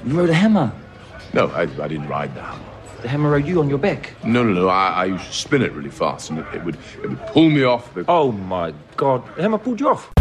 You rode a hammer. No, I didn't ride the hammer. The hammer rode you on your back. No. I used to spin it really fast, and it would pull me off. Oh my God! The hammer pulled you off.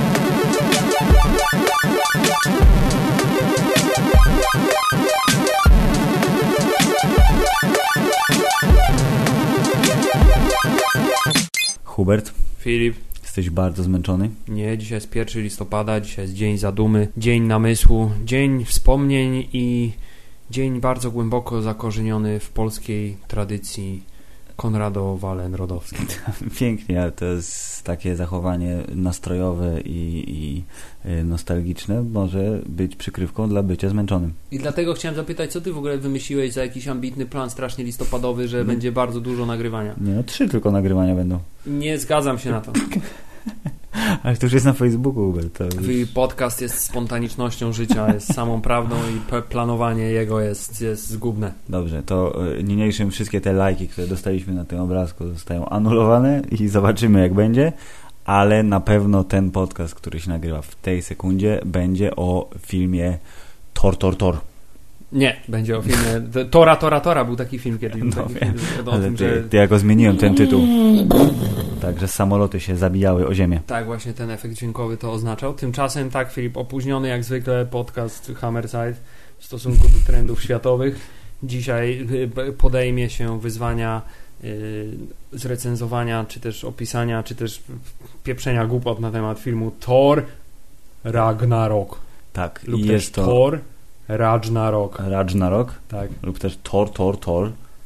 Hubert, Filip. jesteś bardzo zmęczony? Nie, dzisiaj jest 1 listopada, dzisiaj jest dzień zadumy, dzień namysłu, dzień wspomnień i dzień bardzo głęboko zakorzeniony w polskiej tradycji Konradowo-Wallenrodowskiej. Pięknie, ale to jest takie zachowanie nastrojowe i nostalgiczne może być przykrywką dla bycia zmęczonym. I dlatego chciałem zapytać, co ty w ogóle wymyśliłeś za jakiś ambitny plan strasznie listopadowy, że będzie bardzo dużo nagrywania? Nie, no 3 tylko nagrywania będą. Nie zgadzam się na to. Ale to już jest na Facebooku, Hubert. Twój podcast jest spontanicznością życia, jest samą prawdą i planowanie jego jest zgubne. Dobrze, to niniejszym wszystkie te lajki, które dostaliśmy na tym obrazku, zostają anulowane i zobaczymy, jak będzie, ale na pewno ten podcast, który się nagrywa w tej sekundzie, będzie o filmie Tor. Nie, będzie o filmie Tora, był taki film kiedyś. No wiem, ale ty ja go zmieniłem, ten tytuł. Także samoloty się zabijały o ziemię. Tak, właśnie ten efekt dźwiękowy to oznaczał. Tymczasem tak, Filip, opóźniony jak zwykle podcast Hammerside w stosunku do trendów światowych. Dzisiaj podejmie się wyzwania zrecenzowania, czy też opisania, czy też pieprzenia głupot na temat filmu Thor Ragnarok. Tak, lub i też jest to Thor Ragnarok. Tak. Lub też Thor.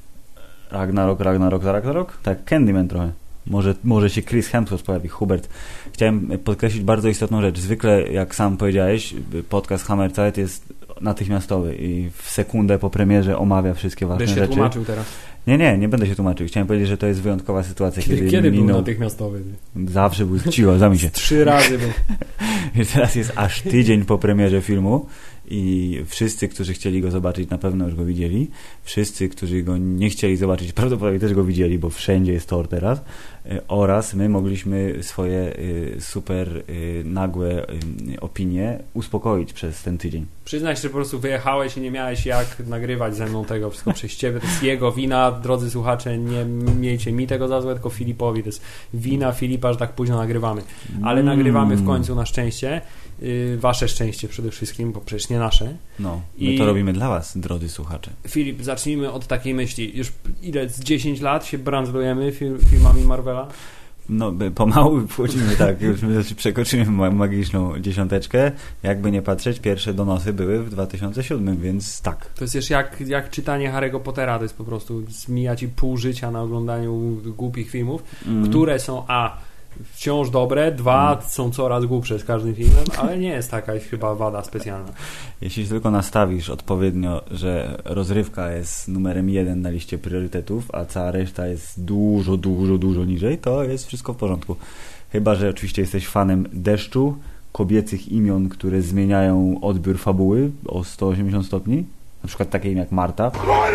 Ragnarok. Tak, Candyman trochę. Może się Chris Hemsworth pojawi. Hubert, chciałem podkreślić bardzo istotną rzecz. Zwykle, jak sam powiedziałeś, podcast Hammerside jest natychmiastowy i w sekundę po premierze omawia wszystkie ważne rzeczy. Będę się tłumaczył teraz. Nie będę się tłumaczył. Chciałem powiedzieć, że to jest wyjątkowa sytuacja. Kiedy był natychmiastowy? Zawsze był cicho, zamień się. 3 razy był. I teraz jest aż tydzień po premierze filmu i wszyscy, którzy chcieli go zobaczyć, na pewno już go widzieli. Wszyscy, którzy go nie chcieli zobaczyć, prawdopodobnie też go widzieli, bo wszędzie jest Thor teraz. Oraz my mogliśmy swoje super nagłe opinie uspokoić przez ten tydzień. Przyznaj się, że po prostu wyjechałeś i nie miałeś jak nagrywać ze mną tego wszystko przez ciebie. To jest jego wina, drodzy słuchacze, nie miejcie mi tego za złe, tylko Filipowi. To jest wina Filipa, że tak późno nagrywamy. Ale nagrywamy w końcu na szczęście. Wasze szczęście przede wszystkim, bo przecież nie nasze. No, my to robimy dla was, drodzy słuchacze. Filip, zacznijmy od takiej myśli. Już ile? Z 10 lat się brandzlujemy filmami Marvela? No, pomału wchodzimy, tak, już przekroczymy magiczną 10. Jakby nie patrzeć, pierwsze donosy były w 2007, więc tak. To jest już jak czytanie Harry'ego Pottera, to jest po prostu zmija ci pół życia na oglądaniu głupich filmów, które są wciąż dobre, 2 są coraz głupsze z każdym filmem, ale nie jest taka chyba wada specjalna. Jeśli tylko nastawisz odpowiednio, że rozrywka jest numerem 1 na liście priorytetów, a cała reszta jest dużo niżej, to jest wszystko w porządku. Chyba że oczywiście jesteś fanem deszczu, kobiecych imion, które zmieniają odbiór fabuły o 180 stopni, na przykład takie imię jak Marta.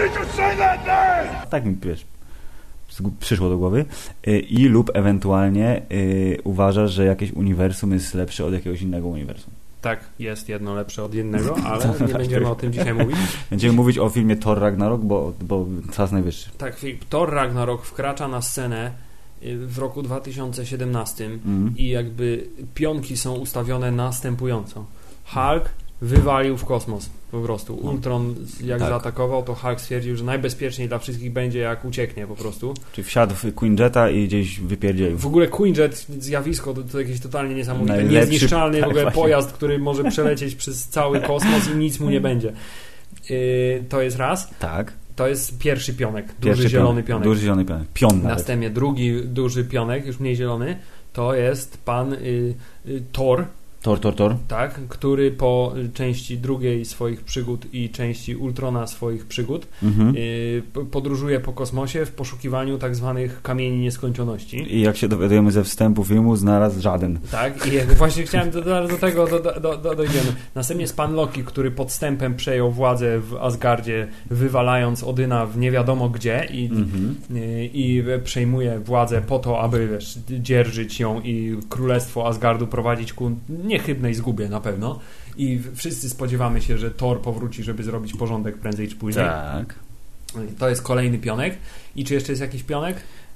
Tak mi, wiesz, przyszło do głowy i lub ewentualnie uważasz, że jakieś uniwersum jest lepsze od jakiegoś innego uniwersum. Tak, jest jedno lepsze od jednego, ale nie będziemy o tym dzisiaj mówić. Będziemy mówić o filmie Thor Ragnarok, bo czas najwyższy. Tak, Thor Ragnarok wkracza na scenę w roku 2017 i jakby pionki są ustawione następująco. Hulk wywalił w kosmos po prostu. Ultron jak zaatakował, to Hulk stwierdził, że najbezpieczniej dla wszystkich będzie jak ucieknie po prostu. Czyli wsiadł w Queen Jetta i gdzieś wypierdzielił. W ogóle Queen Jet, zjawisko to jakieś totalnie niesamowite. Niezniszczalny w ogóle pojazd, który może przelecieć przez cały kosmos i nic mu nie będzie. To jest raz. Tak. To jest pierwszy pionek. Duży zielony pionek. Duży zielony pionek. Pion nawet. Następnie drugi duży pionek, już mniej zielony, to jest pan Thor. Thor. Tak, który po części drugiej swoich przygód i części Ultrona swoich przygód podróżuje po kosmosie w poszukiwaniu tak zwanych kamieni nieskończoności. I jak się dowiadujemy ze wstępu filmu, znalazł żaden. Tak, i właśnie chciałem do tego dojdziemy. Następnie jest pan Loki, który podstępem przejął władzę w Asgardzie, wywalając Odyna w nie wiadomo gdzie i przejmuje władzę po to, aby dzierżyć ją i królestwo Asgardu prowadzić ku niechybnej zgubie na pewno. i wszyscy spodziewamy się, że Thor powróci, żeby zrobić porządek prędzej czy później. Tak. To jest kolejny pionek. I czy jeszcze jest jakiś pionek?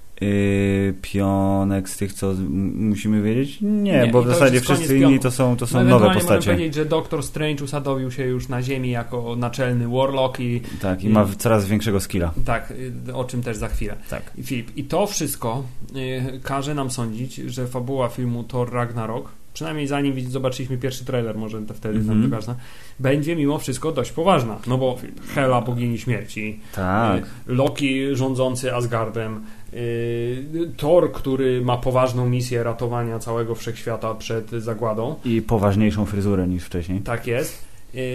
Pionek z tych, co musimy wiedzieć? Nie, bo w zasadzie wszyscy inni to są nowe postacie. Możemy powiedzieć, że Doktor Strange usadowił się już na ziemi jako naczelny Warlock i ma coraz większego skilla. Tak, o czym też za chwilę. Tak. Filip, i to wszystko każe nam sądzić, że fabuła filmu Thor Ragnarok, przynajmniej zanim zobaczyliśmy pierwszy trailer, może to wtedy nam to każda, będzie mimo wszystko dość poważna. No bo Hela, bogini śmierci, tak. Loki rządzący Asgardem, Thor, który ma poważną misję ratowania całego wszechświata przed zagładą. I poważniejszą fryzurę niż wcześniej. Tak jest.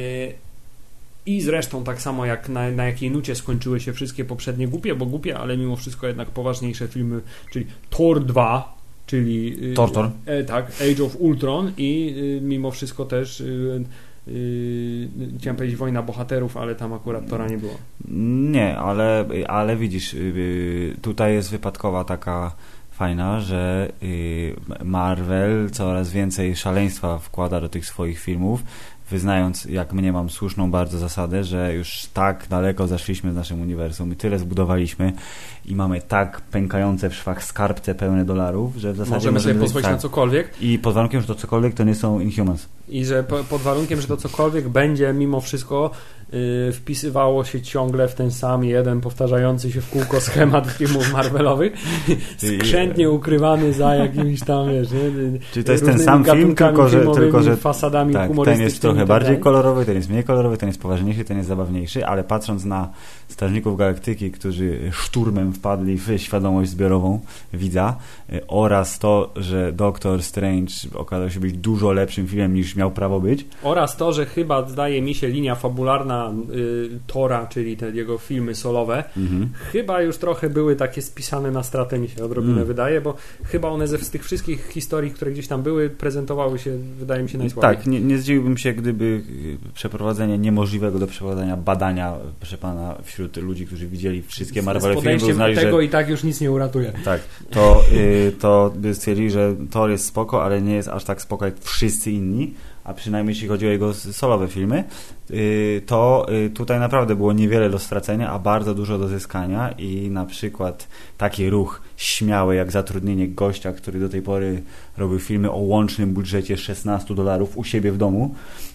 I zresztą tak samo jak na jakiej nucie skończyły się wszystkie poprzednie głupie, ale mimo wszystko jednak poważniejsze filmy, czyli Thor 2, czyli Thor. Tak, Age of Ultron i mimo wszystko też chciałem powiedzieć Wojna Bohaterów, ale tam akurat Thora nie było. Nie, ale widzisz, tutaj jest wypadkowa taka fajna, że Marvel coraz więcej szaleństwa wkłada do tych swoich filmów, wyznając, jak mniemam, słuszną bardzo zasadę, że już tak daleko zaszliśmy w naszym uniwersum i tyle zbudowaliśmy i mamy tak pękające w szwach skarbce pełne dolarów, że w zasadzie możemy sobie pozwolić na cokolwiek. I pod warunkiem, że to cokolwiek to nie są Inhumans. I że pod warunkiem, że to cokolwiek będzie mimo wszystko wpisywało się ciągle w ten sam jeden powtarzający się w kółko schemat filmów Marvelowych, skrzętnie ukrywany za jakimś tam, wiesz, nie? Czyli to jest ten sam film, tylko że fasadami tak, humorystycznymi. Ten jest trochę bardziej kolorowy, ten jest mniej kolorowy, ten jest poważniejszy, ten jest zabawniejszy, ale patrząc na Strażników Galaktyki, którzy szturmem wpadli w świadomość zbiorową widza, oraz to, że Doctor Strange okazał się być dużo lepszym filmem niż miał prawo być. Oraz to, że chyba zdaje mi się linia fabularna Thora, czyli te jego filmy solowe, chyba już trochę były takie spisane na stratę, mi się odrobinę wydaje, bo chyba one z tych wszystkich historii, które gdzieś tam były, prezentowały się, wydaje mi się, najsłabiej. Tak, nie zdziwiłbym się, gdyby przeprowadzenie niemożliego do przeprowadzenia badania, proszę pana, wśród ludzi, którzy widzieli wszystkie Marvel filmy, uznali, tego że i tak już nic nie uratuje. Tak, to by stwierdzili, że Thor jest spoko, ale nie jest aż tak spoko jak wszyscy inni, a przynajmniej jeśli chodzi o jego solowe filmy, to tutaj naprawdę było niewiele do stracenia, a bardzo dużo do zyskania i na przykład taki ruch śmiały jak zatrudnienie gościa, który do tej pory robił filmy o łącznym budżecie $16 u siebie w domu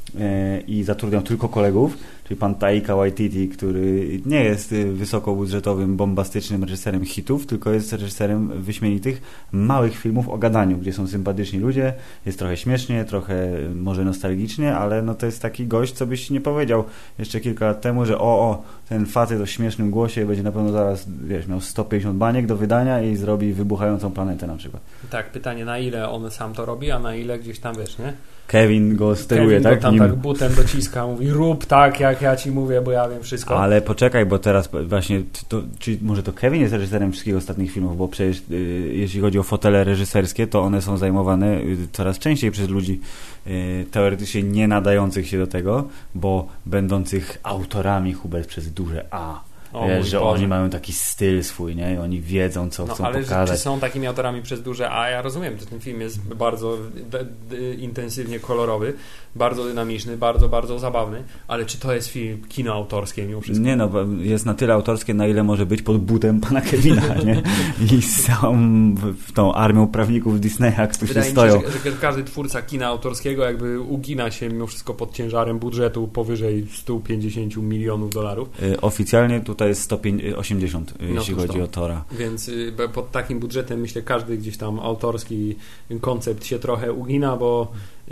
i zatrudniał tylko kolegów, czyli pan Taika Waititi, który nie jest wysokobudżetowym, bombastycznym reżyserem hitów, tylko jest reżyserem wyśmienitych, małych filmów o gadaniu, gdzie są sympatyczni ludzie, jest trochę śmiesznie, trochę może nostalgicznie, ale no to jest taki gość, co byś nie powiedział jeszcze kilka lat temu, że ten facet o śmiesznym głosie będzie na pewno zaraz, wiesz, miał 150 baniek do wydania i zrobi wybuchającą planetę na przykład. Tak, pytanie, na ile on sam to robi, a na ile gdzieś tam, wiesz, nie? Kevin go steruje, tak? Kevin go tam tak butem dociska, mówi rób tak, jak ja ci mówię, bo ja wiem wszystko. Ale poczekaj, bo teraz właśnie, czyli może to Kevin jest reżyserem wszystkich ostatnich filmów, bo przecież jeśli chodzi o fotele reżyserskie, to one są zajmowane coraz częściej przez ludzi teoretycznie nie nadających się do tego, bo będących autorami, Hubert, przez duże A. Wiesz, że oni mają taki styl swój, nie? I oni wiedzą, co chcą pokazać. Ale czy są takimi autorami przez duże A? Ja rozumiem, że ten film jest bardzo intensywnie kolorowy, bardzo dynamiczny, bardzo, bardzo zabawny, ale czy to jest film kino autorskie mimo wszystko? Nie, no, jest na tyle autorskie, na ile może być pod butem pana Kevina, nie? I z całą tą armią prawników Disneya, którzy Wydaje stoją. Mi się, że każdy twórca kina autorskiego jakby ugina się mimo wszystko pod ciężarem budżetu powyżej $150 milionów. Oficjalnie tutaj jest 180, jeśli chodzi o Thora. Więc pod takim budżetem myślę każdy gdzieś tam autorski koncept się trochę ugina, bo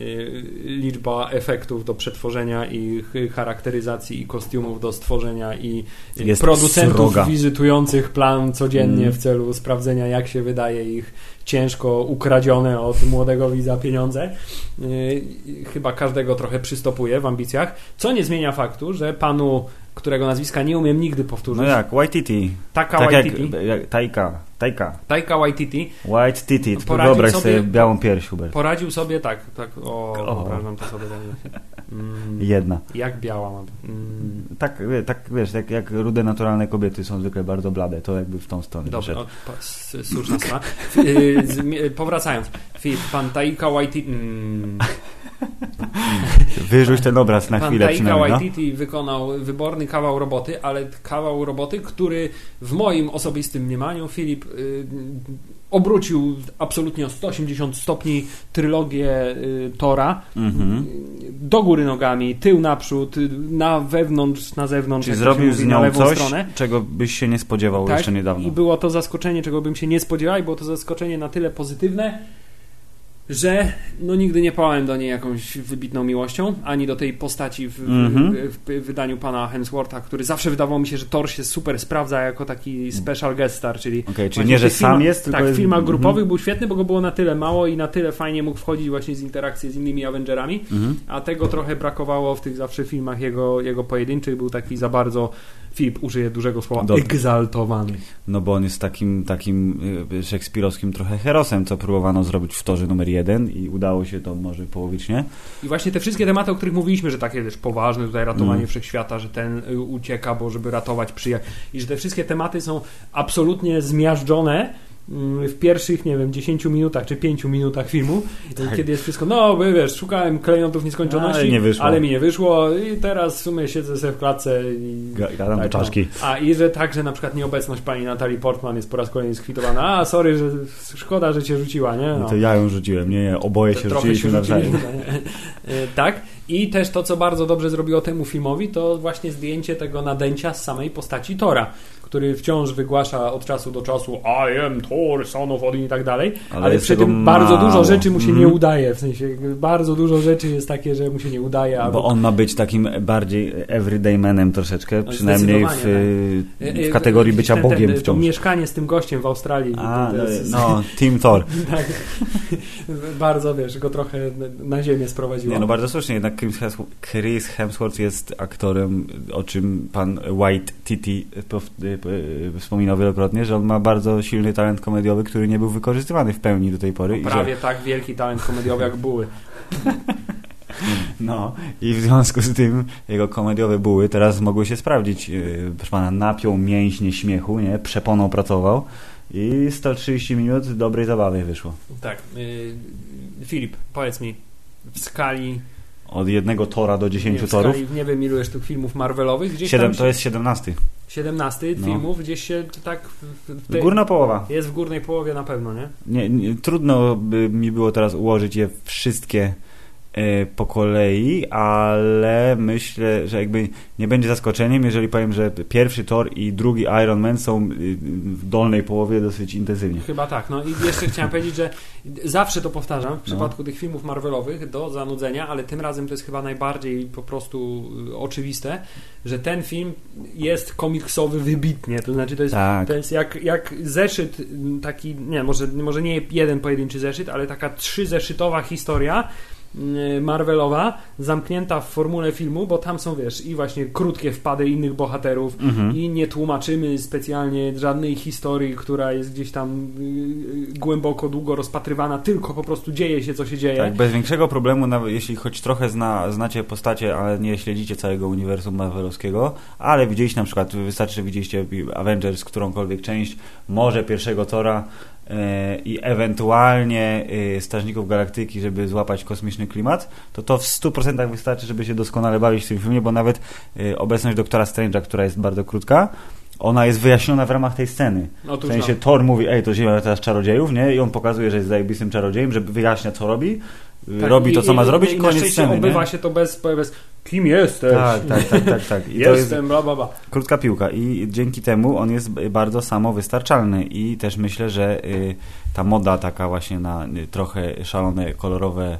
liczba efektów do przetworzenia i charakteryzacji i kostiumów do stworzenia i jest producentów sroga. Wizytujących plan codziennie w celu sprawdzenia, jak się wydaje ich ciężko ukradzione od młodego widza pieniądze. Chyba każdego trochę przystopuje w ambicjach, co nie zmienia faktu, że panu, którego nazwiska nie umiem nigdy powtórzyć. No jak, Waititi. Taika Waititi. Waititi. Wyobraź sobie białą pierś, Hubert. Poradził sobie tak, wyobrażam to sobie. Jedna. Jak biała ma. Tak, wiesz, jak rude, naturalne kobiety są zwykle bardzo blade, to jakby w tą stronę. Dobrze, słuszna strona. Powracając, pan Taika Waititi... Wyrzuć ten obraz na chwilę Taika przynajmniej. Waititi wykonał wyborny kawał roboty, ale kawał roboty, który w moim osobistym mniemaniu Filip obrócił absolutnie o 180 stopni trylogię Tora do góry nogami, tył naprzód, na wewnątrz, na zewnątrz. Czyli jak to się zrobił mówi, z na nią lewą coś, stronę. czego byś się nie spodziewał Tak, jeszcze niedawno. i było to zaskoczenie, czego bym się nie spodziewał, i było to zaskoczenie na tyle pozytywne, że no nigdy nie pałałem do niej jakąś wybitną miłością, ani do tej postaci w wydaniu pana Hemswortha, który zawsze wydawało mi się, że Thor się super sprawdza jako taki special guest star, czyli Czyli nie, że sam jest, tylko tak, jest... w filmach grupowych był świetny, bo go było na tyle mało i na tyle fajnie mógł wchodzić właśnie z interakcji z innymi Avengerami, a tego trochę brakowało w tych zawsze filmach jego pojedynczych, był taki za bardzo, Filip użyje dużego słowa, egzaltowany. No bo on jest takim szekspirowskim trochę herosem, co próbowano zrobić w Torze numer 1 i udało się to może połowicznie. I właśnie te wszystkie tematy, o których mówiliśmy, że takie też poważne tutaj ratowanie wszechświata, że ten ucieka, bo żeby ratować przyjaciół, i że te wszystkie tematy są absolutnie zmiażdżone w pierwszych, nie wiem, 10 minutach czy 5 minutach filmu, kiedy jest wszystko, no wiesz, szukałem klejnotów nieskończoności, ale mi nie wyszło i teraz w sumie siedzę sobie w klatce i gadam do czaszki. A i że także na przykład nieobecność pani Natalii Portman jest po raz kolejny skwitowana. A sorry, że szkoda, że cię rzuciła, nie? No to ja ją rzuciłem, nie, oboje się rzuciliśmy nawzajem. Tak. I też to, co bardzo dobrze zrobiło temu filmowi, to właśnie zdjęcie tego nadęcia z samej postaci Tora, który wciąż wygłasza od czasu do czasu I am Thor, son of Odin i tak dalej, ale przy tym bardzo dużo rzeczy mu się nie udaje, w sensie bardzo dużo rzeczy jest takie, że mu się nie udaje. Bo on ma być takim bardziej everyday manem troszeczkę, przynajmniej w kategorii bycia Bogiem wciąż. To mieszkanie z tym gościem w Australii. Team Thor. Tak. Bardzo, wiesz, go trochę na ziemię sprowadziło. Nie, no bardzo słusznie, jednak Chris Hemsworth jest aktorem, o czym pan Waititi wspominał wielokrotnie, że on ma bardzo silny talent komediowy, który nie był wykorzystywany w pełni do tej pory. No, prawie tak wielki talent komediowy jak buły. No i w związku z tym jego komediowe buły teraz mogły się sprawdzić. Proszę pana, napiął mięśnie śmiechu, nie? Przeponą pracował i 130 minut dobrej zabawy wyszło. Tak. Filip, powiedz mi, w skali od jednego Tora do 10 torów? Nie wiem, ilu jest tych filmów Marvelowych. Gdzieś to jest 17. 17 filmów, gdzieś się tak... Górna połowa. Jest w górnej połowie na pewno, nie? Nie, trudno by mi było teraz ułożyć je wszystkie po kolei, ale myślę, że jakby nie będzie zaskoczeniem, jeżeli powiem, że pierwszy Thor i drugi Iron Man są w dolnej połowie dosyć intensywnie. Chyba tak. No i jeszcze chciałem powiedzieć, że zawsze to powtarzam w przypadku tych filmów Marvelowych do zanudzenia, ale tym razem to jest chyba najbardziej po prostu oczywiste, że ten film jest komiksowy wybitnie. To znaczy to jest jak zeszyt taki, może nie jeden pojedynczy zeszyt, ale taka 3-zeszytowa historia Marvelowa, zamknięta w formule filmu, bo tam są, wiesz, i właśnie krótkie wpady innych bohaterów i nie tłumaczymy specjalnie żadnej historii, która jest gdzieś tam głęboko, długo rozpatrywana, tylko po prostu dzieje się, co się dzieje. Tak, bez większego problemu, nawet jeśli choć trochę znacie postacie, ale nie śledzicie całego uniwersum marvelowskiego, ale widzieliście na przykład, wystarczy, że widzieliście Avengers, którąkolwiek część, może pierwszego Thora, i ewentualnie Strażników Galaktyki, żeby złapać kosmiczny klimat, to w 100% wystarczy, żeby się doskonale bawić w tym filmie, bo nawet obecność Doktora Strange'a, która jest bardzo krótka, ona jest wyjaśniona w ramach tej sceny. W sensie Thor mówi, to Ziemia teraz czarodziejów, nie? I on pokazuje, że jest zajebistym czarodziejem, że wyjaśnia, co robi, robi to, co ma zrobić i koniec sceny. Obywa się to bez kim jesteś? Tak. I jestem, bla, bla, bla. Krótka piłka i dzięki temu on jest bardzo samowystarczalny i też myślę, że ta moda taka właśnie na trochę szalone, kolorowe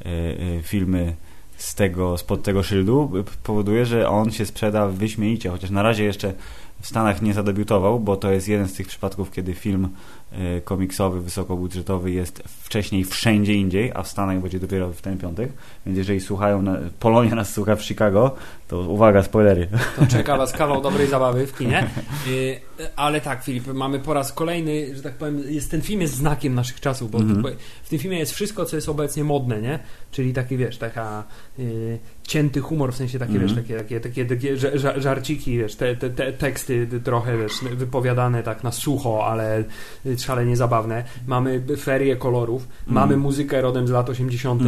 filmy spod tego szyldu powoduje, że on się sprzeda wyśmienicie, chociaż na razie jeszcze w Stanach nie zadebiutował, bo to jest jeden z tych przypadków, kiedy film komiksowy, wysokobudżetowy jest wcześniej wszędzie indziej, a w Stanach będzie dopiero w ten piątek, więc jeżeli Polonia nas słucha w Chicago, to uwaga, spoilery. To czeka was kawał dobrej zabawy w kinie. Ale tak, Filip, mamy po raz kolejny, że tak powiem, ten film jest znakiem naszych czasów, bo w tym filmie jest wszystko, co jest obecnie modne, nie? Czyli taki, wiesz, taka cięty humor, w sensie takie, wiesz, takie żarciki, wiesz, te teksty trochę, wiesz, wypowiadane tak na sucho, ale szalenie zabawne. Mamy ferie kolorów, mamy muzykę rodem z lat 80.,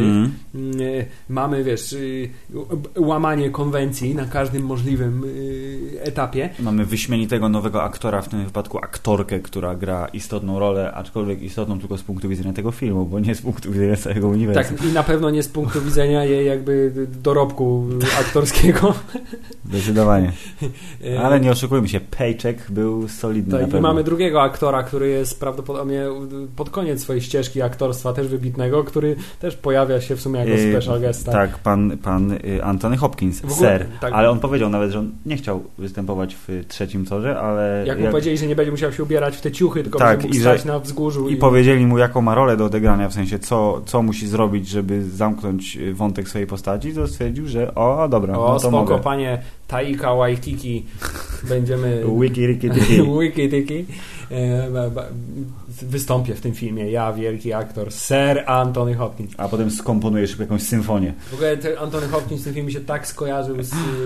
mamy, wiesz, łamanie konwencji na każdym możliwym etapie. Mamy wyśmienitego nowego aktora, w tym wypadku aktorkę, która gra istotną rolę, aczkolwiek istotną tylko z punktu widzenia tego filmu, bo nie z punktu widzenia całego uniwersum. Tak, i na pewno nie z punktu widzenia jej jakby dorobku aktorskiego. Zdecydowanie. Ale nie oszukujmy się, Paycheck był solidny tak, na pewno. I mamy drugiego aktora, który jest prawdopodobnie pod koniec swojej ścieżki aktorstwa też wybitnego, który też pojawia się w sumie jako special guest. Tak, pan Anthony Hopkins, Ser. Tak. Ale on powiedział nawet, że on nie chciał występować w trzecim Torze, ale... Jak mu powiedzieli, że nie będzie musiał się ubierać w te ciuchy, tylko tak, będzie mógł stać na wzgórzu. I powiedzieli mu, jaką ma rolę do odegrania, w sensie co musi zrobić, żeby zamknąć wątek swojej postaci, to stwierdził, że dobra, no to spoko, mogę. Panie Taika Waititi, będziemy... Wiki-tiki. Wystąpię w tym filmie, ja, wielki aktor, Sir Anthony Hopkins. A potem skomponujesz jakąś symfonię. W ogóle Anthony Hopkins w tym filmie się tak skojarzył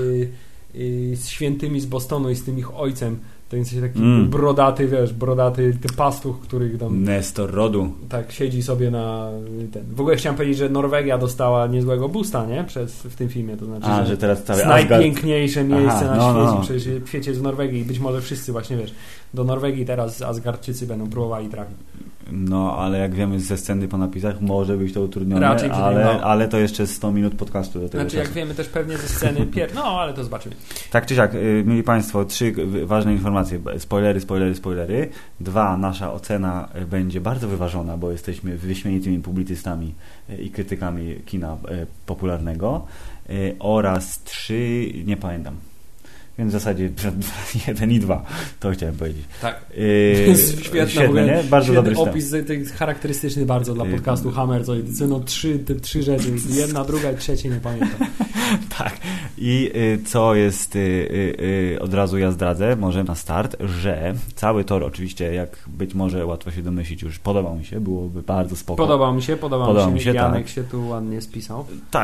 z świętymi z Bostonu i z tym ich ojcem. To jest taki brodaty pastuch, który tam... Nestor rodu. Tak, siedzi sobie na... W ogóle chciałem powiedzieć, że Norwegia dostała niezłego boosta, nie? W tym filmie, to znaczy, że teraz cały najpiękniejsze miejsce na świecie. W świecie jest w Norwegii i być może wszyscy właśnie, wiesz, do Norwegii teraz Asgardczycy będą próbowali trafić. No, ale jak wiemy ze sceny po napisach, może być to utrudnione, raczej ale to jeszcze 100 minut podcastu do tego czasu. Jak wiemy też pewnie ze sceny ale to zobaczymy. Tak czy siak, mieli Państwo 3 ważne informacje. Spoilery. 2, nasza ocena będzie bardzo wyważona, bo jesteśmy wyśmienitymi publicystami i krytykami kina popularnego. Oraz 3, nie pamiętam. Więc w zasadzie 1 i 2, to chciałem powiedzieć. Tak. Świetne, nie? Bardzo dobry opis charakterystyczny bardzo dla podcastu Hammer, co no 3 rzeczy, 1, 2 i 3 nie pamiętam. Tak. I co jest, od razu ja zdradzę, może na start, że cały tor oczywiście, jak być może łatwo się domyślić już, podobał mi się, byłoby bardzo spoko. Podobał mi się. Janek tak. się tu ładnie spisał.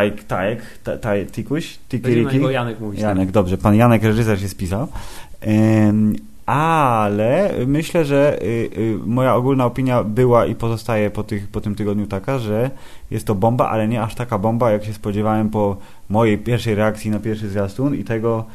Tikuś? Janek mówić. Janek, dobrze. Pan Janek, reżyser, się spisał. Ale myślę, że moja ogólna opinia była i pozostaje po tym tygodniu taka, że jest to bomba, ale nie aż taka bomba, jak się spodziewałem po mojej pierwszej reakcji na pierwszy zwiastun i tego,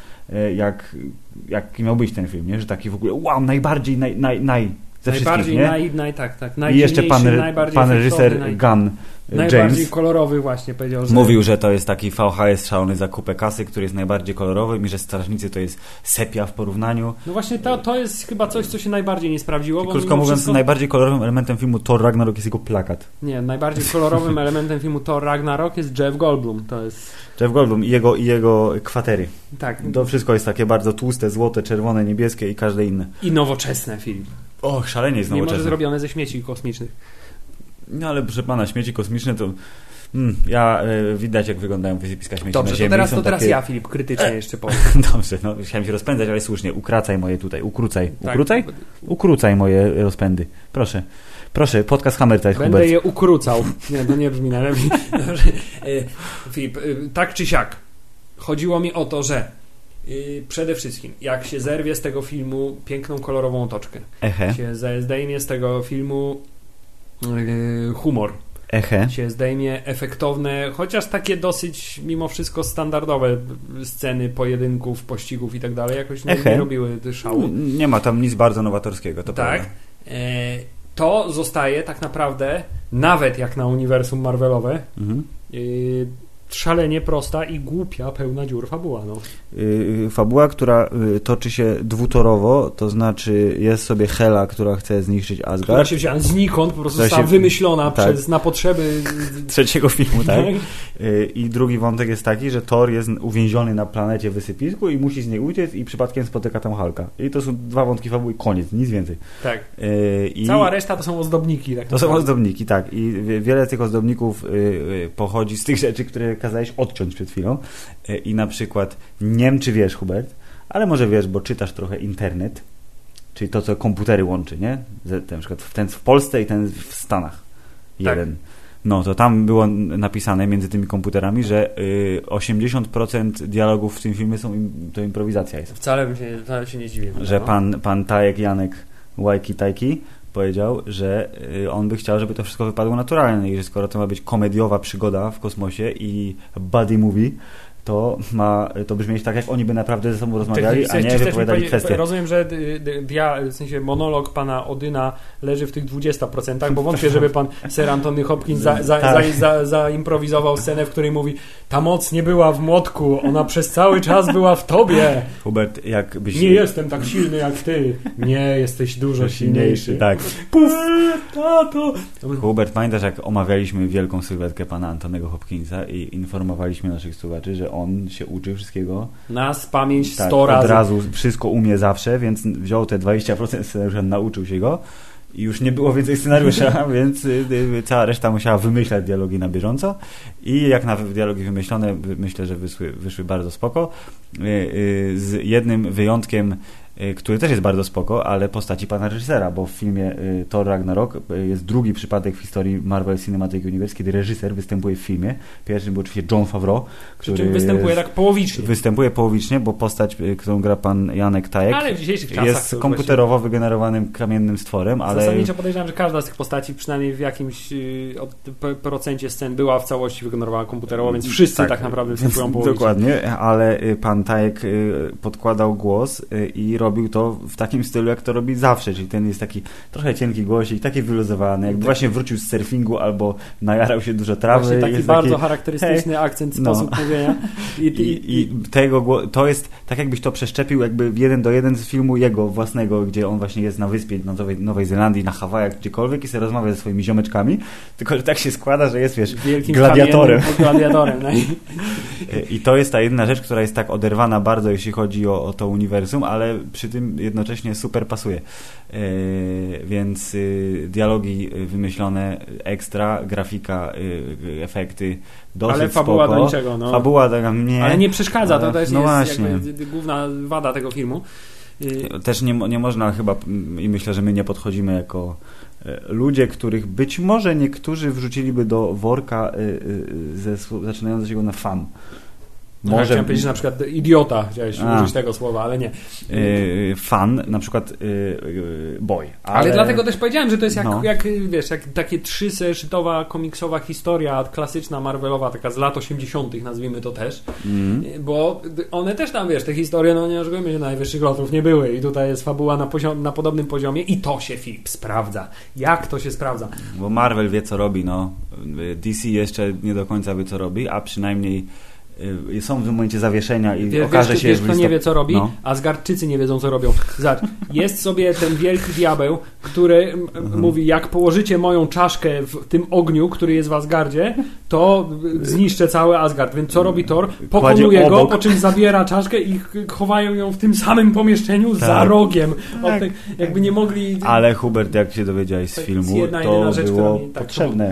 jaki miał być ten film, nie? Że taki w ogóle najbardziej, ze wszystkich, nie? Tak. I jeszcze pan reżyser Gunn najbardziej kolorowy właśnie powiedział, że... Mówił, że to jest taki VHS szalony za kupę kasy, który jest najbardziej kolorowy i że Strażnicy to jest sepia w porównaniu. No właśnie to jest chyba coś, co się najbardziej nie sprawdziło. Bo krótko mówiąc, najbardziej kolorowym elementem filmu Thor Ragnarok jest jego plakat. Nie, najbardziej kolorowym elementem filmu Thor Ragnarok jest Jeff Goldblum. To jest... Jeff Goldblum i jego kwatery. Tak. To wszystko jest takie bardzo tłuste, złote, czerwone, niebieskie i każde inne. I nowoczesne film. Szalenie jest nowoczesne. Nie może zrobione ze śmieci kosmicznych. No ale proszę pana, śmieci kosmiczne to... widać, jak wyglądają wysypiska śmieci na Ziemi. Dobrze, to teraz ja, Filip, krytycznie jeszcze powiem. Dobrze, chciałem się rozpędzać, ale słusznie. Ukracaj moje tutaj. Ukrócaj moje rozpędy. Proszę, podcast Hammer Time. Będę je ukrócał. Nie, to nie brzmi najlepiej. Filip, tak czy siak, chodziło mi o to, że przede wszystkim, jak się zerwie z tego filmu piękną, kolorową otoczkę, się zdejmie z tego filmu humor, się zdejmie efektowne, chociaż takie dosyć mimo wszystko standardowe sceny pojedynków, pościgów i tak dalej, jakoś nie robiły szału. Nie ma tam nic bardzo nowatorskiego, to tak. To zostaje tak naprawdę, nawet jak na uniwersum Marvelowe, szalenie prosta i głupia, pełna dziur fabuła. Fabuła, która toczy się dwutorowo, to znaczy jest sobie Hela, która chce zniszczyć Asgard. Która się wzięła znikąd, po prostu została wymyślona na potrzeby trzeciego filmu, tak? I drugi wątek jest taki, że Thor jest uwięziony na planecie wysypisku i musi z niej uciec i przypadkiem spotyka tam Hulka. I to są 2 wątki fabuły, koniec, nic więcej. Tak. Cała reszta to są ozdobniki. Tak to są ozdobniki, tak. I wiele z tych ozdobników pochodzi z tych rzeczy, które kazałeś odciąć przed chwilą. I na przykład, nie wiem, czy wiesz, Hubert, ale może wiesz, bo czytasz trochę internet, czyli to, co komputery łączy, nie? Na przykład ten w Polsce i ten w Stanach. Jeden. No, to tam było napisane między tymi komputerami, że 80% dialogów w tym filmie to improwizacja jest. Wcale się nie dziwię. Że pan Tajek Janek Łajki-Tajki powiedział, że on by chciał, żeby to wszystko wypadło naturalnie i że skoro to ma być komediowa przygoda w kosmosie i buddy movie, to ma to brzmieć tak, jak oni by naprawdę ze sobą rozmawiali, a nie wypowiadali kwestie. Rozumiem, że w sensie monolog pana Odyna leży w tych 20%, bo wątpię, żeby pan Sir Anthony Hopkins zaimprowizował scenę, w której mówi: ta moc nie była w młotku, ona przez cały czas była w tobie. Hubert, jakbyś... Nie jestem tak silny jak ty. Nie, jesteś dużo silniejszy. Tak. Puf! Tato! Hubert, pamiętasz, jak omawialiśmy wielką sylwetkę pana Antonego Hopkinsa i informowaliśmy naszych słuchaczy, że on się uczy wszystkiego. Nas pamięć 100 tak, razy. Od razu wszystko umie zawsze, więc wziął te 20% scenariusza, nauczył się go i już nie było więcej scenariusza, więc cała reszta musiała wymyślać dialogi na bieżąco i jak na dialogi wymyślone, myślę, że wyszły bardzo spoko. Z jednym wyjątkiem, który też jest bardzo spoko, ale postaci pana reżysera, bo w filmie Thor Ragnarok jest drugi przypadek w historii Marvel Cinematic Universe, kiedy reżyser występuje w filmie. Pierwszy był oczywiście Jon Favreau, który występuje tak połowicznie. Występuje połowicznie, bo postać, którą gra pan Janek Tajek, ale w dzisiejszych czasach jest komputerowo wygenerowanym kamiennym stworem, ale... Zasadniczo podejrzewam, że każda z tych postaci przynajmniej w jakimś procencie scen była w całości wygenerowana komputerowo, więc wszyscy tak naprawdę występują połowicznie. Dokładnie, ale pan Tajek podkładał głos i robił to w takim stylu, jak to robi zawsze, czyli ten jest taki trochę cienki głosik, taki wyluzowany, jakby właśnie wrócił z surfingu albo najarał się dużo trawy. Właśnie taki bardzo charakterystyczny akcent, sposób mówienia. I to jest tak, jakbyś to przeszczepił jakby 1:1 z filmu jego własnego, gdzie on właśnie jest na wyspie na Nowej Zelandii, na Hawajach, gdziekolwiek i sobie rozmawia ze swoimi ziomeczkami, tylko że tak się składa, że jest, wiesz, wielkim gladiatorem. No I to jest ta jedna rzecz, która jest tak oderwana bardzo, jeśli chodzi o to uniwersum, ale przy tym jednocześnie super pasuje. Więc dialogi wymyślone ekstra, grafika, efekty dosyć ale fabuła spoko. Do niczego. No. Fabuła taka nie. Ale nie przeszkadza, to też no jest jakby główna wada tego filmu. Też nie można chyba, i myślę, że my nie podchodzimy jako ludzie, których być może niektórzy wrzuciliby do worka zaczynającego na fan. Może chciałem powiedzieć na przykład idiota, chciałeś użyć tego słowa, ale nie. Fan, na przykład boy. Ale dlatego też powiedziałem, że to jest jak wiesz, jak takie 3-zeszytowa komiksowa historia klasyczna, Marvelowa, taka z lat 80., nazwijmy to też, bo one też tam, wiesz, te historie, no nie oszukujmy się, najwyższych lotów nie były i tutaj jest fabuła na podobnym poziomie i to się film sprawdza. Jak to się sprawdza? Bo Marvel wie, co robi, no. DC jeszcze nie do końca wie, co robi, a przynajmniej są w tym momencie zawieszenia i okaże się... Wiesz, kto nie wie, co robi? No. Asgardczycy nie wiedzą, co robią. Zobacz, jest sobie ten wielki diabeł, który mówi, jak położycie moją czaszkę w tym ogniu, który jest w Asgardzie, to zniszczę cały Asgard. Więc co robi Thor? Pokonuje go, po czym zabiera czaszkę i chowają ją w tym samym pomieszczeniu za rogiem. Tak. Jakby nie mogli... Ale Hubert, jak się dowiedziałeś z filmu, to rzecz, było potrzebne.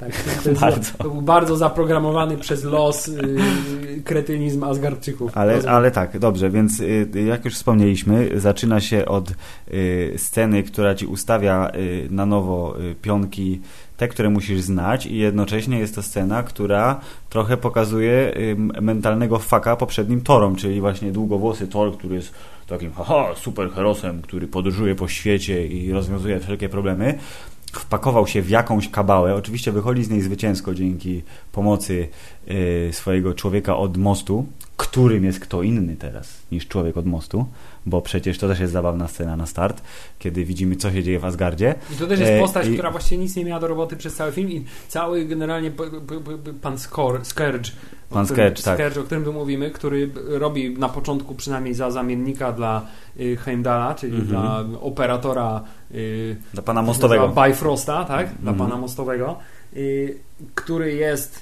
To był bardzo zaprogramowany przez los kretynizm Asgardczyków. Ale tak, dobrze, więc jak już wspomnieliśmy, zaczyna się od sceny, która ci ustawia na nowo pionki, te, które musisz znać i jednocześnie jest to scena, która trochę pokazuje mentalnego fucka poprzednim Thorom, czyli właśnie długowłosy Thor, który jest takim superherosem, który podróżuje po świecie i rozwiązuje wszelkie problemy. Wpakował się w jakąś kabałę, oczywiście wychodzi z niej zwycięsko dzięki pomocy swojego człowieka od mostu, którym jest kto inny teraz niż człowiek od mostu, bo przecież to też jest zabawna scena na start, kiedy widzimy, co się dzieje w Asgardzie. I to też jest postać, która właściwie nic nie miała do roboty przez cały film i cały generalnie pan Scourge, o którym tu mówimy, który robi na początku przynajmniej za zamiennika dla Heimdalla, czyli dla operatora dla pana mostowego. Bifrosta, tak? Dla pana mostowego, który jest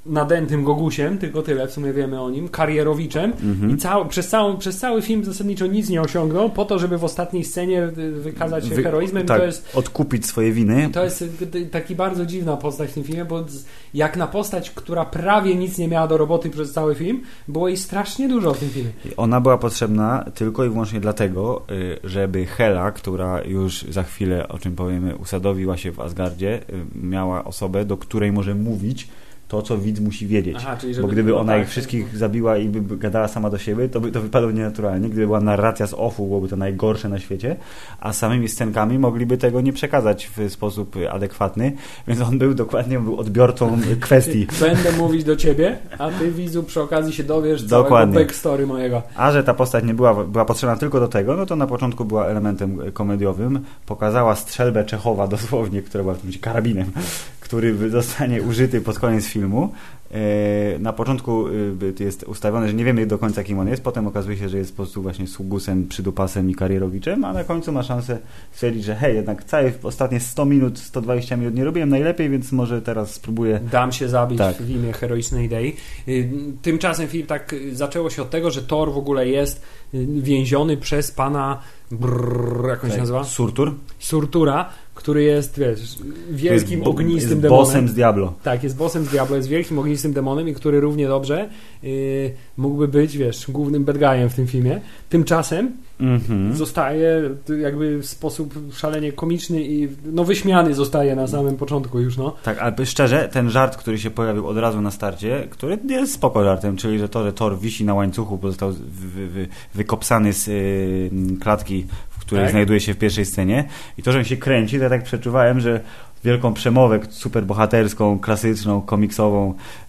nadętym Gogusiem, tylko tyle w sumie wiemy o nim, karierowiczem i przez cały film zasadniczo nic nie osiągnął po to, żeby w ostatniej scenie wykazać się heroizmem. Tak, to jest, odkupić swoje winy. to jest taki bardzo dziwna postać w tym filmie, bo jak na postać, która prawie nic nie miała do roboty przez cały film, było jej strasznie dużo w tym filmie. Ona była potrzebna tylko i wyłącznie dlatego, żeby Hela, która już za chwilę, o czym powiemy, usadowiła się w Asgardzie, miała osobę, do której może mówić to, co widz musi wiedzieć. Aha, czyli bo gdyby ona ich wszystkich zabiła i by gadała sama do siebie, to wypadło nienaturalnie. Gdyby była narracja z offu, byłoby to najgorsze na świecie, a samymi scenkami mogliby tego nie przekazać w sposób adekwatny, więc on był odbiorcą kwestii. Będę mówić do ciebie, a ty, widzu, przy okazji się dowiesz całego backstory mojego. A że ta postać nie była potrzebna tylko do tego, no to na początku była elementem komediowym. Pokazała strzelbę Czechowa dosłownie, która była w karabinem, który zostanie użyty pod koniec filmu. Na początku jest ustawione, że nie wiemy do końca kim on jest, potem okazuje się, że jest po prostu właśnie sługusem, przydupasem i karierowiczem, a na końcu ma szansę stwierdzić, że hej, jednak całe ostatnie 100 minut, 120 minut nie robiłem najlepiej, więc może teraz spróbuję... Dam się zabić tak. w imię heroicznej idei. Tymczasem film tak zaczęło się od tego, że Thor w ogóle jest więziony przez pana jak on się nazywa? Surtura, który jest, wiesz, wielkim ognistym demonem. Jest bossem z Diablo. Tak, jest bossem z Diablo, jest wielkim ognistym demonem i który równie dobrze mógłby być, wiesz, głównym bad guyem w tym filmie. Tymczasem zostaje jakby w sposób szalenie komiczny i wyśmiany zostaje na samym początku już, no. Tak, ale szczerze, ten żart, który się pojawił od razu na starcie, który jest spoko żartem, czyli że Thor wisi na łańcuchu, bo został wykopsany z klatki, w której znajduje się w pierwszej scenie i to, że on się kręci, to ja tak przeczuwałem, że wielką przemowę superbohaterską, klasyczną, komiksową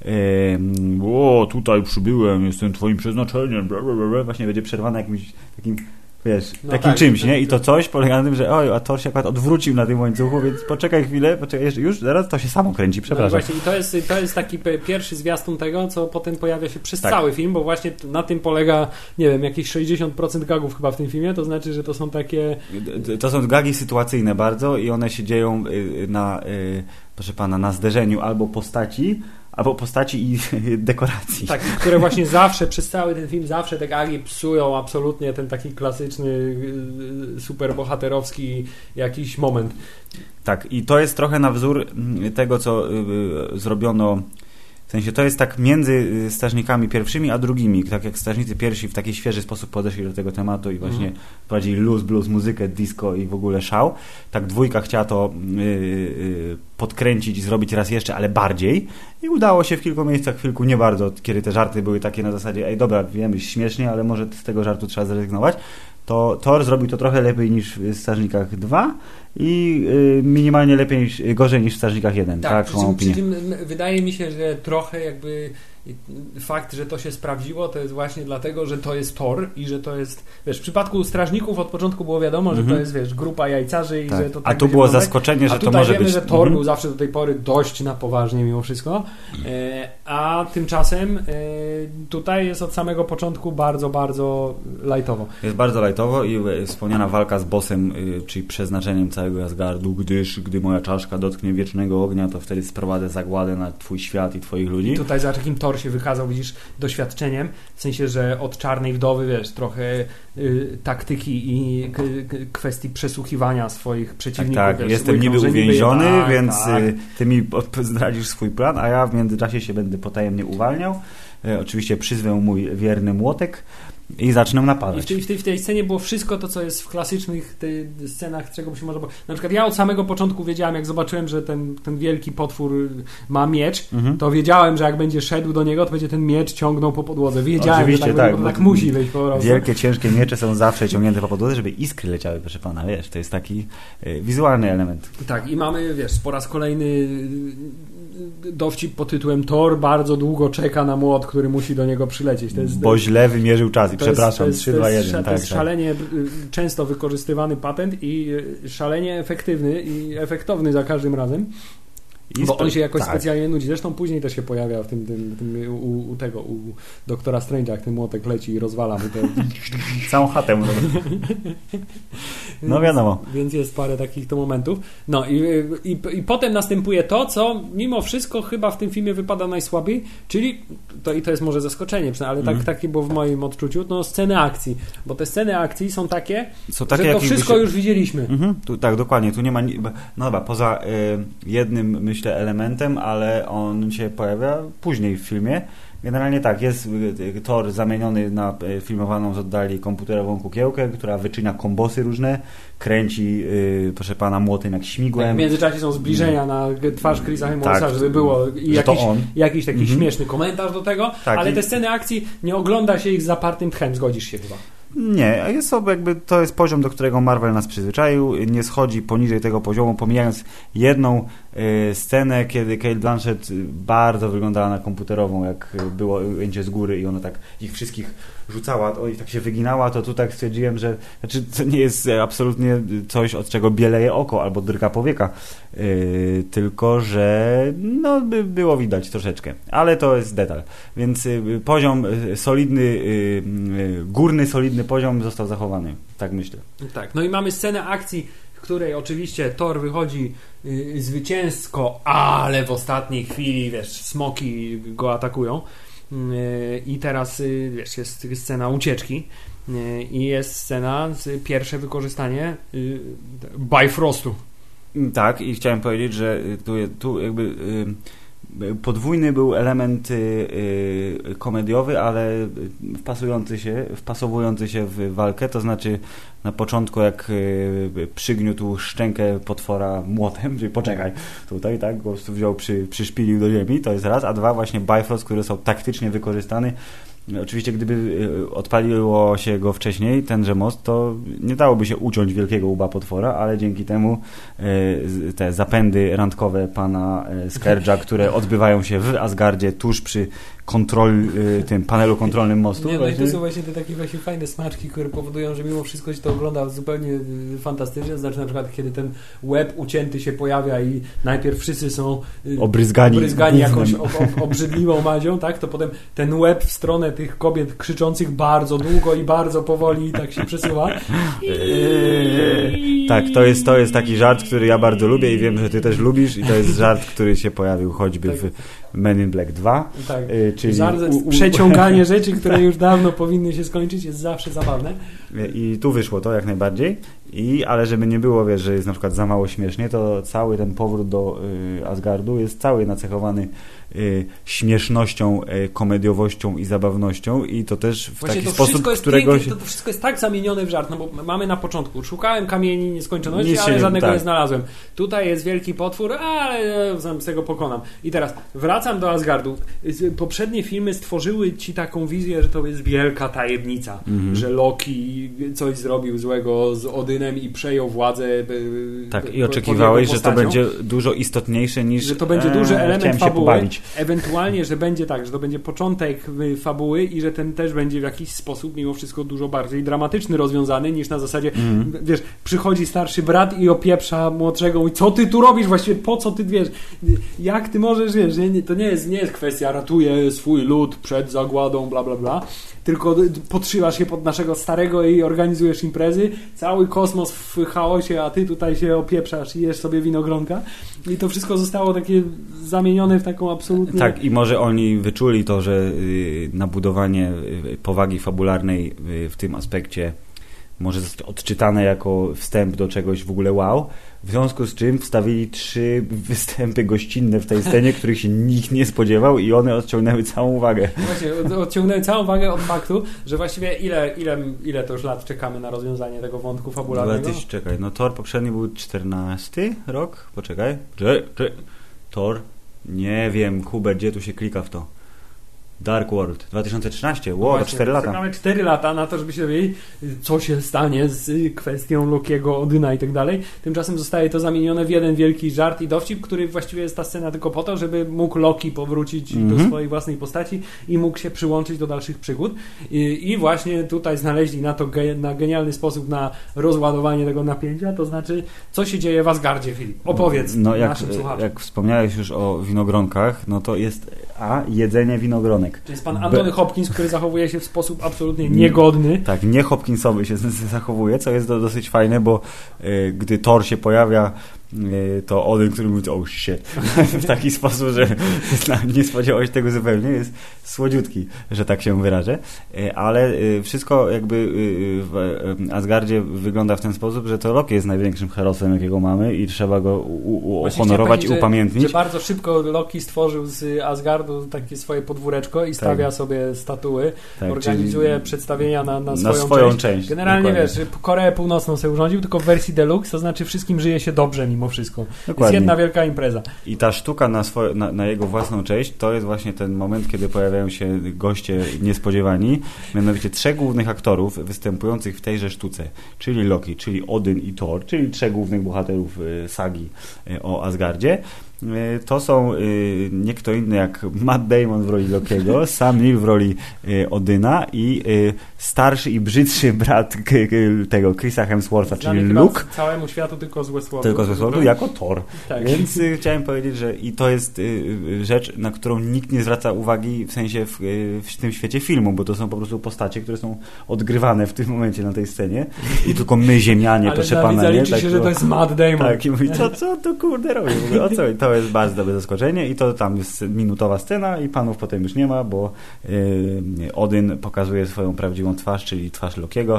tutaj przybyłem, jestem twoim przeznaczeniem, właśnie będzie przerwane jakimś takim, wiesz, takim czymś, nie? I to coś polega na tym, że a Thor się akurat odwrócił na tym łańcuchu, więc poczekaj chwilę, już zaraz to się samo kręci, przepraszam. No właśnie, i to jest taki pierwszy zwiastun tego, co potem pojawia się przez cały film, bo właśnie na tym polega, nie wiem, jakieś 60% gagów chyba w tym filmie, to znaczy, że to są takie... To są gagi sytuacyjne bardzo i one się dzieją proszę pana, na zderzeniu albo postaci i dekoracji. Tak, które właśnie zawsze, przez cały ten film, zawsze te gagi psują absolutnie ten taki klasyczny, superbohaterowski jakiś moment. Tak, i to jest trochę na wzór tego, co zrobiono. W sensie to jest tak między strażnikami pierwszymi a drugimi, tak jak strażnicy pierwsi w taki świeży sposób podeszli do tego tematu i właśnie prowadzili blues, muzykę, disco i w ogóle szał. Tak dwójka chciała to podkręcić i zrobić raz jeszcze, ale bardziej i udało się w kilku miejscach, w kilku nie bardzo, kiedy te żarty były takie na zasadzie ej dobra, wiemy, śmiesznie, ale może z tego żartu trzeba zrezygnować. To Thor zrobił to trochę lepiej niż w Strażnikach 2 i minimalnie gorzej niż w Strażnikach 1. Tak, przy czym wydaje mi się, że trochę jakby fakt, że to się sprawdziło, to jest właśnie dlatego, że to jest Thor i że to jest, wiesz, w przypadku Strażników od początku było wiadomo, że to jest, wiesz, grupa jajcarzy i że to tak. A tu było zaskoczenie, że to może wiemy, być... że Thor był zawsze do tej pory dość na poważnie mimo wszystko, a tymczasem tutaj jest od samego początku bardzo, bardzo lajtowo. Jest bardzo lajtowo i wspomniana walka z bossem, czyli przeznaczeniem całego Asgardu, gdy moja czaszka dotknie wiecznego ognia, to wtedy sprowadzę zagładę na twój świat i twoich ludzi. I tutaj za takim Thor się wykazał, widzisz, doświadczeniem, w sensie, że od Czarnej Wdowy, wiesz, trochę taktyki i kwestii przesłuchiwania swoich przeciwników. Tak, wiesz, jestem niby uwięziony, więc ty mi zdradzisz swój plan, a ja w międzyczasie się będę potajemnie uwalniał. Oczywiście przyzwę mój wierny młotek i zacznę napadać. I w tej scenie było wszystko to, co jest w klasycznych scenach, czego by się można... Na przykład ja od samego początku wiedziałem, jak zobaczyłem, że ten wielki potwór ma miecz, to wiedziałem, że jak będzie szedł do niego, to będzie ten miecz ciągnął po podłodze. Wiedziałem, oczywiście, że tak musi wyjść po prostu. Wielkie, ciężkie miecze są zawsze ciągnięte po podłodze, żeby iskry leciały, proszę pana, wiesz, to jest taki wizualny element. Tak, i mamy, wiesz, po raz kolejny dowcip pod tytułem Thor bardzo długo czeka na młot, który musi do niego przylecieć. Bo źle wymierzył czas i przepraszam, 3, 2, 1. To jest szalenie często wykorzystywany patent i szalenie efektywny i efektowny za każdym razem. Bo on się jakoś specjalnie nudzi. Zresztą później też się pojawia w tym u doktora Strange'a, jak ten młotek leci i rozwala mu całą chatę. No wiadomo. Więc jest parę takich to momentów. No i potem następuje to, co mimo wszystko chyba w tym filmie wypada najsłabiej, czyli to jest może zaskoczenie, ale takie było w moim odczuciu, no sceny akcji, bo te sceny akcji są takie, że to wszystko już widzieliśmy. Tak, dokładnie, tu nie ma, no dobra, poza jednym, myślę, elementem, ale on się pojawia później w filmie. Generalnie tak, jest Thor zamieniony na filmowaną z oddali komputerową kukiełkę, która wyczynia kombosy różne, kręci, proszę pana, młotem jak śmigłem. W międzyczasie są zbliżenia na twarz Chrisa Hemswortha, żeby było jakiś taki śmieszny komentarz do tego, tak, ale te sceny akcji nie ogląda się ich z zapartym tchem, zgodzisz się chyba? Nie, to jest poziom, do którego Marvel nas przyzwyczaił, nie schodzi poniżej tego poziomu, pomijając jedną scenę, kiedy Cate Blanchett bardzo wyglądała na komputerową, jak było ujęcie z góry i ona tak ich wszystkich rzucała, i tak się wyginała, to tu tak stwierdziłem, że to nie jest absolutnie coś, od czego bieleje oko albo drga powieka, tylko że no, było widać troszeczkę, ale to jest detal, więc poziom solidny, górny, solidny poziom został zachowany, tak myślę. Tak, no i mamy scenę akcji, w której oczywiście Thor wychodzi zwycięsko, ale w ostatniej chwili, smoki go atakują. I teraz, jest scena ucieczki i jest scena, pierwsze wykorzystanie Bifrostu. Tak, i chciałem powiedzieć, że tu jakby podwójny był element komediowy, ale wpasowujący się w walkę, to znaczy na początku jak przygniótł szczękę potwora młotem, czyli poczekaj, tutaj tak, go wziął, przyszpilił do ziemi, to jest raz, a dwa właśnie Bifrost, który są taktycznie wykorzystany. Oczywiście gdyby odpaliło się go wcześniej, tenże most, to nie dałoby się uciąć wielkiego łba potwora, ale dzięki temu te zapędy randkowe pana Scourge'a, które odbywają się w Asgardzie tuż przy tym panelu kontrolnym mostu. Nie, no i to są właśnie te takie właśnie fajne smaczki, które powodują, że mimo wszystko się to ogląda zupełnie fantastycznie. Znaczy na przykład, kiedy ten łeb ucięty się pojawia i najpierw wszyscy są obryzgani jakąś obrzydliwą mazią, tak? To potem ten łeb w stronę tych kobiet krzyczących bardzo długo i bardzo powoli tak się przesuwa. Tak, to jest taki żart, który ja bardzo lubię i wiem, że ty też lubisz i to jest żart, który się pojawił choćby w Men in Black 2. Tak. Czyli przeciąganie rzeczy, które już dawno powinny się skończyć, jest zawsze zabawne. I tu wyszło to jak najbardziej. Ale żeby nie było, że jest na przykład za mało śmiesznie, to cały ten powrót do Asgardu jest cały nacechowany śmiesznością, komediowością i zabawnością i to też w taki sposób, którego... To wszystko jest tak zamienione w żart, no bo mamy na początku, szukałem kamieni nieskończoności, ale żadnego nie znalazłem. Tutaj jest wielki potwór, ale sam z tego pokonam. I teraz wracam do Asgardu. Poprzednie filmy stworzyły ci taką wizję, że to jest wielka tajemnica, że Loki coś zrobił złego z Odynem i przejął władzę. Tak, i oczekiwałeś, że to będzie dużo istotniejsze niż że to będzie duży element fabuły. Pobawić. Ewentualnie, że będzie tak, że to będzie początek fabuły i że ten też będzie w jakiś sposób mimo wszystko dużo bardziej dramatyczny rozwiązany niż na zasadzie, przychodzi starszy brat i opieprza młodszego i co ty tu robisz właściwie, po co ty, jak ty możesz, że to nie jest kwestia ratuje swój lud przed zagładą, bla bla bla, tylko podszywasz się pod naszego starego i organizujesz imprezy, cały kosmos w chaosie, a ty tutaj się opieprzasz i jesz sobie winogronka i to wszystko zostało takie zamienione w taką absolutnie... Tak, i może oni wyczuli to, że nabudowanie powagi fabularnej w tym aspekcie może zostać odczytane jako wstęp do czegoś w ogóle wow, w związku z czym wstawili 3 występy gościnne w tej scenie, których się nikt nie spodziewał i one odciągnęły całą uwagę. Właśnie, odciągnęły całą uwagę od faktu, że właściwie ile to już lat czekamy na rozwiązanie tego wątku fabularnego? Czekaj, Thor poprzedni był 14 rok? Poczekaj. Thor? Nie wiem, Hubert, gdzie tu się klika w to? Dark World 2013, to 4 lata. Mamy 4 lata na to, żeby się dowiedzieć, co się stanie z kwestią Lokiego, Odyna i tak dalej. Tymczasem zostaje to zamienione w jeden wielki żart i dowcip, który właściwie jest ta scena tylko po to, żeby mógł Loki powrócić do swojej własnej postaci i mógł się przyłączyć do dalszych przygód. I właśnie tutaj znaleźli na genialny sposób na rozładowanie tego napięcia, to znaczy, co się dzieje w Asgardzie, Filip? Opowiedz naszym słuchaczom. Jak wspomniałeś już o winogronkach, no to jest jedzenie winogronek. członek. To jest pan Anthony Hopkins, który zachowuje się w sposób absolutnie niegodny. Tak, nie Hopkinsowy się zachowuje, co jest dosyć fajne, bo gdy Thor się pojawia, to Odyn, który mówi oh shit, w taki sposób, że nie spodziewał się tego zupełnie, jest słodziutki, że tak się wyrażę, ale wszystko jakby w Asgardzie wygląda w ten sposób, że to Loki jest największym herosem, jakiego mamy i trzeba go uhonorować i upamiętnić. Że bardzo szybko Loki stworzył z Asgardu takie swoje podwóreczko i stawia sobie statuły, organizuje przedstawienia na swoją część. Generalnie dokładnie. Wiesz, Koreę Północną sobie urządził, tylko w wersji deluxe, to znaczy wszystkim żyje się dobrze mimo wszystko. Dokładnie. Jest jedna wielka impreza. I ta sztuka na jego własną cześć, to jest właśnie ten moment, kiedy pojawiają się goście niespodziewani, mianowicie 3 głównych aktorów występujących w tejże sztuce, czyli Loki, czyli Odyn i Thor, czyli 3 głównych bohaterów sagi o Asgardzie. To są nie kto inny jak Matt Damon w roli Lokiego, Sam Neill w roli Odyna i starszy i brzydszy brat tego Chrisa Hemswortha, czyli Luke. Całemu światu tylko z Westworldu. Tylko z Westworldu jako Thor. Tak. Więc chciałem powiedzieć, że i to jest rzecz, na którą nikt nie zwraca uwagi w sensie w tym świecie filmu, bo to są po prostu postacie, które są odgrywane w tym momencie na tej scenie i tylko my, ziemianie, proszę pana. Ale liczy się, że to jest Matt Damon. Tak, i mówi, co to kurde robi w ogóle, o co? To jest bardzo dobre zaskoczenie i to tam jest minutowa scena i panów potem już nie ma, bo Odyn pokazuje swoją prawdziwą twarz, czyli twarz Lokiego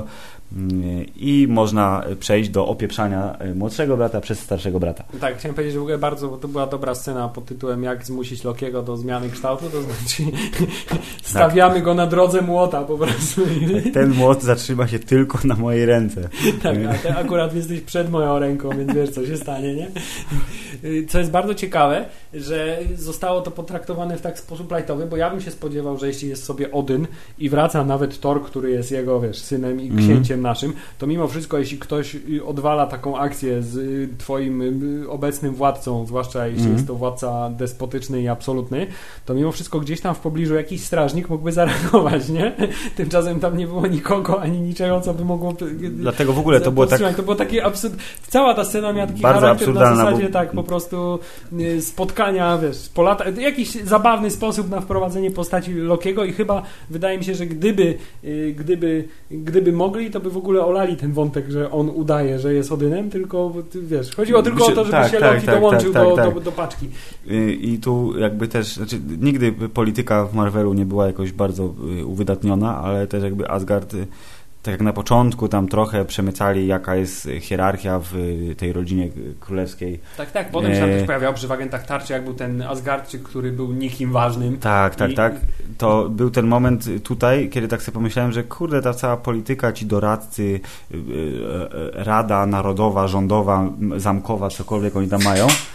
i można przejść do opieprzania młodszego brata przez starszego brata. Tak, chciałem powiedzieć, że w ogóle to była dobra scena pod tytułem jak zmusić Lokiego do zmiany kształtu, to znaczy stawiamy go na drodze młota po prostu. Tak, ten młot zatrzyma się tylko na mojej ręce. Tak, a ty akurat jesteś przed moją ręką, więc wiesz, co się stanie, nie? Co jest bardzo ciekawe, że zostało to potraktowane w tak sposób lightowy, bo ja bym się spodziewał, że jeśli jest sobie Odyn i wraca nawet Thor, który jest jego, wiesz, synem i księciem naszym, to mimo wszystko, jeśli ktoś odwala taką akcję z twoim obecnym władcą, zwłaszcza jeśli jest to władca despotyczny i absolutny, to mimo wszystko gdzieś tam w pobliżu jakiś strażnik mógłby zareagować, nie? Tymczasem tam nie było nikogo, ani niczego, co by mogło... Dlatego w ogóle to było tak... To było taki absurd... Cała ta scena miała taki bardzo charakter na zasadzie, bo... tak, po prostu spotkania, wiesz, jakiś zabawny sposób na wprowadzenie postaci Lokiego i chyba wydaje mi się, że gdyby mogli, to by w ogóle olali ten wątek, że on udaje, że jest Odynem, tylko wiesz, chodziło tylko o to, żeby się Loki dołączył do paczki. I tu jakby też, znaczy nigdy polityka w Marvelu nie była jakoś bardzo uwydatniona, ale też jakby Asgard, tak jak na początku tam trochę przemycali, jaka jest hierarchia w tej rodzinie królewskiej. Tak, potem się tam też pojawiał przy agentach tarczy, jak był ten Asgardczyk, który był nikim ważnym. Tak. To był ten moment tutaj, kiedy tak sobie pomyślałem, że kurde, ta cała polityka, ci doradcy, Rada Narodowa, Rządowa, Zamkowa, cokolwiek oni tam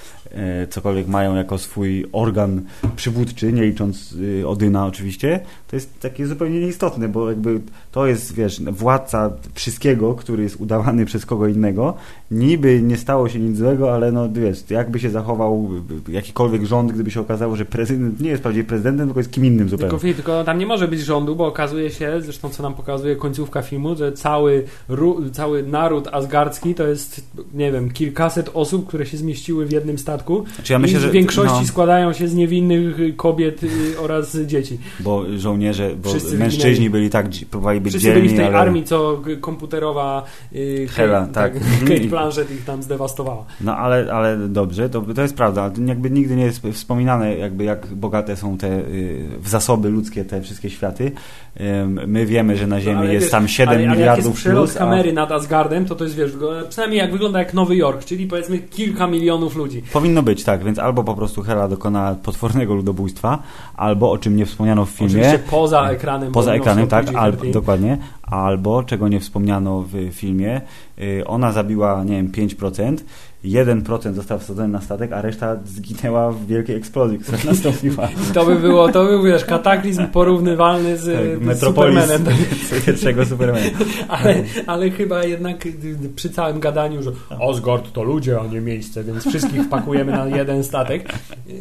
mają jako swój organ przywódczy, nie licząc Odyna oczywiście, to jest takie zupełnie nieistotne, bo jakby to jest, wiesz, władca wszystkiego, który jest udawany przez kogo innego, niby nie stało się nic złego, ale no wiesz, jakby się zachował jakikolwiek rząd, gdyby się okazało, że prezydent nie jest prawdziwie prezydentem, tylko jest kim innym zupełnie. Tylko tam nie może być rządu, bo okazuje się, zresztą co nam pokazuje końcówka filmu, że cały naród asgardzki to jest, nie wiem, kilkaset osób, które się zmieściły w jednym statku. Znaczy ja myślę, w większości składają się z niewinnych kobiet oraz dzieci. Bo żołnierze, mężczyźni byli tak, próbowali być wszyscy dzielni, byli w tej armii, co komputerowa Hela, tak. Kate Blanchett ich tam zdewastowała. No ale dobrze, to jest prawda. Jakby nigdy nie jest wspominane, jakby jak bogate są te w zasoby ludzkie te wszystkie światy. My wiemy, że na Ziemi jest tam 7 miliardów jak jest przelot kamery nad Asgardem, to jest, wiesz, przynajmniej jak wygląda jak Nowy Jork, czyli powiedzmy kilka milionów ludzi. Powinno być, tak, więc albo po prostu Hela dokona potwornego ludobójstwa, albo, o czym nie wspomniano w filmie. Oczywiście poza ekranem. Tak, dokładnie. Albo, czego nie wspomniano w filmie, ona zabiła, nie wiem, 5%, 1% został wsadzony na statek, a reszta zginęła w wielkiej eksplozji, która nastąpiła. To był, wiesz, kataklizm porównywalny z Supermanem. Pierwszego Supermana. Ale chyba jednak przy całym gadaniu, że Asgard to ludzie, a nie miejsce, więc wszystkich wpakujemy na jeden statek.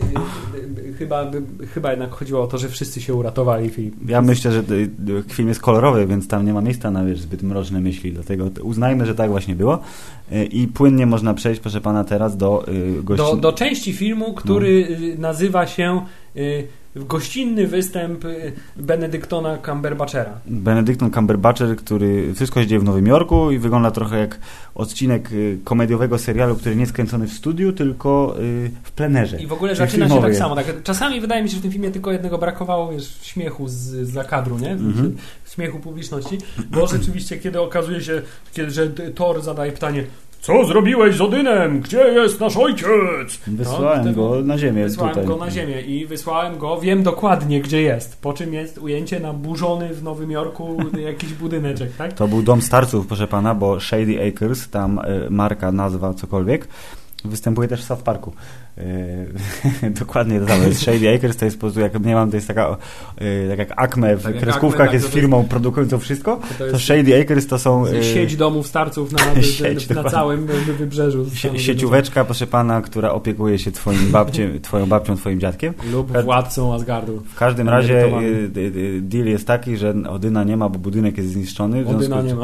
Chyba jednak chodziło o to, że wszyscy się uratowali. Ja myślę, że film jest kolorowy, więc tam nie ma miejsca na, wiesz, zbyt mroczne myśli, dlatego uznajmy, że tak właśnie było. I płynnie można przejść, proszę pana, teraz do do części filmu, który nazywa się gościnny występ Benedictona Cumberbatchera. Benedicton Cumberbatcher, który wszystko się dzieje w Nowym Jorku i wygląda trochę jak odcinek komediowego serialu, który nie jest kręcony w studiu, tylko w plenerze. I w ogóle zaczyna się tak samo. Tak, czasami wydaje mi się, że w tym filmie tylko jednego brakowało, śmiechu za kadru, nie? Śmiechu publiczności, bo rzeczywiście, kiedy okazuje się, że Thor zadaje pytanie: co zrobiłeś z Odynem? Gdzie jest nasz ojciec? Wysłałem go na ziemię. Wysłałem go na ziemię i wysłałem go, wiem dokładnie gdzie jest. Po czym jest ujęcie na burzony w Nowym Jorku jakiś budyneczek, tak? To był dom starców, proszę pana, bo Shady Acres, tam marka, nazwa, cokolwiek, występuje też w South Parku. Dokładnie to samo. Shady Acres to jest po prostu, jak nie mam, to jest taka tak jak Acme w kreskówkach Acme, jest firmą produkującą wszystko, to Shady Acres to są sieć domów starców na całym wybrzeżu. Siecióweczka, proszę pana, która opiekuje się twoją babcią, twoim dziadkiem. Lub władcą Asgardu. W każdym razie deal jest taki, że Odyna nie ma, bo budynek jest zniszczony. Odyna nie ma.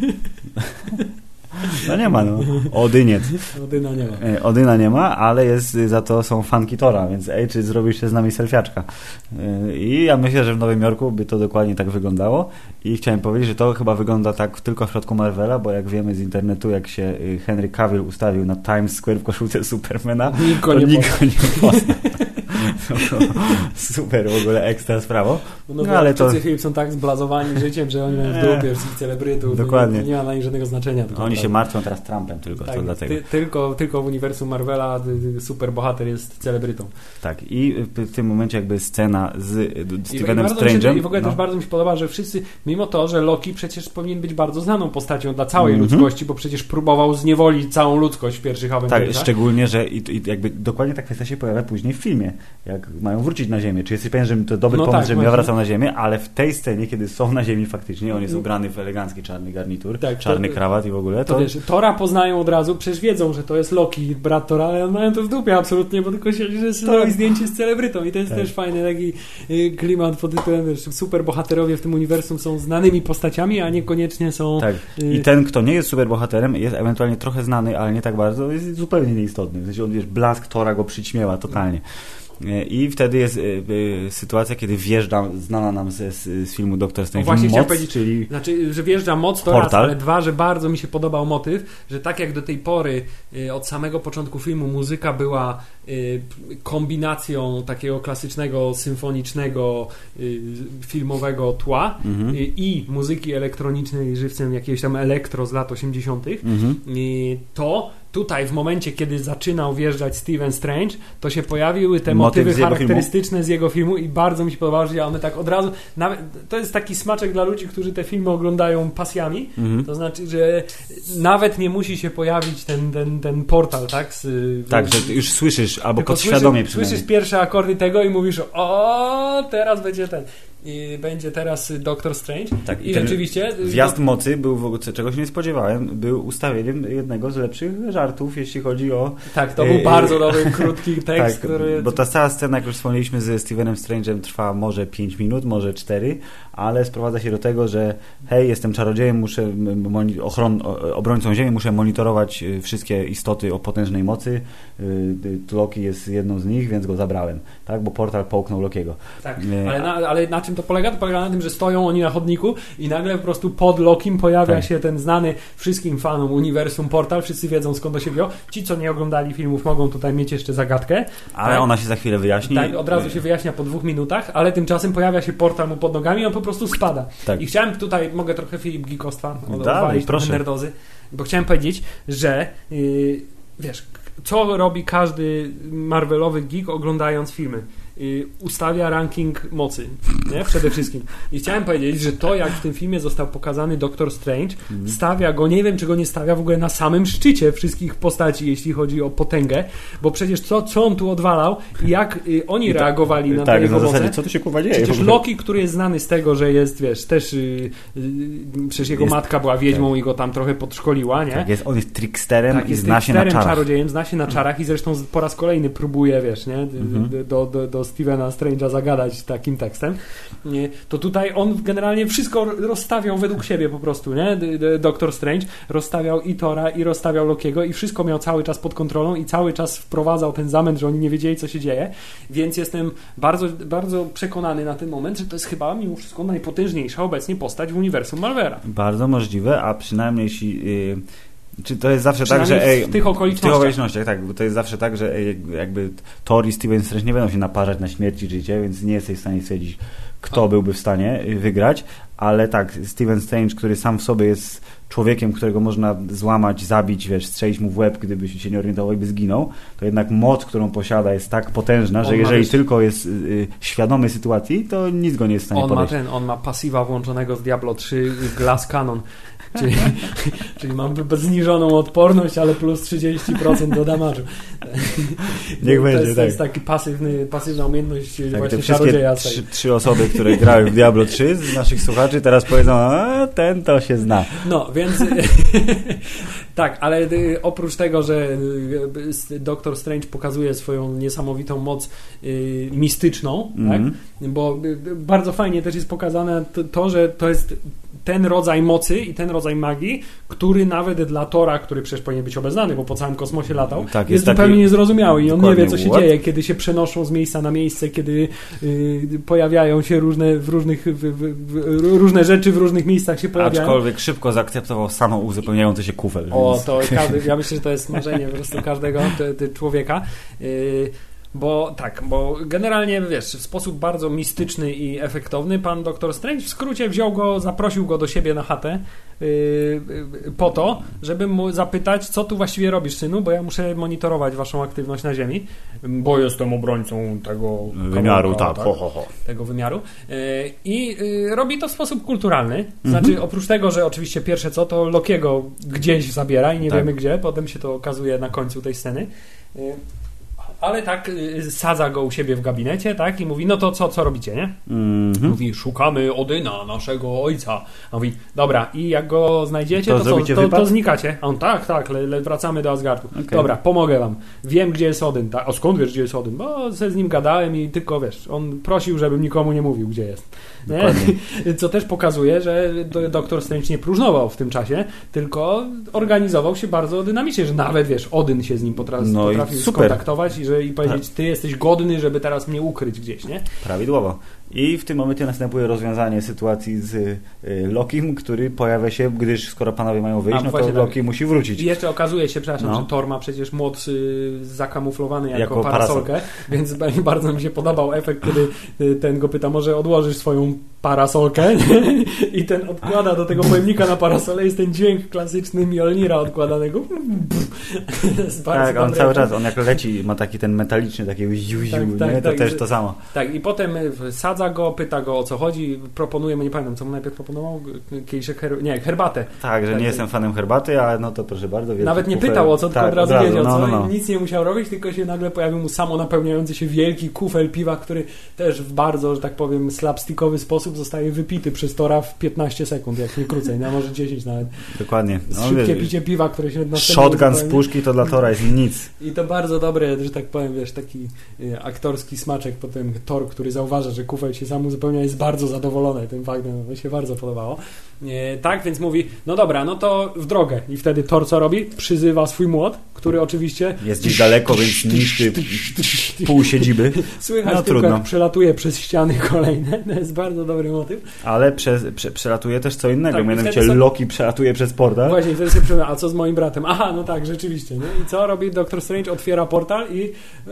No nie ma, no. Odyniec. Odyna nie ma. Odyna nie ma, ale jest, za to są fanki Tora, więc czy zrobisz się z nami selfiaczka. I ja myślę, że w Nowym Jorku by to dokładnie tak wyglądało i chciałem powiedzieć, że to chyba wygląda tak tylko w przypadku Marvela, bo jak wiemy z internetu, jak się Henry Cavill ustawił na Times Square w koszulce Supermana, nikt go nie pozna. Super, w ogóle ekstra sprawa. No ale to film są tak zblazowani życiem, że oni mają w dupie wszystkich celebrytów. Dokładnie. Nie ma dla nich żadnego znaczenia. Oni się martwią teraz Trumpem tylko, tak, to dlatego. Tylko w uniwersum Marvela superbohater jest celebrytą. Tak, i w tym momencie jakby scena z Stephenem Strange'em. I w ogóle też bardzo mi się podoba, że wszyscy, mimo to, że Loki przecież powinien być bardzo znaną postacią dla całej ludzkości, bo przecież próbował zniewolić całą ludzkość w pierwszych Avengersach. Tak, szczególnie, że i jakby dokładnie ta kwestia się pojawia później w filmie, jak mają wrócić na Ziemię. Czy jesteś pewien, że to dobry pomysł, żebym ja wracał na Ziemię, ale w tej scenie, kiedy są na Ziemi faktycznie, on jest ubrany w elegancki czarny garnitur, czarny krawat i w ogóle. To wiesz, Tora poznają od razu, przecież wiedzą, że to jest Loki, brat Tora, ale mają to w dupie absolutnie, bo tylko się robi zdjęcie z celebrytą i to jest też fajny taki klimat pod tytułem, wiesz, superbohaterowie w tym uniwersum są znanymi postaciami, a niekoniecznie są... Tak. I ten, kto nie jest superbohaterem, jest ewentualnie trochę znany, ale nie tak bardzo, jest zupełnie nieistotny. W sensie on, wiesz, blask Tora go przyćmiewa totalnie. I wtedy jest sytuacja, kiedy wjeżdża znana nam z filmu Doctor Strange moc, czyli... Znaczy, że wjeżdża moc to raz, ale dwa, że bardzo mi się podobał motyw, że tak jak do tej pory od samego początku filmu muzyka była kombinacją takiego klasycznego, symfonicznego, filmowego tła i muzyki elektronicznej żywcem jakiegoś tam elektro z lat 80. To tutaj w momencie, kiedy zaczynał wjeżdżać Stephen Strange, to się pojawiły te motywy charakterystyczne z jego filmu i bardzo mi się podobało, że one tak od razu... to jest taki smaczek dla ludzi, którzy te filmy oglądają pasjami. To znaczy, że nawet nie musi się pojawić ten portal, tak? Tak, że już słyszysz, albo podświadomie przynajmniej. Słyszysz pierwsze akordy tego i mówisz: o, teraz będzie ten... I będzie teraz Doctor Strange. Tak, i rzeczywiście... Wjazd mocy był w ogóle, czego się nie spodziewałem, był ustawieniem jednego z lepszych żartów, jeśli chodzi o... Tak, to był bardzo dobry, krótki tekst, tak, który... Bo ta cała scena, jak już wspomnieliśmy ze Stephenem Strange'em, trwa może 5 minut, może 4, ale sprowadza się do tego, że hej, jestem czarodziejem, muszę obrońcą Ziemi, muszę monitorować wszystkie istoty o potężnej mocy. Loki jest jedną z nich, więc go zabrałem, tak? Bo portal połknął Lokiego. Tak, ale na czym to polega? To polega na tym, że stoją oni na chodniku i nagle po prostu pod Lokim pojawia się ten znany wszystkim fanom uniwersum portal. Wszyscy wiedzą, skąd to się wziął. Ci, co nie oglądali filmów, mogą tutaj mieć jeszcze zagadkę. Ale ona się za chwilę wyjaśni. Tak, od razu się wyjaśnia po 2 minutach, ale tymczasem pojawia się portal mu pod nogami i on po prostu spada. Tak. I chciałem tutaj, mogę trochę Filip Geekostwa odwalić, trochę nerdozy, bo chciałem powiedzieć, że wiesz, co robi każdy Marvelowy geek oglądając filmy? Ustawia ranking mocy, nie? Przede wszystkim. I chciałem powiedzieć, że to, jak w tym filmie został pokazany Doctor Strange, stawia go, nie wiem, czy go nie stawia w ogóle na samym szczycie wszystkich postaci, jeśli chodzi o potęgę, bo przecież co on tu odwalał i jak oni reagowali na te jego moce. Co tu się kurwa dzieje? Przecież Loki, który jest znany z tego, że jest, wiesz, też przecież jego matka była wiedźmą i go tam trochę podszkoliła, nie? Tak, on jest tricksterem i zna się na czarach. Czarodziejem, zna się na czarach i zresztą po raz kolejny próbuje, wiesz, nie? Do Stevena Strange'a zagadać takim tekstem, to tutaj on generalnie wszystko rozstawiał według siebie po prostu, nie? Doktor Strange rozstawiał i Thora, i rozstawiał Lokiego i wszystko miał cały czas pod kontrolą i cały czas wprowadzał ten zamęt, że oni nie wiedzieli, co się dzieje, więc jestem bardzo, bardzo przekonany na ten moment, że to jest chyba mimo wszystko najpotężniejsza obecnie postać w uniwersum Marvela. Bardzo możliwe, a przynajmniej jeśli... Czy to jest zawsze tak, że w tych okolicznościach, tak, bo to jest zawsze tak, że jakby Thor i Steven Strange nie będą się naparzać na śmierć i życie, więc nie jesteś w stanie stwierdzić, kto byłby w stanie wygrać, ale tak, Steven Strange, który sam w sobie jest człowiekiem, którego można złamać, zabić, strzelić mu w łeb, gdyby się nie orientował i by zginął, to jednak moc, którą posiada, jest tak potężna, że jeżeli tylko jest świadomy sytuacji, to nic go nie jest w stanie podejść. On ma pasywa włączonego z Diablo 3 Glass Cannon. Czyli mam zniżoną odporność, ale plus 30% do damage'u. Niech będzie, to jest taki pasywna umiejętność tak, właśnie te wszystkie czarodzieja. trzy osoby, które grały w Diablo 3 z naszych słuchaczy teraz powiedzą, a ten to się zna. No, więc tak, ale oprócz tego, że Doktor Strange pokazuje swoją niesamowitą moc mistyczną, tak? Bo bardzo fajnie też jest pokazane to, że to jest ten rodzaj mocy i ten rodzaj magii, który nawet dla Thora, który przecież powinien być obeznany, bo po całym kosmosie latał, tak, jest zupełnie niezrozumiały i on nie wie, co się what? dzieje, kiedy się przenoszą z miejsca na miejsce, kiedy pojawiają się różne rzeczy w różnych miejscach się pojawiają. Aczkolwiek szybko zaakceptował samo uzupełniający się kufel. To ja myślę, że to jest marzenie po prostu każdego człowieka. Bo generalnie, w sposób bardzo mistyczny i efektowny pan Doktor Strange w skrócie zaprosił go do siebie na chatę po to, żeby mu zapytać, co tu właściwie robisz, synu, bo ja muszę monitorować waszą aktywność na Ziemi, bo jestem obrońcą tego wymiaru, tego wymiaru. I robi to w sposób kulturalny. Znaczy, oprócz tego, że oczywiście pierwsze to Lokiego gdzieś zabiera i nie wiemy gdzie, potem się to okazuje na końcu tej sceny. Ale tak sadza go u siebie w gabinecie, tak? I mówi, no to co robicie, nie? Mówi, szukamy Odyna, naszego ojca. A mówi, dobra, i jak go znajdziecie, to znikacie. A on, tak, wracamy do Asgardu. Okay. Dobra, pomogę wam. Wiem, gdzie jest Odyn. Tak? A skąd wiesz, gdzie jest Odyn? Bo z nim gadałem i tylko, on prosił, żebym nikomu nie mówił, gdzie jest. Co też pokazuje, że Doktor Strange nie próżnował w tym czasie, tylko organizował się bardzo dynamicznie, że nawet, Odyn się z nim potrafił skontaktować i powiedzieć, ty jesteś godny, żeby teraz mnie ukryć gdzieś, nie? Prawidłowo. I w tym momencie następuje rozwiązanie sytuacji z Lokim, który pojawia się, gdyż skoro panowie mają wyjść, to Loki musi wrócić. I jeszcze okazuje się, że Thor ma przecież moc zakamuflowany jako parasolkę, więc bardzo mi się podobał efekt, kiedy ten go pyta, może odłożysz swoją parasolkę i ten odkłada do tego pojemnika na parasolę, jest ten dźwięk klasyczny Mjolnira odkładanego. Tak, on cały czas, on jak leci, ma taki ten metaliczny, taki to też to samo. Tak, i potem sadza go, pyta go, o co chodzi, proponuje mu, nie pamiętam, co mu najpierw proponował, kieliszek herbatę. Tak, że nie jestem fanem herbaty, ale to proszę bardzo. Nawet nie pytał o co, tylko od razu wiedział, nic nie musiał robić, tylko się nagle pojawił mu samo napełniający się wielki kufel piwa, który też w bardzo, że tak powiem, slapstickowy sposób zostaje wypity przez Thora w 15 sekund, jak nie krócej, może 10 nawet. Dokładnie. Szybkie picie piwa, które się shotgun z puszki to dla Thora jest nic. I to bardzo dobre, że tak powiem, taki aktorski smaczek potem Thor, który zauważa, że kufel się sam uzupełnia, jest bardzo zadowolony tym faktem, mi się bardzo podobało. Tak, więc mówi, no dobra, no to w drogę. I wtedy Thor co robi? Przyzywa swój młot, który oczywiście jest gdzieś daleko, więc niszczy pół siedziby. Słychać tylko, jak przelatuje przez ściany kolejne. To jest bardzo dobry motyw. Ale przelatuje też co innego. Tak, mianowicie Loki przelatuje przez portal. Właśnie, wtedy sobie a co z moim bratem? Aha, no tak, rzeczywiście. Nie? I co robi Doktor Strange? Otwiera portal i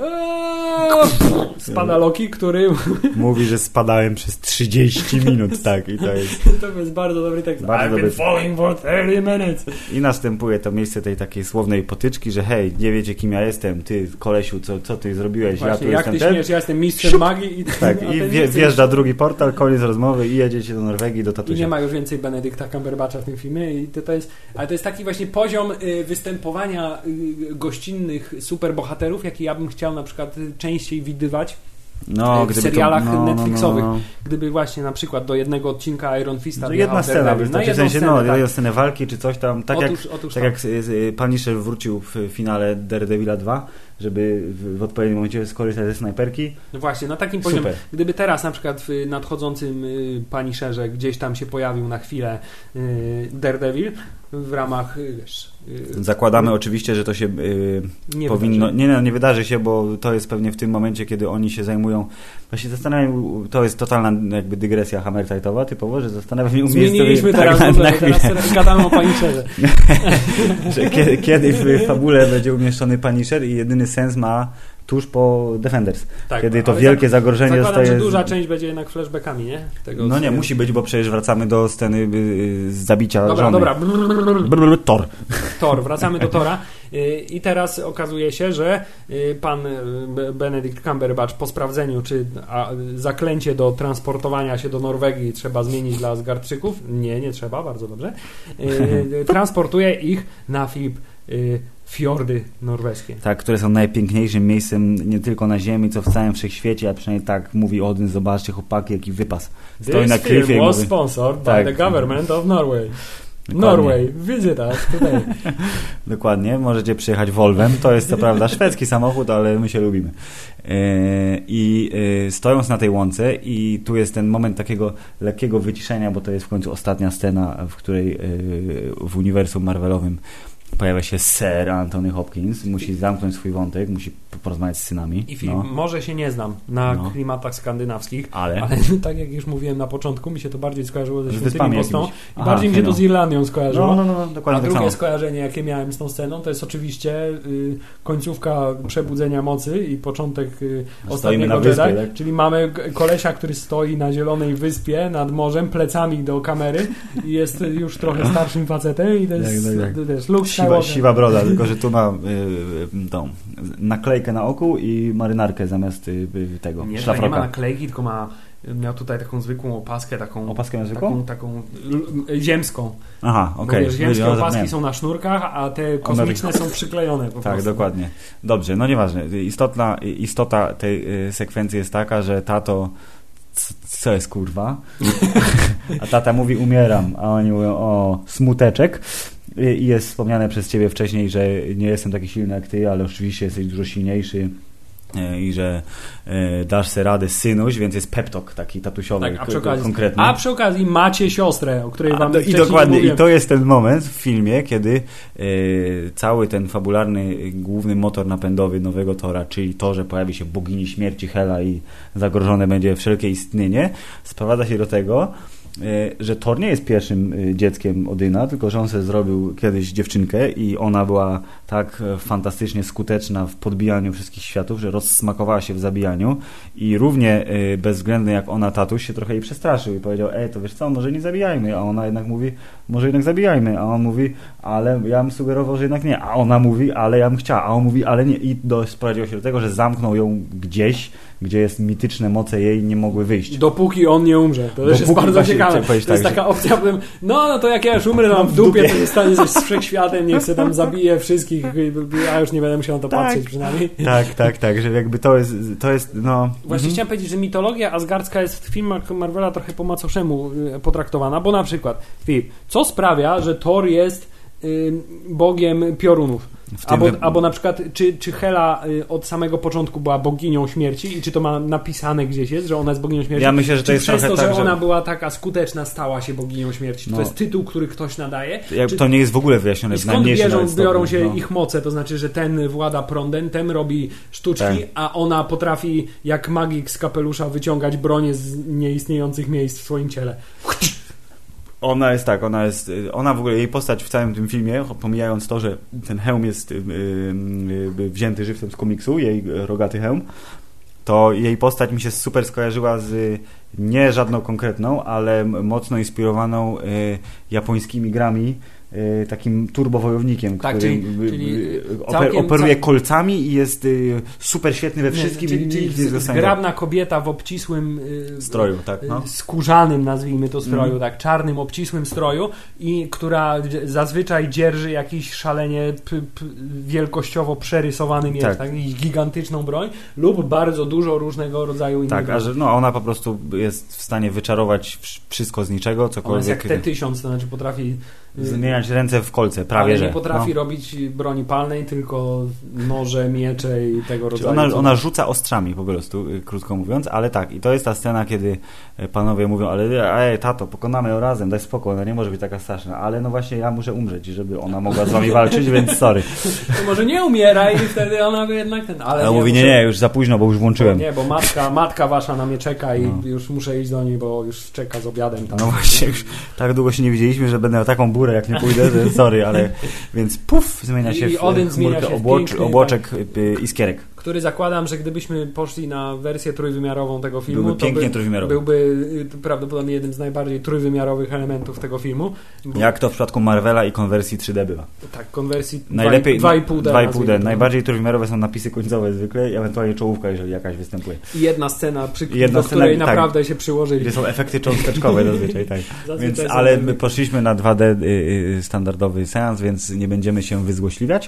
spada Loki, który mówi, że spadałem przez 30 minut, tak, i to jest... To jest bardzo dobry tekst. Bardzo I've been falling for 30 minutes. I następuje to miejsce tej takiej słownej potyczki, że hej, nie wiecie, kim ja jestem, ty, kolesiu, co ty zrobiłeś, właśnie, ja tu jestem śmiesz, ja jestem mistrzem magii. I wjeżdża drugi portal, koniec rozmowy i jedziecie do Norwegii, do tatusia. I nie ma już więcej Benedykta Cumberbatcha w tym filmie. Ale to jest taki właśnie poziom występowania gościnnych superbohaterów, jaki ja bym chciał na przykład częściej widywać w serialach Netflixowych. Gdyby właśnie na przykład do jednego odcinka Iron Fista jedna scena, w sensie jedną scenę walki czy coś tam, tak jak Punisher wrócił w finale Daredevila 2, żeby w odpowiednim momencie skorzystać ze snajperki. No właśnie, na takim Super. poziomie. Gdyby teraz na przykład w nadchodzącym Punisherze gdzieś tam się pojawił na chwilę Daredevil w ramach, wiesz... Zakładamy oczywiście, że to się nie powinno... wydarzy. Nie wydarzy się, bo to jest pewnie w tym momencie, kiedy oni się zajmują... Właśnie zastanawiam, to jest totalna jakby dygresja hammertightowa typowo, że zastanawiam się... Zmieniliśmy teraz w ogóle, teraz gadamy o Punisherze. Że kiedy w fabule będzie umieszczony Punisher i jedyny sens ma tuż po Defenders. Tak, kiedy to wielkie zagrożenie zakładam, zostaje... że duża część będzie jednak flashbackami, nie? Tego No nie, musi być, bo przecież wracamy do sceny zabicia żony. Dobra. Thor. Thor, wracamy do Thora. I teraz okazuje się, że pan Benedict Cumberbatch po sprawdzeniu, czy zaklęcie do transportowania się do Norwegii trzeba zmienić dla Asgardczyków. Nie trzeba, bardzo dobrze. Transportuje ich na fiordy norweskie. Tak, które są najpiękniejszym miejscem nie tylko na Ziemi, co w całym wszechświecie, a przynajmniej tak mówi Odyn, zobaczcie chłopaki, jaki wypas. Stoi na klifie i was mówi... sponsored tak. by the government of Norway. Dokładnie. Norway, visit us today. Dokładnie, możecie przyjechać Volvem, to jest co prawda szwedzki samochód, ale my się lubimy. Stojąc na tej łące i tu jest ten moment takiego lekkiego wyciszenia, bo to jest w końcu ostatnia scena, w której w uniwersum Marvelowym pojawia się Sir Anthony Hopkins, musi zamknąć swój wątek, musi porozmawiać z synami. I film, może się nie znam na klimatach skandynawskich, ale tak jak już mówiłem na początku, mi się to bardziej skojarzyło ze Świętymi Postą i bardziej mi się to z Irlandią skojarzyło. No, dokładnie. A drugie skojarzenie, jakie miałem z tą sceną, to jest oczywiście końcówka Przebudzenia Mocy i początek ostatniego Jedi, tak? Czyli mamy kolesia, który stoi na zielonej wyspie nad morzem, plecami do kamery i jest już trochę starszym facetem i to jest Luke siwa broda, tylko że tu ma tą naklejkę na oku i marynarkę zamiast tego szlafroka. Nie ma naklejki, tylko miał tutaj taką zwykłą opaskę, opaskę na zwykłą? Taką ziemską. Aha, okej. Ziemskie opaski są na sznurkach, a te kosmiczne są przyklejone po prostu. Tak, dokładnie. Dobrze, no nieważne. Istota tej sekwencji jest taka, że tato co jest kurwa? A tata mówi umieram, a oni mówią o smuteczek. I jest wspomniane przez ciebie wcześniej, że nie jestem taki silny jak ty, ale oczywiście jesteś dużo silniejszy i że dasz sobie radę synuś, więc jest pep talk taki tatusiowy, tak, konkretny. A przy okazji macie siostrę, o której wam i dokładnie, mówiłem. I to jest ten moment w filmie, kiedy cały ten fabularny główny motor napędowy nowego Thora, czyli to, że pojawi się bogini śmierci Hela i zagrożone będzie wszelkie istnienie, sprowadza się do tego, że Thor nie jest pierwszym dzieckiem Odyna, tylko że on sobie zrobił kiedyś dziewczynkę i ona była tak fantastycznie skuteczna w podbijaniu wszystkich światów, że rozsmakowała się w zabijaniu i równie bezwzględnie jak ona tatuś się trochę jej przestraszył i powiedział, to wiesz co, może nie zabijajmy, a ona jednak mówi, może jednak zabijajmy, a on mówi, ale ja bym sugerował, że jednak nie, a ona mówi, ale ja bym chciała, a on mówi, ale nie i sprowadziło się do tego, że zamknął ją gdzieś, gdzie jest mityczne moce jej nie mogły wyjść. Dopóki on nie umrze. To też jest bardzo ciekawe. To jest taka opcja, no to jak ja już umrę, to mam w dupie, to zostanie coś z wszechświatem, niech se tam zabije wszystkich, ja już nie będę musiał na to patrzeć przynajmniej. Tak, że jakby to jest no... Właśnie chciałem powiedzieć, że mitologia asgardzka jest w filmach Marvela trochę po macoszemu potraktowana, bo na przykład, co sprawia, że Thor jest bogiem piorunów? Albo na przykład, czy Hela od samego początku była boginią śmierci i czy to ma napisane gdzieś jest, że ona jest boginią śmierci? Ja myślę, że to jest przez trochę to, tak, że ona była taka skuteczna, stała się boginią śmierci? To jest tytuł, który ktoś nadaje? To nie jest w ogóle wyjaśnione. Skąd biorą się ich moce? To znaczy, że ten włada prądem, ten robi sztuczki, a ona potrafi jak magik z kapelusza wyciągać bronię z nieistniejących miejsc w swoim ciele. Ona w ogóle, jej postać w całym tym filmie, pomijając to, że ten hełm jest wzięty żywcem z komiksu, jej rogaty hełm, to jej postać mi się super skojarzyła z nie żadną konkretną, ale mocno inspirowaną japońskimi grami, takim turbowojownikiem, który operuje kolcami i jest super świetny we wszystkim. Czyli zgrabna kobieta w obcisłym stroju, skórzanym, nazwijmy to stroju, czarnym, obcisłym stroju i która zazwyczaj dzierży jakiś szalenie wielkościowo przerysowany miecz, jakiś gigantyczną broń lub bardzo dużo różnego rodzaju innych. A że ona po prostu jest w stanie wyczarować wszystko z niczego, cokolwiek. Ona jest jak T-1000, to znaczy potrafi zmieniać trzymać ręce w kolce, prawie ale że. nie potrafi robić broni palnej, tylko noże, miecze i tego rodzaju. Ona rzuca ostrzami po prostu, krótko mówiąc, ale tak, i to jest ta scena, kiedy panowie mówią, ale tato, pokonamy ją razem, daj spokój, ona nie może być taka straszna, ale no właśnie ja muszę umrzeć, żeby ona mogła z wami walczyć, więc sorry. To może nie umiera i wtedy ona by jednak Ale mówi, nie, już za późno, bo już włączyłem. Nie, bo matka wasza na mnie czeka i już muszę iść do niej, bo już czeka z obiadem. Tam. No właśnie, już tak długo się nie widzieliśmy, że będę miał taką burę, jak nie pójdę, że sorry, ale więc zmienia się w chmurkę obłoczek iskierek. Który zakładam, że gdybyśmy poszli na wersję trójwymiarową tego filmu, byłby pięknie trójwymiarowy. Byłby prawdopodobnie jednym z najbardziej trójwymiarowych elementów tego filmu. Jak to w przypadku Marvela i konwersji 3D bywa. Tak, konwersji najlepiej 2,5D. 2,5D. Najbardziej trójwymiarowe są napisy końcowe zwykle i ewentualnie czołówka, jeżeli jakaś występuje. I jedna scena, do której naprawdę się przyłożyli. Gdzie są efekty cząsteczkowe zazwyczaj, tak. Więc, ale my poszliśmy na 2D standardowy seans, więc nie będziemy się wyzłośliwiać.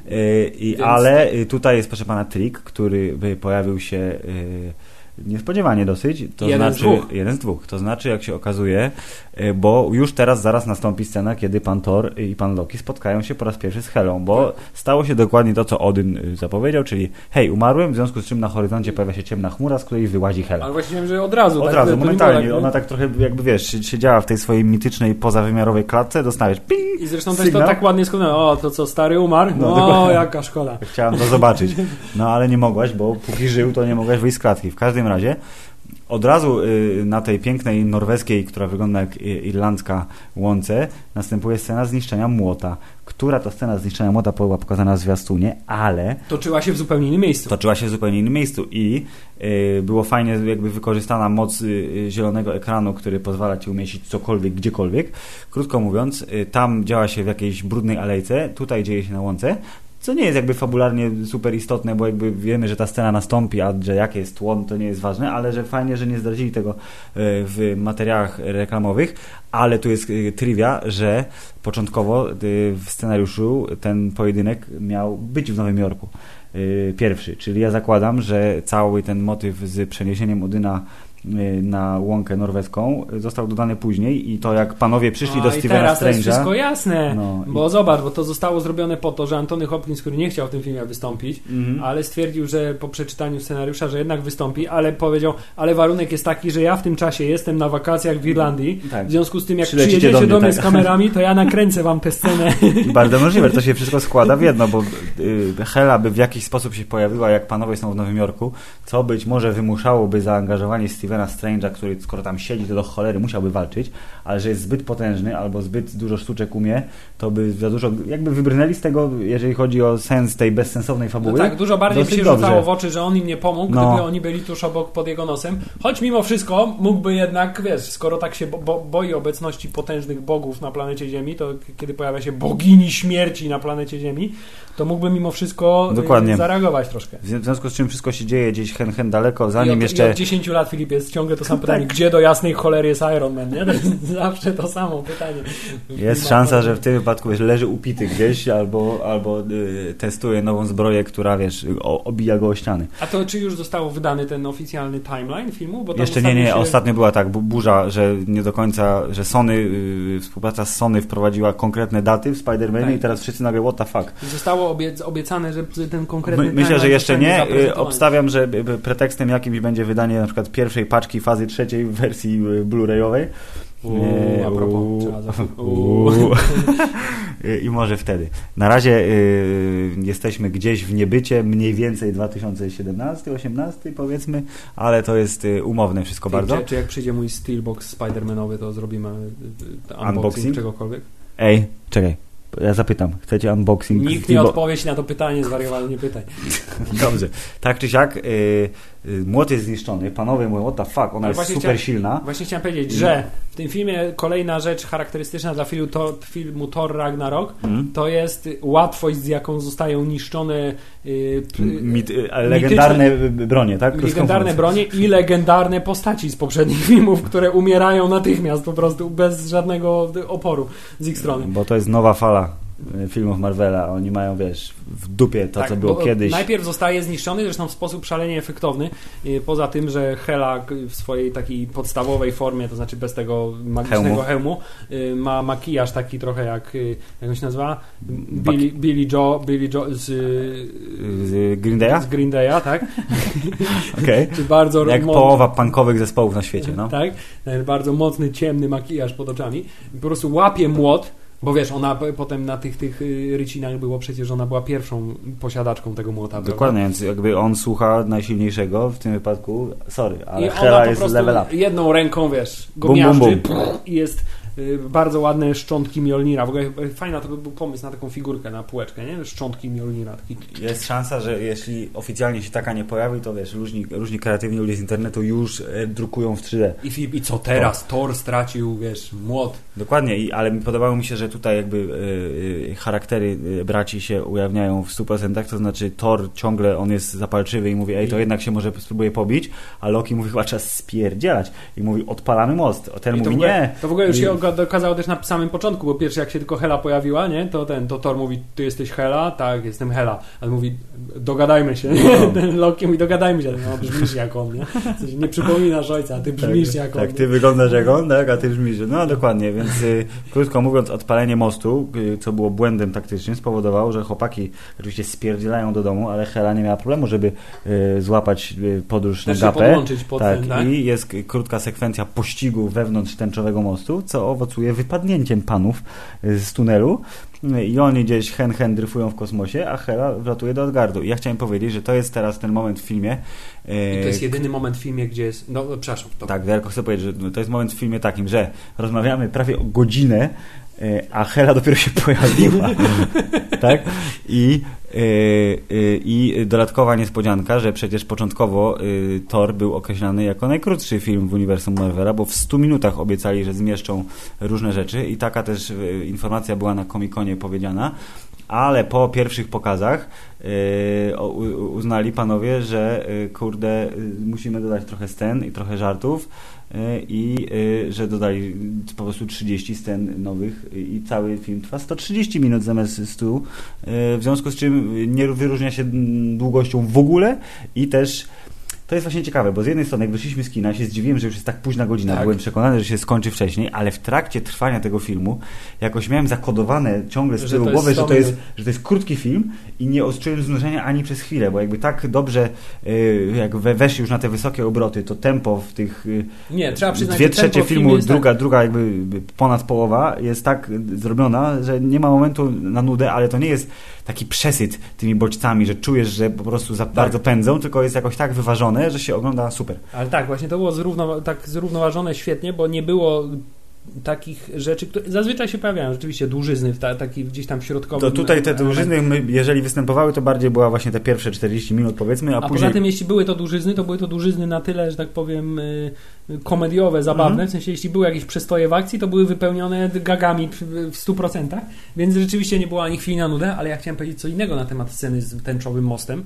Ale tutaj jest, proszę pana, trik, który pojawił się niespodziewanie dosyć. To jeden z dwóch. To znaczy, jak się okazuje, bo już teraz zaraz nastąpi scena, kiedy pan Thor i pan Loki spotkają się po raz pierwszy z Helą, bo stało się dokładnie to, co Odyn zapowiedział, czyli hej, umarłem, w związku z czym na horyzoncie pojawia się ciemna chmura, z której wyłazi Hela. Ale właśnie, że od razu, momentalnie. Ona tak trochę, jakby wiesz, siedziała w tej swojej mitycznej, pozawymiarowej klatce, dostajesz ping, i zresztą też to tak ładnie skonęło. O, to co, stary umarł? No, jaka szkoda. Chciałem to zobaczyć. No, ale nie mogłaś, bo póki żył, to nie mogłaś wyjść z klatki. W każdym razie od razu na tej pięknej norweskiej, która wygląda jak irlandzka łące, następuje scena zniszczenia młota. Która to scena zniszczenia młota była pokazana w zwiastunie, ale toczyła się w zupełnie innym miejscu. I było fajnie jakby wykorzystana moc zielonego ekranu, który pozwala ci umieścić cokolwiek, gdziekolwiek. Krótko mówiąc, tam działa się w jakiejś brudnej alejce, tutaj dzieje się na łące. Co nie jest jakby fabularnie super istotne, bo jakby wiemy, że ta scena nastąpi, a że jakie jest tło, to nie jest ważne, ale że fajnie, że nie zdradzili tego w materiałach reklamowych, ale tu jest trivia, że początkowo w scenariuszu ten pojedynek miał być w Nowym Jorku. Pierwszy, czyli ja zakładam, że cały ten motyw z przeniesieniem Odyna na łąkę norweską został dodany później i to jak panowie przyszli do Stephena teraz Strange'a. To jest wszystko jasne, bo zobacz, bo to zostało zrobione po to, że Anthony Hopkins, który nie chciał w tym filmie wystąpić, ale stwierdził, że po przeczytaniu scenariusza, że jednak wystąpi, ale powiedział, ale warunek jest taki, że ja w tym czasie jestem na wakacjach w Irlandii, w związku z tym jak przyjedziecie do mnie z kamerami, to ja nakręcę wam tę scenę. Bardzo możliwe, to się wszystko składa w jedno, bo Hela by w jakiś sposób się pojawiła, jak panowie są w Nowym Jorku, co być może wymuszałoby zaangażowanie Stephena Strange'a, który skoro tam siedzi, to do cholery musiałby walczyć, ale że jest zbyt potężny albo zbyt dużo sztuczek umie, to by za dużo jakby wybrnęli z tego, jeżeli chodzi o sens tej bezsensownej fabuły. No tak, dużo bardziej by się rzucało w oczy, że on im nie pomógł, gdyby oni byli tuż obok pod jego nosem, choć mimo wszystko mógłby jednak, wiesz, skoro tak się boi obecności potężnych bogów na planecie Ziemi, to kiedy pojawia się bogini śmierci na planecie Ziemi, to mógłby mimo wszystko zareagować troszkę. W związku z czym wszystko się dzieje gdzieś hen daleko, zanim jeszcze... I od 10 lat, Filip, jest ciągle to samo pytanie, gdzie do jasnej cholery jest Iron Man, nie? To jest zawsze to samo pytanie. Jest szansa, że w tym wypadku leży upity gdzieś albo testuje nową zbroję, która, wiesz, obija go o ściany. A to czy już został wydany ten oficjalny timeline filmu? Bo jeszcze nie. Ostatnio była tak burza, że nie do końca, że Sony, współpraca z Sony wprowadziła konkretne daty w Spider-Manie i teraz wszyscy nagle what the fuck. Zostało obiecane, że ten konkretny myślę, że jeszcze nie. Obstawiam, że pretekstem jakimś będzie wydanie na przykład pierwszej paczki fazy 3 w wersji Blu-rayowej. A propos, I może wtedy. Na razie jesteśmy gdzieś w niebycie, mniej więcej 2017-18 powiedzmy, ale to jest umowne wszystko bardzo. Czy jak przyjdzie mój Steelbox Spider-Manowy, to zrobimy unboxing czegokolwiek? Ej, czekaj. Ja zapytam, chcecie unboxing? Nikt nie odpowie na to pytanie, zwariowany, nie pytaj. Dobrze. Tak czy siak, młot jest zniszczony. Panowie mówią, what the fuck, ona jest super silna. Właśnie chciałem powiedzieć, że w tym filmie kolejna rzecz charakterystyczna dla filmu Thor Ragnarok to jest łatwość, z jaką zostają niszczone legendarne bronie, tak? Legendarne bronie i legendarne postaci z poprzednich filmów, które umierają natychmiast po prostu bez żadnego oporu z ich strony. Bo to jest nowa fala filmów Marvela. Oni mają, wiesz, w dupie to, tak, co było kiedyś. Najpierw zostaje zniszczony, zresztą w sposób szalenie efektowny. Poza tym, że Hela w swojej takiej podstawowej formie, to znaczy bez tego magicznego hełmu, ma makijaż taki trochę jak on się nazywa? Billy Joe z Green Day'a? Z Green Day'a, tak? Okay. Czy bardzo jak połowa punkowych zespołów na świecie, no. Tak, bardzo mocny, ciemny makijaż pod oczami. Po prostu łapie młot, bo wiesz, ona potem na tych rycinach było przecież, ona była pierwszą posiadaczką tego młota. Dokładnie, więc jakby on słucha najsilniejszego w tym wypadku, ale i Hela jest level up. Jedną ręką, wiesz, go miażdży i jest bardzo ładne szczątki Mjolnira. W ogóle fajna to by był pomysł na taką figurkę, na półeczkę, nie? Szczątki Mjolnira. Jest szansa, że jeśli oficjalnie się taka nie pojawi, to wiesz, różni kreatywni ludzie z internetu już drukują w 3D. I co teraz? Thor stracił, wiesz, młot. Dokładnie, ale podobało mi się, że tutaj jakby charaktery braci się ujawniają w 100%, to znaczy Thor ciągle, on jest zapalczywy i mówi, to jednak się może spróbuje pobić, a Loki mówi, chyba trzeba spierdzielać i mówi, odpalamy most, a ten mówi, nie. To w ogóle już się okazało też na samym początku, bo pierwszy jak się tylko Hela pojawiła, nie, to Thor mówi, ty jesteś Hela? Tak, jestem Hela. Ale mówi, dogadajmy się. Ten Loki mówi, dogadajmy się. No, brzmisz jak on, nie? Coś nie przypominasz ojca, a ty brzmisz jak on. Tak, ty wyglądasz jak on, tak, a ty brzmisz. No dokładnie, więc krótko mówiąc, odpalenie mostu, co było błędem taktycznym, spowodowało, że chłopaki oczywiście spierdzielają do domu, ale Hela nie miała problemu, żeby złapać podróż na gapę. Tak, i jest krótka sekwencja pościgu wewnątrz tęczowego mostu, co owocuje wypadnięciem panów z tunelu i oni gdzieś dryfują w kosmosie, a Hela wlatuje do Asgardu. I ja chciałem powiedzieć, że to jest teraz ten moment w filmie. I to jest jedyny moment w filmie, gdzie jest... No, przepraszam. Tak, ja tylko chcę powiedzieć, że to jest moment w filmie takim, że rozmawiamy prawie o godzinę, a Hela dopiero się pojawiła. Tak? I dodatkowa niespodzianka, że przecież początkowo Thor był określany jako najkrótszy film w uniwersum Marvela, bo w 100 minutach obiecali, że zmieszczą różne rzeczy i taka też informacja była na Comic-Conie powiedziana, ale po pierwszych pokazach uznali panowie, że kurde, musimy dodać trochę scen i trochę żartów i że dodali po prostu 30 scen nowych i cały film trwa 130 minut zamiast 100, w związku z czym nie wyróżnia się długością w ogóle i też to jest właśnie ciekawe, bo z jednej strony jak wyszliśmy z kina, się zdziwiłem, że już jest tak późna godzina, tak. Byłem przekonany, że się skończy wcześniej, ale w trakcie trwania tego filmu jakoś miałem zakodowane ciągle z tyłu głowy, że to jest krótki film i nie odczułem znużenia ani przez chwilę, bo jakby tak dobrze jak weszli już na te wysokie obroty, to tempo w tych trzeba przyznać, 2/3 filmu, druga jakby ponad połowa jest tak zrobiona, że nie ma momentu na nudę, ale to nie jest taki przesyt tymi bodźcami, że czujesz, że po prostu bardzo pędzą, tylko jest jakoś tak wyważone, że się ogląda super. Ale tak, właśnie to było zrównoważone świetnie, bo nie było takich rzeczy, które zazwyczaj się pojawiają, rzeczywiście dłużyzny taki gdzieś tam środkowy. To tutaj te dłużyzny, jeżeli występowały, to bardziej była właśnie te pierwsze 40 minut powiedzmy, a później... poza tym, jeśli były to dłużyzny, to były to dłużyzny na tyle, że tak powiem komediowe, zabawne, w sensie jeśli były jakieś przestoje w akcji, to były wypełnione gagami w 100%, więc rzeczywiście nie było ani chwili na nudę, ale ja chciałem powiedzieć co innego na temat sceny z tęczowym mostem,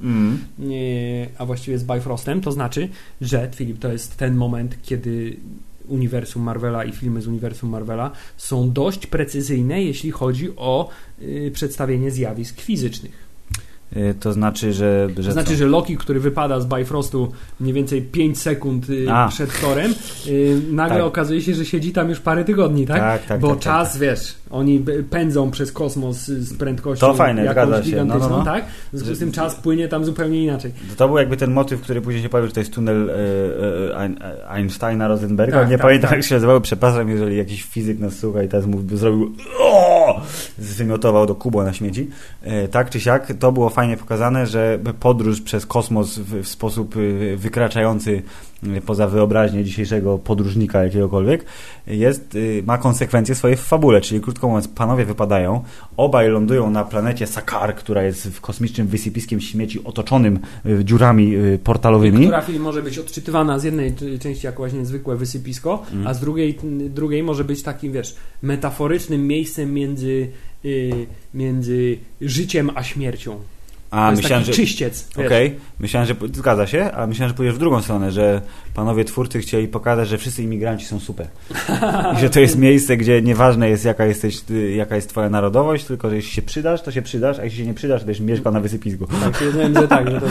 a właściwie z Bifrostem, to znaczy, że Filip, to jest ten moment, kiedy uniwersum Marvela i filmy z uniwersum Marvela są dość precyzyjne, jeśli chodzi o przedstawienie zjawisk fizycznych. To znaczy, że że Loki, który wypada z Bifrostu mniej więcej 5 sekund przed Thorem, nagle okazuje się, że siedzi tam już parę tygodni, tak? Bo czas, wiesz, oni pędzą przez kosmos z prędkością to fajne, jakąś gigantyczną, tak? W związku z tym czas płynie tam zupełnie inaczej. To był jakby ten motyw, który później się pojawił, że to jest tunel Einsteina, Rosenberga. Nie pamiętam jak się nazywały, przepraszam, jeżeli jakiś fizyk nas słucha i teraz zrobił zwymiotował do kubła na śmieci. Tak czy siak, to było fajnie pokazane, że podróż przez kosmos w sposób wykraczający poza wyobraźnię dzisiejszego podróżnika jakiegokolwiek ma konsekwencje swoje w fabule, czyli krótko mówiąc, panowie wypadają, obaj lądują na planecie Sakaar, która jest w kosmicznym wysypiskiem śmieci otoczonym dziurami portalowymi. Która film może być odczytywana z jednej części jako właśnie zwykłe wysypisko, a z drugiej może być takim, wiesz, metaforycznym miejscem między życiem a śmiercią. To jest taki czyściec. Okej, myślałem, że zgadza się, ale myślałem, że pójdziesz w drugą stronę, że panowie twórcy chcieli pokazać, że wszyscy imigranci są super. I że to jest miejsce, gdzie nieważne jest jaka jest twoja narodowość, tylko że jeśli się przydasz, to się przydasz, a jeśli się nie przydasz, to będziesz mieszkał na wysypisku. Tak, że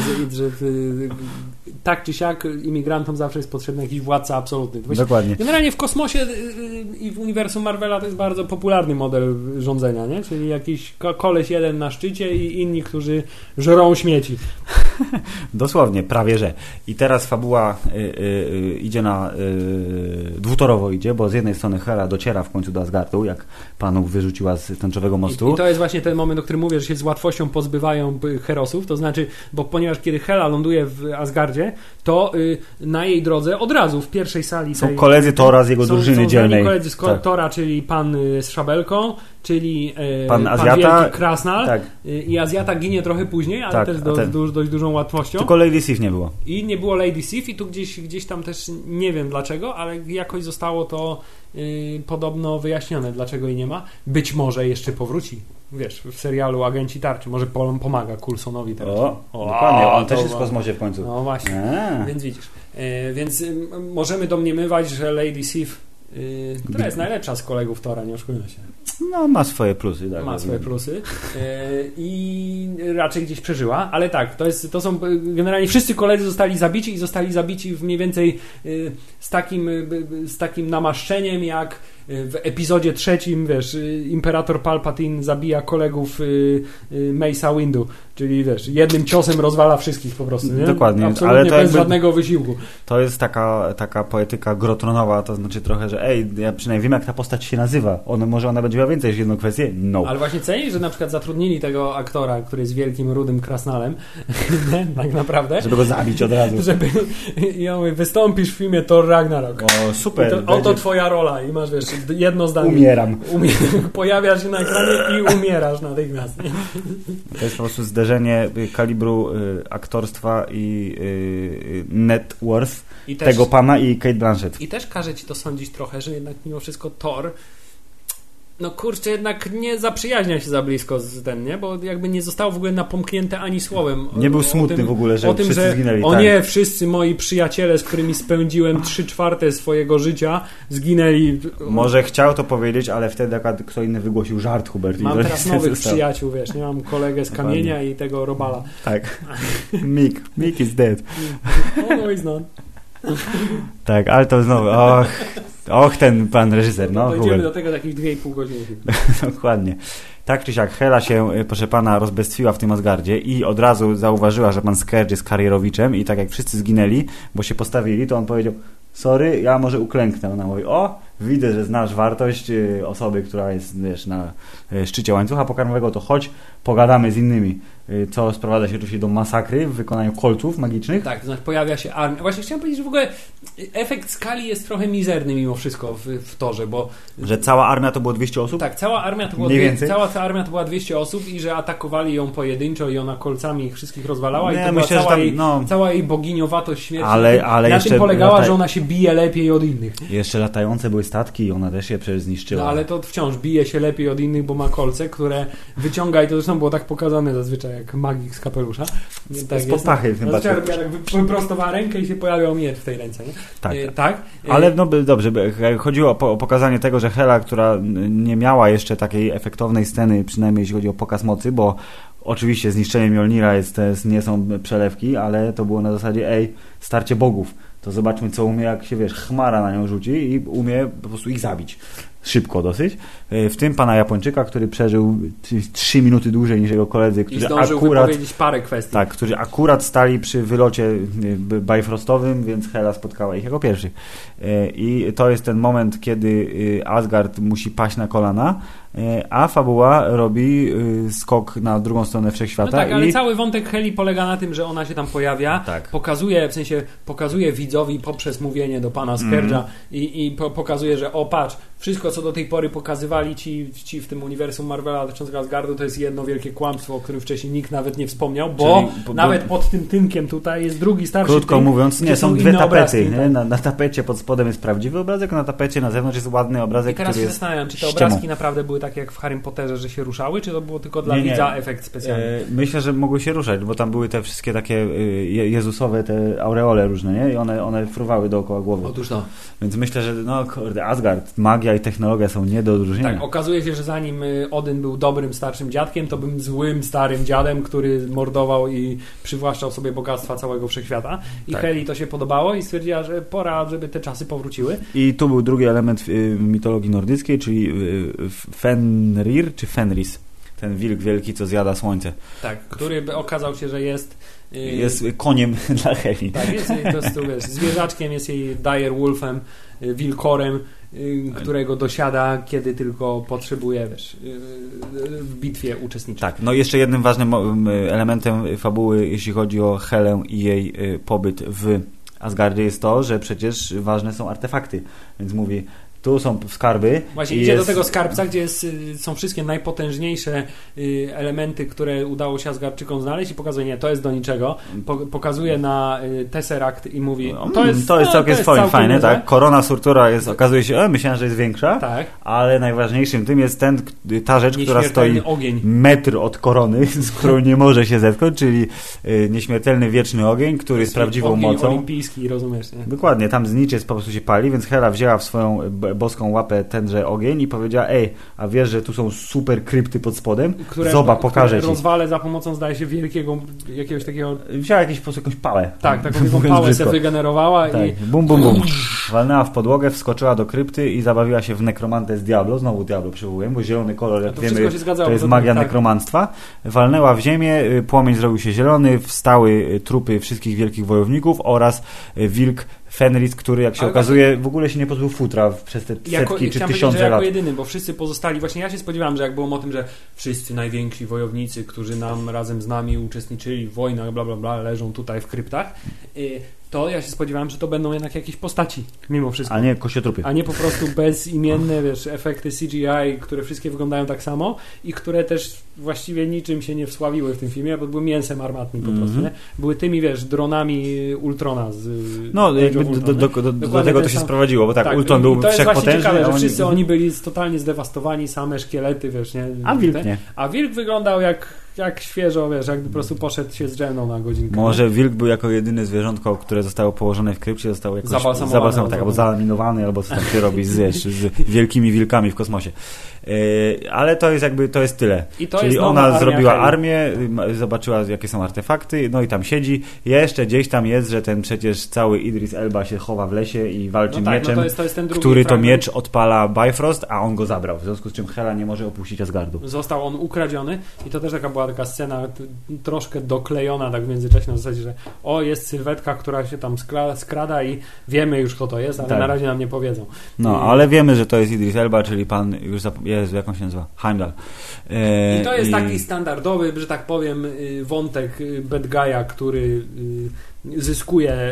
tak czy siak imigrantom zawsze jest potrzebny jakiś władca absolutny. Dokładnie. Generalnie w kosmosie i w uniwersum Marvela to jest bardzo popularny model rządzenia, nie? Czyli jakiś koleś jeden na szczycie i inni, którzy żerą śmieci. Dosłownie, prawie że. I teraz fabuła idzie dwutorowo idzie, bo z jednej strony Hela dociera w końcu do Asgardu, jak panów wyrzuciła z tęczowego mostu. I to jest właśnie ten moment, o którym mówię, że się z łatwością pozbywają herosów, to znaczy, bo ponieważ kiedy Hela ląduje w Asgardzie, to na jej drodze od razu w pierwszej sali są koledzy Tora z jego drużyny dzielnej. Są koledzy z Tora, czyli pan z szabelką, czyli pan Azjata, wielki Krasnal, tak. I Azjata ginie trochę później, ale też dość dużą łatwością. Tylko Lady Sif nie było. I nie było Lady Sif i tu gdzieś tam też nie wiem dlaczego, ale jakoś zostało to podobno wyjaśnione, dlaczego jej nie ma. Być może jeszcze powróci. Wiesz, w serialu Agenci Tarczy. Może pomaga Coulsonowi teraz. Dokładnie, on też jest w kosmosie w końcu. No właśnie, więc widzisz. Więc możemy domniemywać, że Lady Sif, która jest najlepsza z kolegów Tora, nie oszukujmy się. No, ma swoje plusy. Tak, ma swoje plusy. I raczej gdzieś przeżyła, ale tak, to są generalnie wszyscy koledzy zostali zabici w mniej więcej z takim namaszczeniem, jak w epizodzie 3, wiesz, Imperator Palpatine zabija kolegów Mace'a Windu, czyli wiesz, jednym ciosem rozwala wszystkich po prostu, nie? Dokładnie, absolutnie ale to bez żadnego wysiłku. To jest taka poetyka grotronowa, to znaczy trochę, że ja przynajmniej wiem, jak ta postać się nazywa. Może ona będzie miała więcej niż jedną kwestię? No. Ale właśnie cenisz, że na przykład zatrudnili tego aktora, który jest wielkim, rudym krasnalem, tak naprawdę. Żeby go zabić od razu. Wystąpisz w filmie Thor Ragnarok. O, super. Oto twoja rola i masz, wiesz, jedno zdanie. Umieram. Pojawiasz się na ekranie i umierasz natychmiast. To jest po prostu zderzenie kalibru aktorstwa i net worth tego pana i Kate Blanchett. I też każe ci to sądzić trochę, że jednak mimo wszystko Thor, no kurczę, jednak nie zaprzyjaźnia się za blisko z tym, nie? Bo jakby nie zostało w ogóle napomknięte ani słowem. Nie był smutny w ogóle, że wszyscy zginęli. Nie, wszyscy moi przyjaciele, z którymi spędziłem 3/4 swojego życia, zginęli. Może chciał to powiedzieć, ale wtedy kto inny wygłosił żart, Hubert. Mam teraz nowych przyjaciół, wiesz, nie mam kolegę z kamienia i tego Robala. Tak. Mick is dead. No he's not. Tak, ale to znowu, ten pan reżyser, no. Dojdziemy do tego takich 2,5 godziny. Dokładnie. Tak czy siak, Hela się, proszę pana, rozbestwiła w tym Asgardzie i od razu zauważyła, że pan Scourge jest karierowiczem i tak jak wszyscy zginęli, bo się postawili, to on powiedział: sorry, ja może uklęknę. Ona mówi: widzę, że znasz wartość osoby, która jest, wiesz, na szczycie łańcucha pokarmowego, to chodź, pogadamy z innymi. Co sprowadza się oczywiście do masakry w wykonaniu kolców magicznych. Tak, to znaczy pojawia się armia. Właśnie chciałem powiedzieć, że w ogóle efekt skali jest trochę mizerny mimo wszystko w Torze, bo... Że cała armia to było 200 osób? Tak, cała armia to była 200 osób i że atakowali ją pojedynczo i ona kolcami ich wszystkich rozwalała. Nie, i to myślę, była cała jej boginiowatość śmierci. Ale na tym polegała, że ona się bije lepiej od innych. Jeszcze latające były statki i ona też się przecież zniszczyła. No ale to wciąż bije się lepiej od innych, bo ma kolce, które wyciąga i to zresztą było tak pokazane zazwyczaj jak magik z kapelusza. Spod pachy chyba. Wyprostowała rękę i się pojawiał miecz w tej ręce. Nie? Tak. Ale no dobrze, chodziło o pokazanie tego, że Hela, która nie miała jeszcze takiej efektownej sceny, przynajmniej jeśli chodzi o pokaz mocy, bo oczywiście zniszczenie Mjolnira nie są przelewki, ale to było na zasadzie starcie bogów. To zobaczmy, co umie, jak się, wiesz, chmara na nią rzuci i umie po prostu ich zabić. Szybko dosyć. W tym pana Japończyka, który przeżył 3 minuty dłużej niż jego koledzy, którzy wypowiedzieć parę kwestii. Tak, którzy akurat stali przy wylocie bifrostowym, więc Hela spotkała ich jako pierwszych. I to jest ten moment, kiedy Asgard musi paść na kolana, a fabuła robi skok na drugą stronę wszechświata. No tak, ale cały wątek Heli polega na tym, że ona się tam pojawia, pokazuje widzowi poprzez mówienie do pana Scourge'a i pokazuje, że patrz, wszystko co do tej pory pokazywali ci w tym uniwersum Marvela dotyczącego Asgardu, to jest jedno wielkie kłamstwo, o którym wcześniej nikt nawet nie wspomniał, bo nawet pod tym tynkiem tutaj jest drugi starszy krótko tynk, mówiąc, nie, są dwie tapety. Obrazki, na tapecie pod spodem jest prawdziwy obrazek, a na tapecie na zewnątrz jest ładny obrazek, i teraz który się jest zastanawiam, czy te obrazki naprawdę były były takie jak w Harrym Potterze, że się ruszały, czy to było tylko dla Nie. widza efekt specjalny? Myślę, że mogły się ruszać, bo tam były te wszystkie takie jezusowe, te aureole różne, nie? I one fruwały dookoła głowy. Otóż to. Więc myślę, że no kurde, Asgard, magia i technologia są nie do odróżnienia. Tak, okazuje się, że zanim Odyn był dobrym, starszym dziadkiem, to był złym, starym dziadem, który mordował i przywłaszczał sobie bogactwa całego wszechświata. I Tak. Heli to się podobało i stwierdziła, że pora, żeby te czasy powróciły. I tu był drugi element mitologii nordyckiej, czyli Fenrir czy Fenris. Ten wilk wielki, co zjada słońce. Tak, który okazał się, że jest... Jest koniem dla Heli. Tak, jest jej po prostu, wiesz, zwierzaczkiem, jest jej dire wolfem, wilkorem, którego dosiada, kiedy tylko potrzebuje, wiesz, w bitwie uczestniczyć. Tak, no jeszcze jednym ważnym elementem fabuły, jeśli chodzi o Helę i jej pobyt w Asgardzie, jest to, że przecież ważne są artefakty. Więc mówi, tu są skarby. Właśnie idzie do tego skarbca, gdzie są wszystkie najpotężniejsze elementy, które udało się Asgardczykom znaleźć i pokazuje, nie, to jest do niczego. Pokazuje na Tesseract i mówi, to jest całkiem fajne, niezłe. tak. Korona Surtura jest, okazuje się, myślałem, że jest większa, tak. ale najważniejszym tym jest ta rzecz, która stoi ogień. metr od korony, z którą nie może się zetknąć, czyli nieśmiertelny wieczny ogień, który jest prawdziwą ogień mocą. olimpijski, rozumiesz, nie? Dokładnie, tam z niczym po prostu się pali, więc Hela wzięła w swoją boską łapę tenże ogień i powiedziała, a wiesz, że tu są super krypty pod spodem? Zobacz, pokażę ci. Rozwalę za pomocą, zdaje się, jakiegoś takiego... Wzięła po prostu jakąś pałę. Tak, taką wielką pałę sobie wygenerowała tak. i... Bum, bum, bum. Walnęła w podłogę, wskoczyła do krypty i zabawiła się w nekromantę z Diablo. Znowu Diablo przywołuję, bo zielony kolor, jak wiemy, to jest magia nekromanstwa. Walnęła w ziemię, płomień zrobił się zielony, wstały trupy wszystkich wielkich wojowników oraz wilk Fenris, który jak się okazuje w ogóle się nie pozbył futra przez te setki czy tysiące lat. Jako jedyny, bo wszyscy pozostali, właśnie ja się spodziewałem, że jak było o tym, że wszyscy najwięksi wojownicy, którzy nam razem z nami uczestniczyli w wojnach, bla bla bla, leżą tutaj w kryptach, to ja się spodziewałem, że to będą jednak jakieś postaci, mimo wszystko. A nie kościotrupy. A nie po prostu bezimienne, wiesz, efekty CGI, które wszystkie wyglądają tak samo i które też właściwie niczym się nie wsławiły w tym filmie, bo były mięsem armatnym po prostu, nie? Były tymi, wiesz, dronami Ultrona z... No, jakby do tego to się sprowadziło, bo tak Ultron był wszechpotężny. To jest właśnie ciekawe, że wszyscy oni byli totalnie zdewastowani, same szkielety, wiesz, nie? A wilk nie. A wilk wyglądał jak świeżo, wiesz, jakby po prostu poszedł się z dżemną na godzinkę. Może wilk był jako jedyny zwierzątko, które zostało położone w krypcie, zostało jakoś zabalsamowane, tak, albo zalaminowany, albo co tam się robi z wielkimi wilkami w kosmosie. Ale to jest to jest tyle. Czyli ona zrobiła armię, zobaczyła jakie są artefakty, no i tam siedzi. Jeszcze gdzieś tam jest, że ten przecież cały Idris Elba się chowa w lesie i walczy mieczem, to jest ten drugi który fragment. to miecz odpala Bifrost, a on go zabrał. W związku z czym Hela nie może opuścić Asgardu. Został on ukradziony i to też była taka scena troszkę doklejona tak w międzyczasie na zasadzie, że jest sylwetka, która się tam skrada i wiemy już kto to jest, ale na razie nam nie powiedzą. No, ale wiemy, że to jest Idris Elba, czyli pan, Jezu, jak on się nazywa? Heimdall. I to jest taki standardowy, że tak powiem, wątek bad guy'a, który zyskuje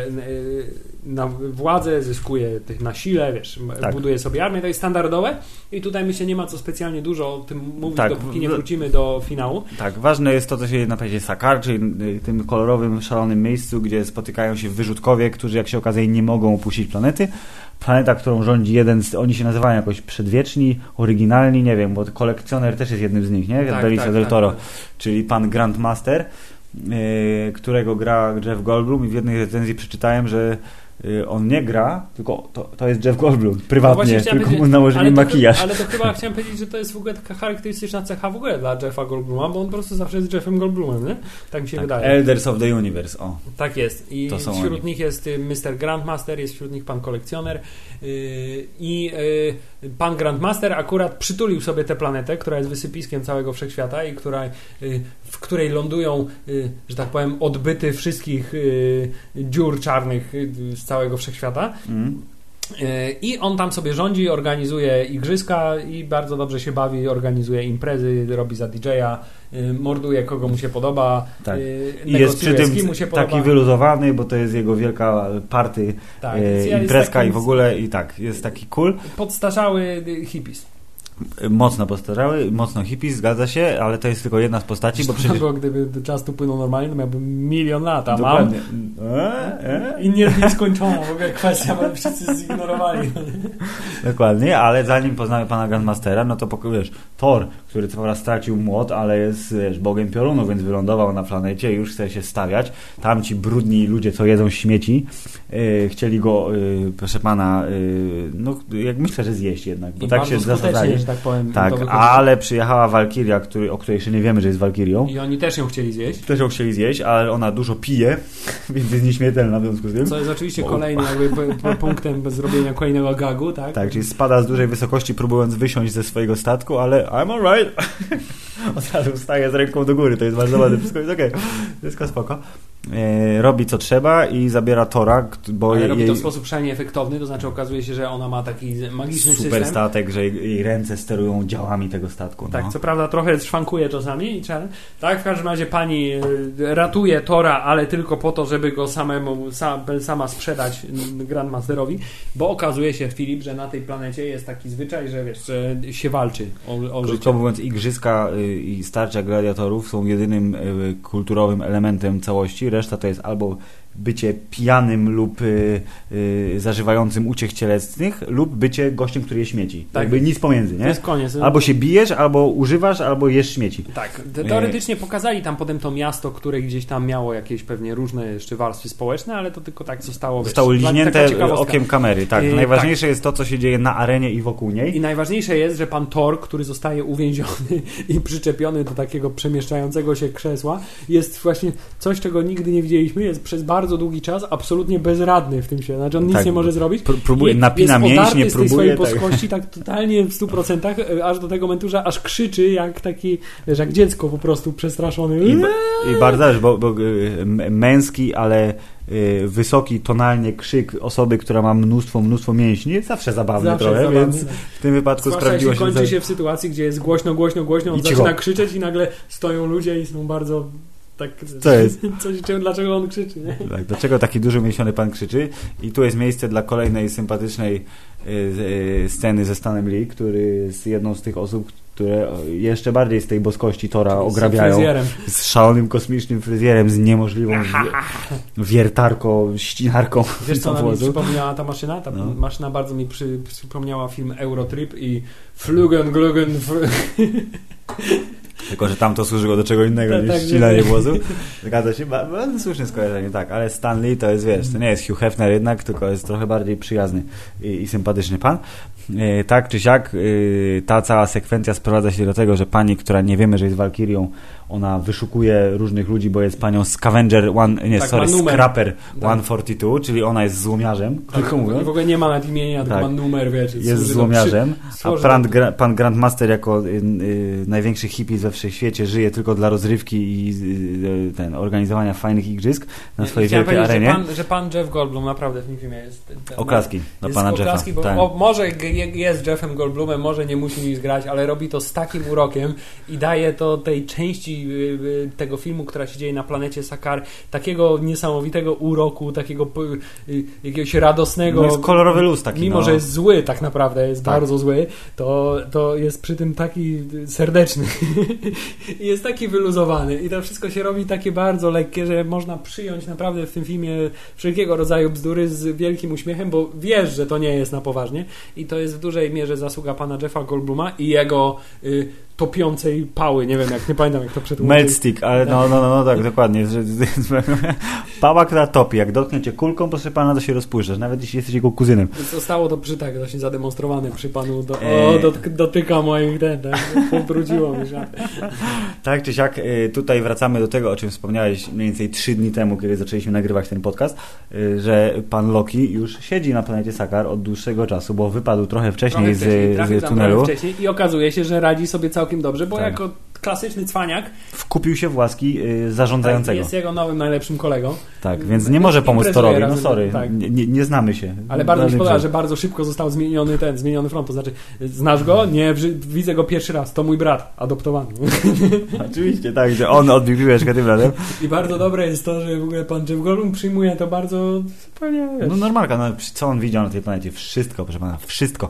na władzę, zyskuje na sile, wiesz, buduje sobie armię, to jest standardowe i tutaj myślę, nie ma co specjalnie dużo o tym mówić, dopóki nie wrócimy do finału. Tak, ważne jest to, co się na powiedzieć Sakaar, czyli tym kolorowym, szalonym miejscu, gdzie spotykają się wyrzutkowie, którzy jak się okazuje nie mogą opuścić planety. Planeta, którą rządzi oni się nazywają jakoś przedwieczni, oryginalni, nie wiem, bo kolekcjoner też jest jednym z nich, nie? Benicio del Toro, czyli pan Grandmaster, którego gra Jeff Goldblum i w jednej recenzji przeczytałem, że on nie gra, tylko to jest Jeff Goldblum prywatnie, tylko mu nałożyli makijaż. Ale to chyba chciałem powiedzieć, że to jest w ogóle taka charakterystyczna cecha w ogóle dla Jeffa Goldbluma, bo on po prostu zawsze jest Jeffem Goldblumem, nie? Tak mi się wydaje. Elders of the Universe, Tak jest. I wśród nich jest Mr. Grandmaster, jest wśród nich pan kolekcjoner i pan Grandmaster akurat przytulił sobie tę planetę, która jest wysypiskiem całego wszechświata i w której lądują, że tak powiem, odbyty wszystkich dziur czarnych z całego wszechświata. I on tam sobie rządzi, organizuje igrzyska i bardzo dobrze się bawi, organizuje imprezy, robi za DJ-a, morduje kogo mu się podoba, i jest przy tym mu się podoba. Taki wyluzowany, bo to jest jego wielka party, imprezka i w ogóle i jest taki cool. Podstarzały hippies. Mocno postarzały, mocno hippies, zgadza się, ale to jest tylko jedna z postaci, bo przecież... Bo gdyby czas tu płynął normalnie, to miałbym 1 000 000 lat, a Dokładnie. I nieskończona w ogóle kwestia, bo wszyscy zignorowali. Dokładnie, ale zanim poznamy pana Grandmastera, no to wiesz, Thor, który co prawda stracił młot, ale jest, wiesz, bogiem piorunu, więc wylądował na planecie, już chce się stawiać. Tam ci brudni ludzie, co jedzą śmieci, chcieli go, proszę pana, no jak myślę, że zjeść jednak, bo I tak się zasadzali. że tak powiem. Tak, ale przyjechała Walkiria, o której jeszcze nie wiemy, że jest Walkirią. I oni też ją chcieli zjeść. Też ją chcieli zjeść, ale ona dużo pije, więc jest nieśmiertelna w związku z tym. Co jest oczywiście kolejnym jakby punktem bez zrobienia kolejnego gagu, tak? Tak, czyli spada z dużej wysokości, próbując wysiąść ze swojego statku, ale I'm alright. Od razu wstaje z ręką do góry, to jest bardzo ładne, wszystko jest okej. Wszystko spoko. Robi co trzeba i zabiera Thora, bo ale robi to w sposób szalenie efektowny, to znaczy okazuje się, że ona ma taki magiczny super system. statek, że jej ręce sterują działami tego statku. Tak, no. co prawda trochę szwankuje czasami. Tak, w każdym razie pani ratuje Thora, ale tylko po to, żeby go sama sprzedać Grandmasterowi, bo okazuje się, Filip, że na tej planecie jest taki zwyczaj, że wiesz, że się walczy o życie. Krótko mówiąc, igrzyska i starcia gladiatorów są jedynym kulturowym elementem całości. Reszta to jest albo bycie pijanym lub zażywającym uciech cielesnych lub bycie gościem, który je śmieci. Tak. Jakby nic pomiędzy, nie? To jest koniec. Albo się bijesz, albo używasz, albo jesz śmieci. Tak. Teoretycznie pokazali tam potem to miasto, które gdzieś tam miało jakieś pewnie różne jeszcze warstwy społeczne, ale to tylko tak zostało. Zostało liźnięte okiem kamery. Tak. Najważniejsze tak. jest to, co się dzieje na arenie i wokół niej. I najważniejsze jest, że pan Thor, który zostaje uwięziony i przyczepiony do takiego przemieszczającego się krzesła, jest właśnie coś, czego nigdy nie widzieliśmy, jest przez bardzo długi czas absolutnie bezradny w tym się. Znaczy on nic nie może zrobić. Próbuje, napina mięśnie, z tej swojej tak. płaskości tak totalnie w 100%, aż do tego momentu, że aż krzyczy jak taki, wiesz, jak dziecko po prostu przestraszony. I bardzo, bo męski, ale wysoki tonalnie krzyk osoby, która ma mnóstwo mięśni, jest zawsze zabawny trochę, więc w tym wypadku sprawdziło się. Kończy się w sytuacji, gdzie jest głośno, on zaczyna krzyczeć i nagle stoją ludzie i są bardzo tak, co jest? Dlaczego on krzyczy, nie? Tak, dlaczego taki duży mięsiony pan krzyczy? I tu jest miejsce dla kolejnej sympatycznej sceny ze Stanem Lee, który jest jedną z tych osób, które jeszcze bardziej z tej boskości Thora ograbiają. Z szalonym kosmicznym fryzjerem, z niemożliwą wiertarką, ścinarką. Wiesz, co mi przypomniała ta maszyna? Ta maszyna bardzo mi przypomniała film Eurotrip i Flugen, Glugen... Tylko, że tam to służyło do czego innego niż ścinanie włosów. Zgadza się? Bardzo słuszne skojarzenie, tak. Ale Stan Lee to jest, wiesz, to nie jest Hugh Hefner jednak, tylko jest trochę bardziej przyjazny i sympatyczny pan. Tak czy siak, ta cała sekwencja sprowadza się do tego, że pani, która nie wiemy, że jest Walkirią, ona wyszukuje różnych ludzi, bo jest panią Scavenger Scrapper 142, czyli ona jest złomiarzem. Tak, w ogóle nie ma nad imienia, tylko ma numer, wiesz. Jest złomiarzem, a pan Grandmaster jako największy hippie we wszechświecie żyje tylko dla rozrywki i organizowania fajnych igrzysk na swojej wielkiej arenie. Że pan Jeff Goldblum naprawdę w tym filmie jest... Oklaski do pana Jeffa. Bo tak. Może jest Jeffem Goldblumem, może nie musi nic grać, ale robi to z takim urokiem i daje to tej części tego filmu, która się dzieje na planecie Sakaar, takiego niesamowitego uroku, takiego jakiegoś radosnego... No jest kolorowy luz taki. Mimo, że jest zły tak naprawdę, jest bardzo zły, to jest przy tym taki serdeczny. I jest taki wyluzowany. I to wszystko się robi takie bardzo lekkie, że można przyjąć naprawdę w tym filmie wszelkiego rodzaju bzdury z wielkim uśmiechem, bo wiesz, że to nie jest na poważnie. I to jest w dużej mierze zasługa pana Jeffa Goldbluma i jego topiącej pały. Nie wiem, nie pamiętam jak to przetłumaczyć. Meltstick, ale no tak, dokładnie. Pała, która topi. Jak dotknie cię kulką, proszę pana, to się rozpuszczasz, nawet jeśli jesteś jego kuzynem. Zostało to właśnie zademonstrowane przy panu. Dotyka moich pobrudziło mi żadne. Tak czy siak, tutaj wracamy do tego, o czym wspomniałeś mniej więcej 3 dni temu, kiedy zaczęliśmy nagrywać ten podcast, że pan Loki już siedzi na planecie Sakaar od dłuższego czasu, bo wypadł trochę wcześniej z tunelu. I okazuje się, że radzi sobie całkiem dobrze, bo jako klasyczny cwaniak wkupił się w łaski zarządzającego. Jest jego nowym najlepszym kolegą. Tak, więc nie może pomóc Thorowi. No sorry, tak. nie znamy się. Ale bardzo mi się podoba, że bardzo szybko został zmieniony front. To znaczy, znasz go? Nie, widzę go pierwszy raz. To mój brat, adoptowany. Oczywiście, tak, że on odbił piłeczkę tym razem. I bardzo dobre jest to, że w ogóle pan Jeff Goldblum przyjmuje to bardzo zupełnie... No normalka, co on widział na tej planecie? Wszystko, proszę pana, wszystko.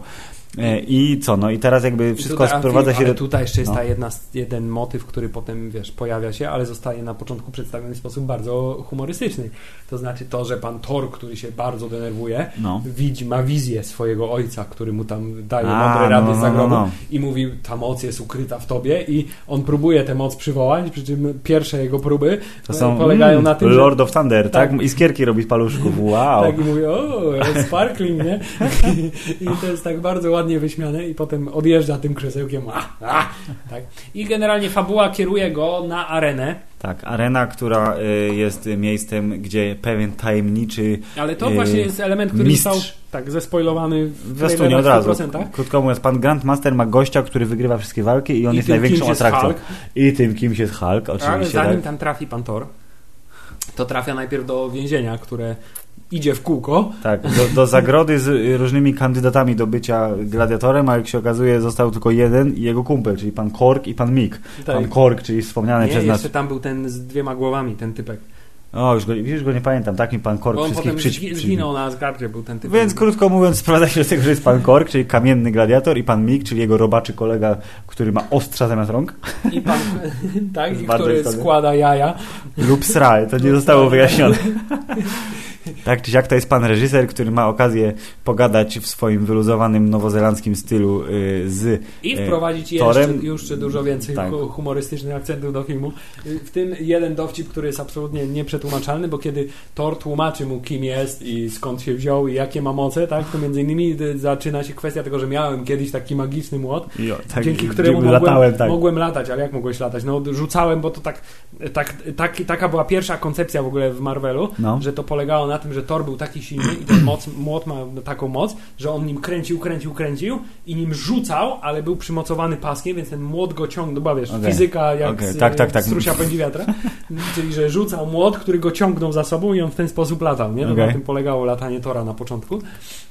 I co? No i teraz jakby wszystko sprowadza się ale do... tutaj jeszcze jest jeden motyw, który potem, wiesz, pojawia się, ale zostaje na początku przedstawiony w sposób bardzo humorystyczny. To znaczy to, że pan Thor, który się bardzo denerwuje, ma wizję swojego ojca, który mu tam daje mądre rady z zagrobu i mówi, ta moc jest ukryta w tobie i on próbuje tę moc przywołać, przy czym pierwsze jego próby polegają na tym, Lord of Thunder, tak? Iskierki robi z paluszków, wow. Tak, i mówi, sparkling, nie? I to jest tak bardzo ładnie wyśmiane i potem odjeżdża tym krzesełkiem, tak? I generalnie fabuła kieruje go na arenę. Tak, arena, która jest miejscem, gdzie pewien tajemniczy ale to właśnie jest element, który został zespoilowany w zwiastunie od razu. Krótko mówiąc, pan Grandmaster ma gościa, który wygrywa wszystkie walki i on jest największą atrakcją. I tym kimś jest Hulk, oczywiście. Ale zanim tam trafi pan Thor, to trafia najpierw do więzienia, które idzie w kółko. Tak, do zagrody z różnymi kandydatami do bycia gladiatorem, a jak się okazuje został tylko jeden i jego kumpel, czyli pan Korg i pan Mick. Tak. Pan Korg, czyli wspomniany przez nas... jeszcze tam był ten z 2 głowami, ten typek. O, już go nie pamiętam, tak mi pan Korg bo on wszystkich potem zginął na Asgardzie, był ten typ. Więc krótko mówiąc, sprowadza się do tego, że jest pan Korg, czyli kamienny gladiator i pan Mick, czyli jego robaczy kolega, który ma ostrza zamiast rąk. I pan, tak, i który składa jaja. Lub sraje, to nie zostało wyjaśnione. Tak czy siak, to jest pan reżyser, który ma okazję pogadać w swoim wyluzowanym nowozelandzkim stylu z i wprowadzić jeszcze dużo więcej humorystycznych akcentów do filmu. W tym jeden dowcip, który jest absolutnie nieprzetłumaczalny, bo kiedy Thor tłumaczy mu, kim jest i skąd się wziął i jakie ma moce, tak, to między innymi zaczyna się kwestia tego, że miałem kiedyś taki magiczny młot, dzięki któremu mogłem latać. Ale jak mogłeś latać? No rzucałem, bo to taka była pierwsza koncepcja w ogóle w Marvelu, że to polegało na tym, że Thor był taki silny i ten młot ma taką moc, że on nim kręcił i nim rzucał, ale był przymocowany paskiem, więc ten młot go ciągnął, bo wiesz, fizyka jak strusia pędzi wiatra, czyli że rzucał młot, który go ciągnął za sobą i on w ten sposób latał, nie? Na tym polegało latanie Thora na początku.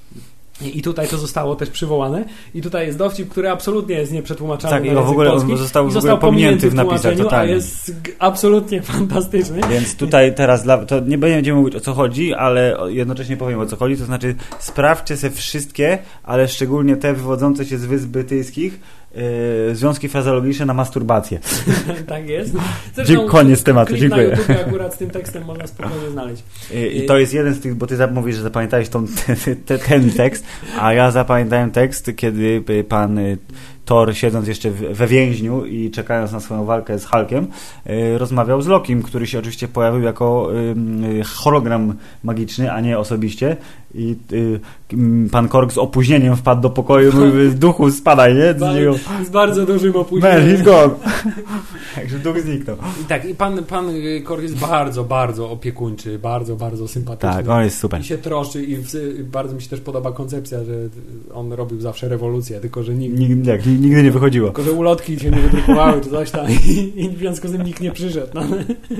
I tutaj to zostało też przywołane. I tutaj jest dowcip, który absolutnie jest nieprzetłumaczalny. Tak, i w ogóle on został pominięty w napisach totalnie. A jest absolutnie fantastyczny. Więc tutaj teraz, to nie będziemy mówić o co chodzi, ale jednocześnie powiem o co chodzi. To znaczy sprawdźcie sobie wszystkie, ale szczególnie te wywodzące się z Wysp Brytyjskich, związki frazologiczne na masturbację. Tak jest. Zresztą koniec tematu, dziękuję. Na YouTube akurat z tym tekstem można spokojnie znaleźć. I to jest jeden z tych, bo ty mówisz, że zapamiętałeś ten tekst, a ja zapamiętałem tekst, kiedy pan Thor, siedząc jeszcze we więźniu i czekając na swoją walkę z Hulkiem, rozmawiał z Lokim, który się oczywiście pojawił jako hologram magiczny, a nie osobiście. I pan Korg z opóźnieniem wpadł do pokoju, mówi, duchu spadaj, nie? Z bardzo dużym opóźnieniem. Man, he's gone. Także duch zniknął. I pan Korg jest bardzo, bardzo opiekuńczy, bardzo, bardzo sympatyczny. Tak, on jest super. I się troszczy i bardzo mi się też podoba koncepcja, że on robił zawsze rewolucję, tylko że nigdy nie wychodziło. Tylko że ulotki się nie wydrukowały, czy coś tam i w związku z tym nikt nie przyszedł. No.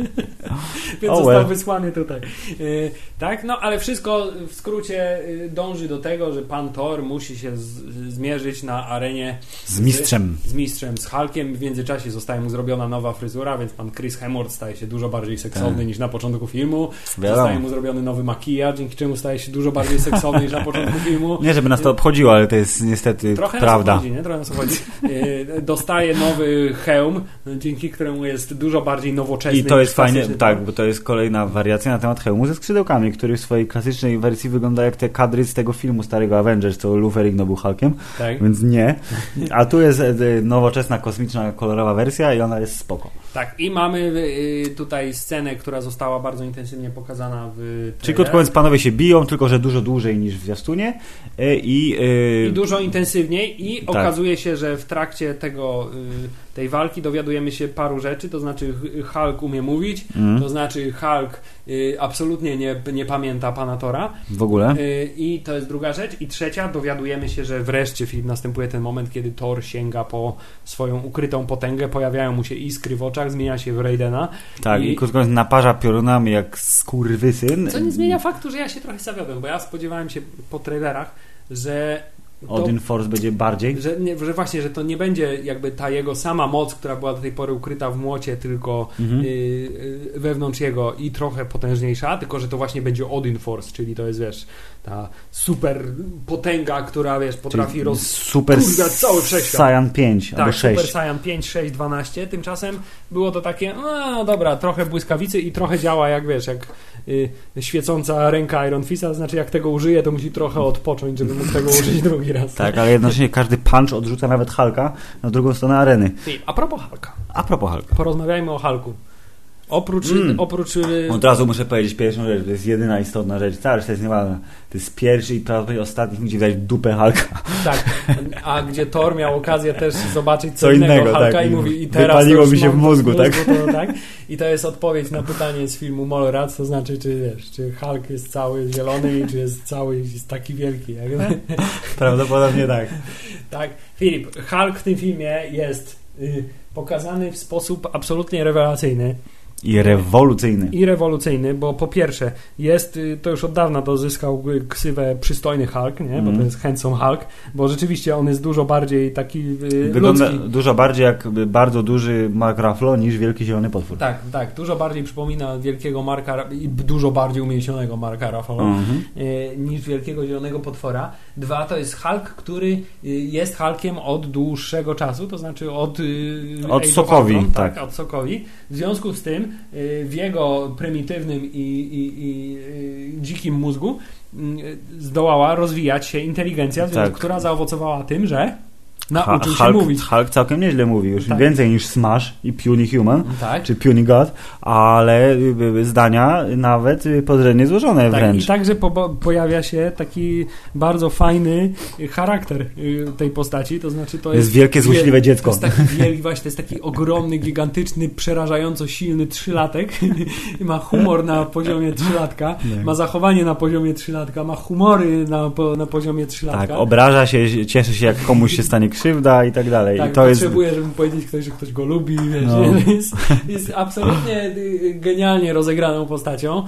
Więc został wysłany tutaj. Tak, no ale wszystko w skrócie dąży do tego, że pan Thor musi się zmierzyć na arenie z mistrzem. Z Hulkiem. W międzyczasie zostaje mu zrobiona nowa fryzura, więc pan Chris Hemsworth staje się dużo bardziej seksowny niż na początku filmu. Zostaje mu zrobiony nowy makijaż, dzięki czemu staje się dużo bardziej seksowny niż na początku filmu. Nie, żeby nas to obchodziło, ale to jest niestety trochę prawda. Nas obchodzi, nie? Trochę nas obchodzi. Dostaje nowy hełm, dzięki któremu jest dużo bardziej nowoczesny. I to jest fajnie, tak, bo to jest kolejna wariacja na temat hełmu ze skrzydełkami, który w swojej klasycznej wersji wygląda jak te kadry z tego filmu starego Avengers, co Lou Ferrigno był Hulkiem, tak. Więc nie. A tu jest nowoczesna, kosmiczna, kolorowa wersja i ona jest spoko. Tak, i mamy tutaj scenę, która została bardzo intensywnie pokazana w trailerze. Czyli krótko mówiąc, panowie się biją, tylko że dużo dłużej niż w zwiastunie i dużo intensywniej i tak. Okazuje się, że w trakcie tej walki dowiadujemy się paru rzeczy, to znaczy Hulk umie mówić, to znaczy Hulk absolutnie nie pamięta pana Thora. W ogóle. I to jest druga rzecz. I trzecia, dowiadujemy się, że wreszcie film następuje ten moment, kiedy Thor sięga po swoją ukrytą potęgę, pojawiają mu się iskry w oczach, zmienia się w Raidena. Tak, i krótko mówiąc naparza piorunami jak skurwysyn. Co nie zmienia faktu, że ja się trochę zawiodłem, bo ja spodziewałem się po trailerach, że Odin Force będzie bardziej? Że właśnie, że to nie będzie jakby ta jego sama moc, która była do tej pory ukryta w młocie, tylko wewnątrz jego i trochę potężniejsza, tylko że to właśnie będzie Odin Force, czyli to jest, wiesz, ta super potęga, która, wiesz, potrafi Super cały wszechświat. Saiyan 5 tak, albo 6. Super Saiyan 5, 6, 12. Tymczasem było to takie, no dobra, trochę błyskawicy i trochę działa jak, wiesz, jak świecąca ręka Iron Fista, to znaczy jak tego użyje, to musi trochę odpocząć, żeby mógł tego użyć drugi raz. Tak, ale jednocześnie każdy punch odrzuca nawet Hulka na drugą stronę areny. A propos Hulka. Porozmawiajmy o Hulku. Oprócz Od razu muszę powiedzieć pierwszą rzecz, to jest jedyna istotna rzecz, cała reszta jest nieważna. To jest pierwszy i prawdopodobnie ostatni, gdzie widać dupę Hulka. Tak, a gdzie Thor miał okazję też zobaczyć co innego Hulka tak, i mówi i teraz wypaliło mi się w mózgu, tak? To, tak? I to jest odpowiedź na pytanie z filmu Mallrats, to znaczy czy Hulk jest cały zielony i czy jest cały jest taki wielki. Jak... Prawdopodobnie tak. Tak, Filip, Hulk w tym filmie jest pokazany w sposób absolutnie rewelacyjny. I rewolucyjny, bo po pierwsze to już od dawna zyskał ksywę przystojny Hulk, nie? Bo to jest handsome Hulk, bo rzeczywiście on jest dużo bardziej taki wygląda ludzki. Dużo bardziej jak bardzo duży Mark Ruffalo niż wielki zielony potwór. Tak, dużo bardziej przypomina wielkiego Marka i dużo bardziej umięśnionego Marka Ruffalo niż wielkiego zielonego potwora. 2, to jest Hulk, który jest Hulkiem od dłuższego czasu, to znaczy od Sokowi, tak, od Sokowi. W związku z tym w jego prymitywnym i dzikim mózgu zdołała rozwijać się inteligencja, która zaowocowała tym, że nauczył się mówić. Hulk całkiem nieźle mówi, już więcej niż Smash i Puny Human, czy Puny God, ale zdania nawet podrzędnie złożone wręcz. I także pojawia się taki bardzo fajny charakter tej postaci, to znaczy to jest wielkie, złośliwe dziecko. To jest taki wielki, właśnie, to jest taki ogromny, gigantyczny, przerażająco silny trzylatek. Ma humor na poziomie trzylatka, ma zachowanie na poziomie trzylatka, ma humory na poziomie trzylatka. Tak, obraża się, cieszy się, jak komuś się stanie krzywda i tak dalej. Tak, I to potrzebuje, żeby powiedzieć ktoś, że ktoś go lubi. Wiesz, jest absolutnie genialnie rozegraną postacią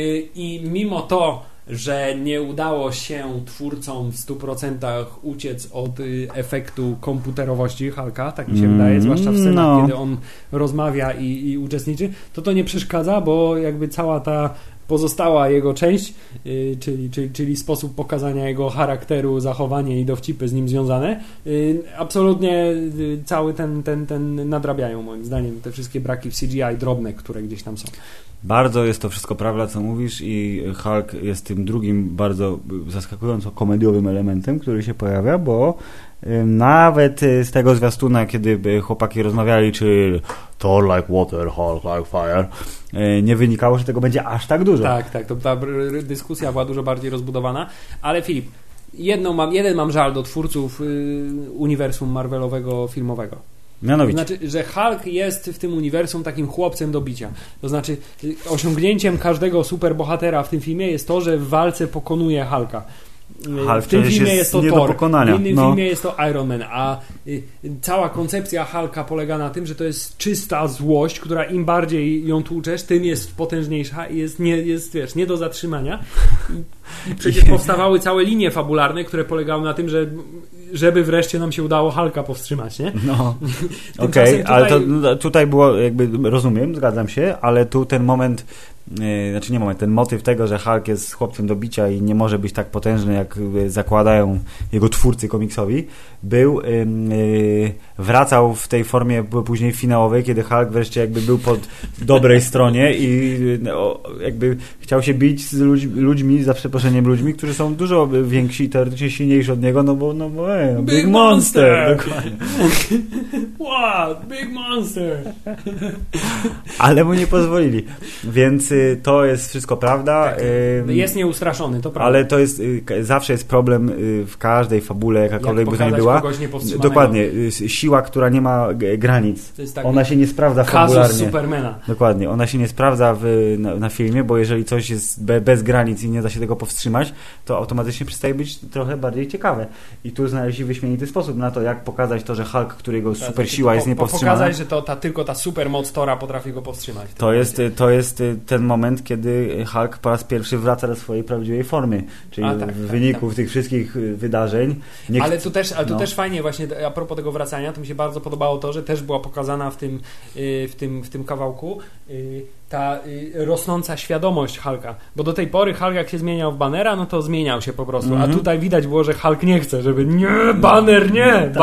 i mimo to, że nie udało się twórcom w 100% uciec od efektu komputerowości Hulka, tak mi się wydaje, zwłaszcza w scenach, kiedy on rozmawia i uczestniczy, to nie przeszkadza, bo jakby cała ta pozostała jego część, czyli sposób pokazania jego charakteru, zachowanie i dowcipy z nim związane, absolutnie cały ten nadrabiają moim zdaniem te wszystkie braki w CGI drobne, które gdzieś tam są. Bardzo jest to wszystko prawda, co mówisz, i Hulk jest tym drugim bardzo zaskakująco komediowym elementem, który się pojawia, bo nawet z tego zwiastuna, kiedy chłopaki rozmawiali, czy Thor like water, Hulk like fire, nie wynikało, że tego będzie aż tak dużo. Tak, to ta dyskusja była dużo bardziej rozbudowana, ale Filip, jeden mam żal do twórców uniwersum Marvelowego filmowego. Mianowicie. To znaczy, że Hulk jest w tym uniwersum takim chłopcem do bicia. To znaczy, osiągnięciem każdego superbohatera w tym filmie jest to, że w walce pokonuje Hulka. Hulk w tym filmie jest to Thor, pokonania. w innym filmie jest to Iron Man, a cała koncepcja Hulka polega na tym, że to jest czysta złość, która im bardziej ją tłuczesz, tym jest potężniejsza i jest nie do zatrzymania. I przecież powstawały całe linie fabularne, które polegały na tym, żeby wreszcie nam się udało Hulka powstrzymać, nie? No, okej, ale tutaj było jakby, rozumiem, zgadzam się, ale tu ten moment, ten motyw tego, że Hulk jest chłopcem do bicia i nie może być tak potężny, jak zakładają jego twórcy komiksowi, wracał w tej formie później finałowej, kiedy Hulk wreszcie jakby był po dobrej stronie i jakby chciał się bić z ludźmi, za przeproszeniem ludźmi, którzy są dużo więksi i teoretycznie silniejsi od niego, Big Monster! Dokładnie. What? Big Monster! Ale mu nie pozwolili. Więc to jest wszystko prawda. Tak. Jest nieustraszony, to prawda. Ale to jest, zawsze jest problem w każdej fabule, jakakolwiek by to nie była. Dokładnie. Siła, która nie ma granic. Ona się nie sprawdza fabularnie. Supermana. Dokładnie. Ona się nie sprawdza na filmie, bo jeżeli coś jest bez granic i nie da się tego powstrzymać, to automatycznie przestaje być trochę bardziej ciekawe. I tu znaleźli wyśmienity sposób na to, jak pokazać to, że Hulk, którego super siła jest niepowstrzymana. Pokazać, że tylko ta supermoc Thora potrafi go powstrzymać. To jest ten ten moment, kiedy Hulk po raz pierwszy wraca do swojej prawdziwej formy, czyli w wyniku tych wszystkich wydarzeń. Ale tu też fajnie właśnie, a propos tego wracania, to mi się bardzo podobało to, że też była pokazana w tym kawałku ta rosnąca świadomość Hulka, bo do tej pory Hulk jak się zmieniał w Bannera, no to zmieniał się po prostu, a tutaj widać było, że Hulk nie chce, żeby Banner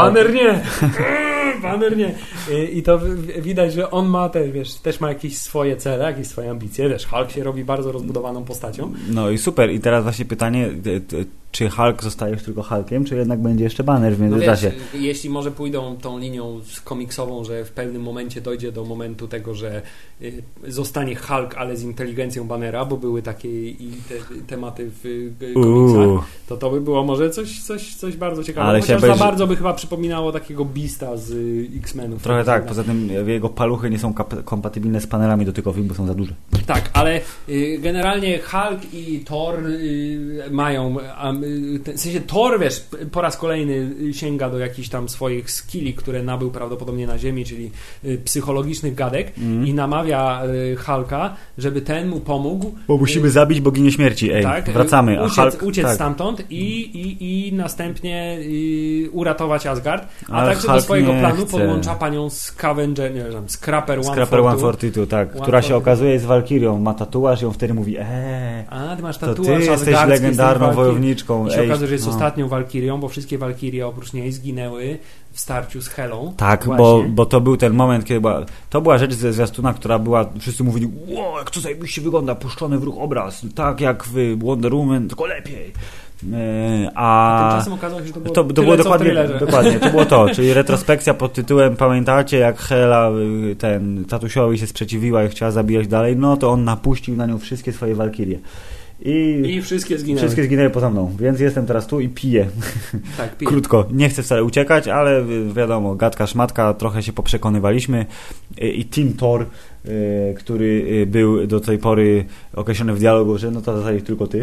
nie. I to widać, że on ma też ma jakieś swoje cele, jakieś swoje ambicje, Hulk się robi bardzo rozbudowaną postacią. No i super. I teraz właśnie pytanie, czy Hulk zostaje już tylko Hulkiem, czy jednak będzie jeszcze Banner w międzyczasie? No jeśli może pójdą tą linią komiksową, że w pewnym momencie dojdzie do momentu tego, że zostanie Hulk, ale z inteligencją Bannera, bo były takie tematy w komiksach, to by było może coś bardzo ciekawego. Ale chociaż za bardzo by chyba przypominało takiego Beasta z X-Menów. Trochę tak, poza tym jego paluchy nie są kompatybilne z panelami dotykowymi, bo są za duże. Tak, ale generalnie Hulk i Thor mają... W sensie Thor, po raz kolejny sięga do jakichś tam swoich skilli, które nabył prawdopodobnie na Ziemi, czyli psychologicznych gadek i namawia Hulka, żeby ten mu pomógł. Bo musimy zabić boginię śmierci, wracamy. Uciec stamtąd i następnie uratować Asgard, a także Hulk do swojego planu podłącza panią Scrapper 142, tak, która się okazuje jest Walkirią, ma tatuaż i on wtedy mówi ty masz to tatuaż, ty jesteś legendarną wojowniczką. I się okazuje, że jest ostatnią Walkirią, bo wszystkie Walkirie oprócz niej zginęły w starciu z Helą. Tak, bo to był ten moment, kiedy to była rzecz ze zwiastuna, która była, wszyscy mówili, wow, jak to zajebiście wygląda, puszczony w ruch obraz, tak jak w Wonder Woman, tylko lepiej. A tymczasem okazało się, że to było dokładnie, to było to, czyli retrospekcja pod tytułem pamiętacie, jak Hela tatusiowi się sprzeciwiła i chciała zabijać dalej, no to on napuścił na nią wszystkie swoje walkirie. I wszystkie zginęły. Wszystkie zginęły poza mną, więc jestem teraz tu i piję. Tak, piję. Krótko, nie chcę wcale uciekać, ale wiadomo, gadka, szmatka, trochę się poprzekonywaliśmy i Team Thor, który był do tej pory określony w dialogu, że no to w zasadzie tylko ty.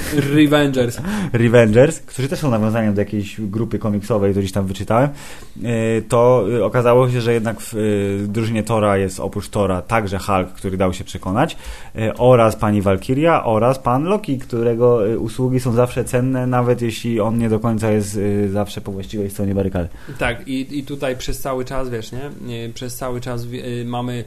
Revengers, którzy też są nawiązaniem do jakiejś grupy komiksowej, to gdzieś tam wyczytałem, to okazało się, że jednak w drużynie Thora jest oprócz Thora także Hulk, który dał się przekonać, oraz pani Valkyria, oraz pan Loki, którego usługi są zawsze cenne, nawet jeśli on nie do końca jest zawsze po właściwej stronie barykady. Tak, i tutaj przez cały czas, przez cały czas mamy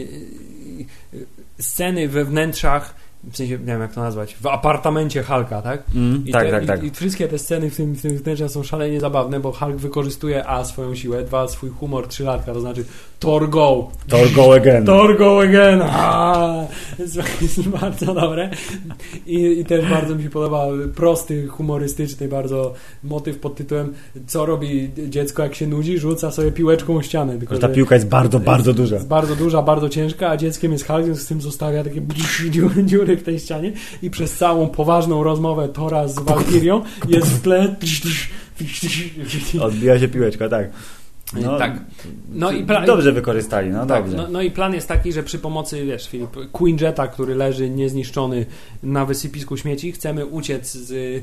sceny we wnętrzach, w sensie, nie wiem jak to nazwać, w apartamencie Hulka, tak? Tak. I wszystkie te sceny w tym wnętrzach są szalenie zabawne, bo Hulk wykorzystuje swoją siłę, swój humor 3-latka, to znaczy Thor go again. Jest bardzo dobre. I też bardzo mi się podoba prosty, humorystyczny bardzo motyw pod tytułem co robi dziecko jak się nudzi, rzuca sobie piłeczką o ścianę. Tylko ta piłka jest bardzo duża. Jest bardzo duża, bardzo ciężka, a dzieckiem jest Hulk, z tym zostawia takie dziury w tej ścianie i przez całą poważną rozmowę Thora z Valkyrią jest w tle odbija się piłeczka, tak. Dobrze wykorzystali, dobrze. No i plan jest taki, że przy pomocy, Filip, Queen Jetta, który leży niezniszczony na wysypisku śmieci, chcemy uciec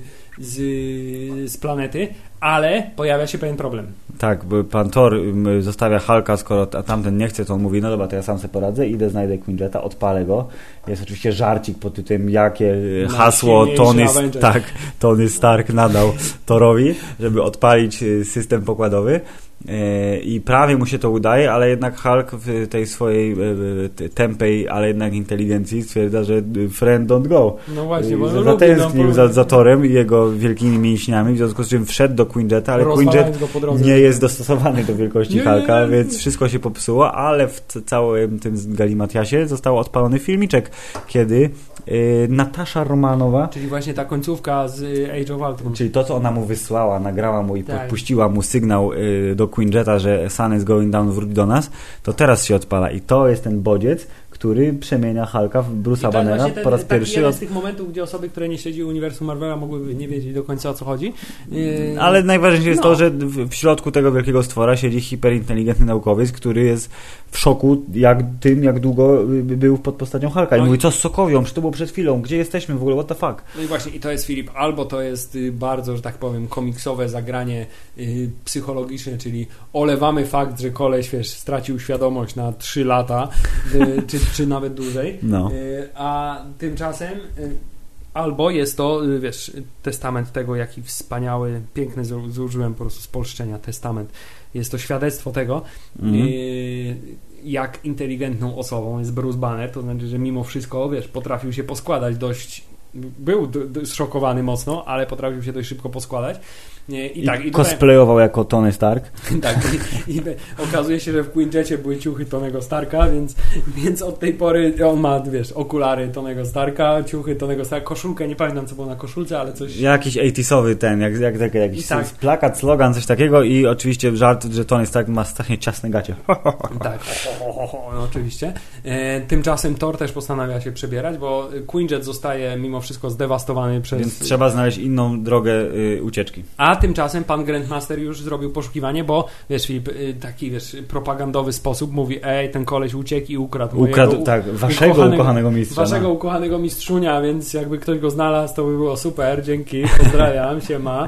z planety, ale pojawia się pewien problem. Tak, bo pan Thor zostawia Hulka, skoro tamten nie chce, to on mówi, no dobra, to ja sam sobie poradzę, idę, znajdę Queen Jetta, odpalę go. Jest oczywiście żarcik pod tytułem, jakie hasło Tony Stark nadał Thorowi, żeby odpalić system pokładowy. I prawie mu się to udaje, ale jednak Hulk w tej swojej tępej, ale jednak inteligencji stwierdza, że friend don't go. No właśnie, bo zatęsknił za Thorem i jego wielkimi mięśniami, w związku z czym wszedł do Queen Jetta, ale Queen Jet nie jest dostosowany do wielkości Hulka, więc wszystko się popsuło, ale w całym tym galimatiasie został odpalony filmiczek, kiedy Natasza Romanowa, czyli właśnie ta końcówka z Age of Ultron, czyli to, co ona mu wysłała, nagrała mu i podpuściła mu sygnał do Queen Jetta, że Sun is going down, wróć do nas, to teraz się odpala i to jest ten bodziec, który przemienia Hulka w Bruce'a Bannera po raz pierwszy. Jeden z tych momentów, gdzie osoby, które nie śledziły uniwersum Marvela, mogłyby nie wiedzieć do końca, o co chodzi. Ale najważniejsze jest to, że w środku tego wielkiego stwora siedzi hiperinteligentny naukowiec, który jest w szoku jak długo był pod postacią Hulka. I mówi, co z Sokowią? Czy to było przed chwilą? Gdzie jesteśmy w ogóle? What the fuck? No i właśnie, i to jest, Filip, albo to jest bardzo, że tak powiem, komiksowe zagranie psychologiczne, czyli olewamy fakt, że koleś, stracił świadomość na 3 lata, czy nawet dłużej. No. A tymczasem albo jest to, wiesz, testament tego, jaki wspaniały, piękny, zużyłem po prostu spolszczenia, testament. Jest to świadectwo tego, jak inteligentną osobą jest Bruce Banner, to znaczy, że mimo wszystko, wiesz, potrafił się poskładać dość, był zszokowany mocno, ale potrafił się dość szybko poskładać. I cosplayował jako Tony Stark. Tak, i okazuje się, że w Quinjecie były ciuchy Tonego Starka, więc od tej pory on ma, wiesz, okulary Tonego Starka, ciuchy Tonego Starka, koszulkę, nie pamiętam co było na koszulce, ale coś... Jakiś 80-sowy jakiś plakat, slogan, coś takiego i oczywiście żart, że Tony Stark ma strasznie ciasne gacie. Tak, no, oczywiście. Tymczasem Thor też postanawia się przebierać, bo Quinjet zostaje mimo wszystko zdewastowany przez... Więc trzeba znaleźć inną drogę ucieczki. A tymczasem pan Grandmaster już zrobił poszukiwanie, bo wiesz, Filip, taki wiesz, propagandowy sposób mówi, ten koleś uciekł i ukradł waszego ukochanego mistrza. Waszego ukochanego mistrzunia, więc jakby ktoś go znalazł, to by było super, dzięki, pozdrawiam, siema.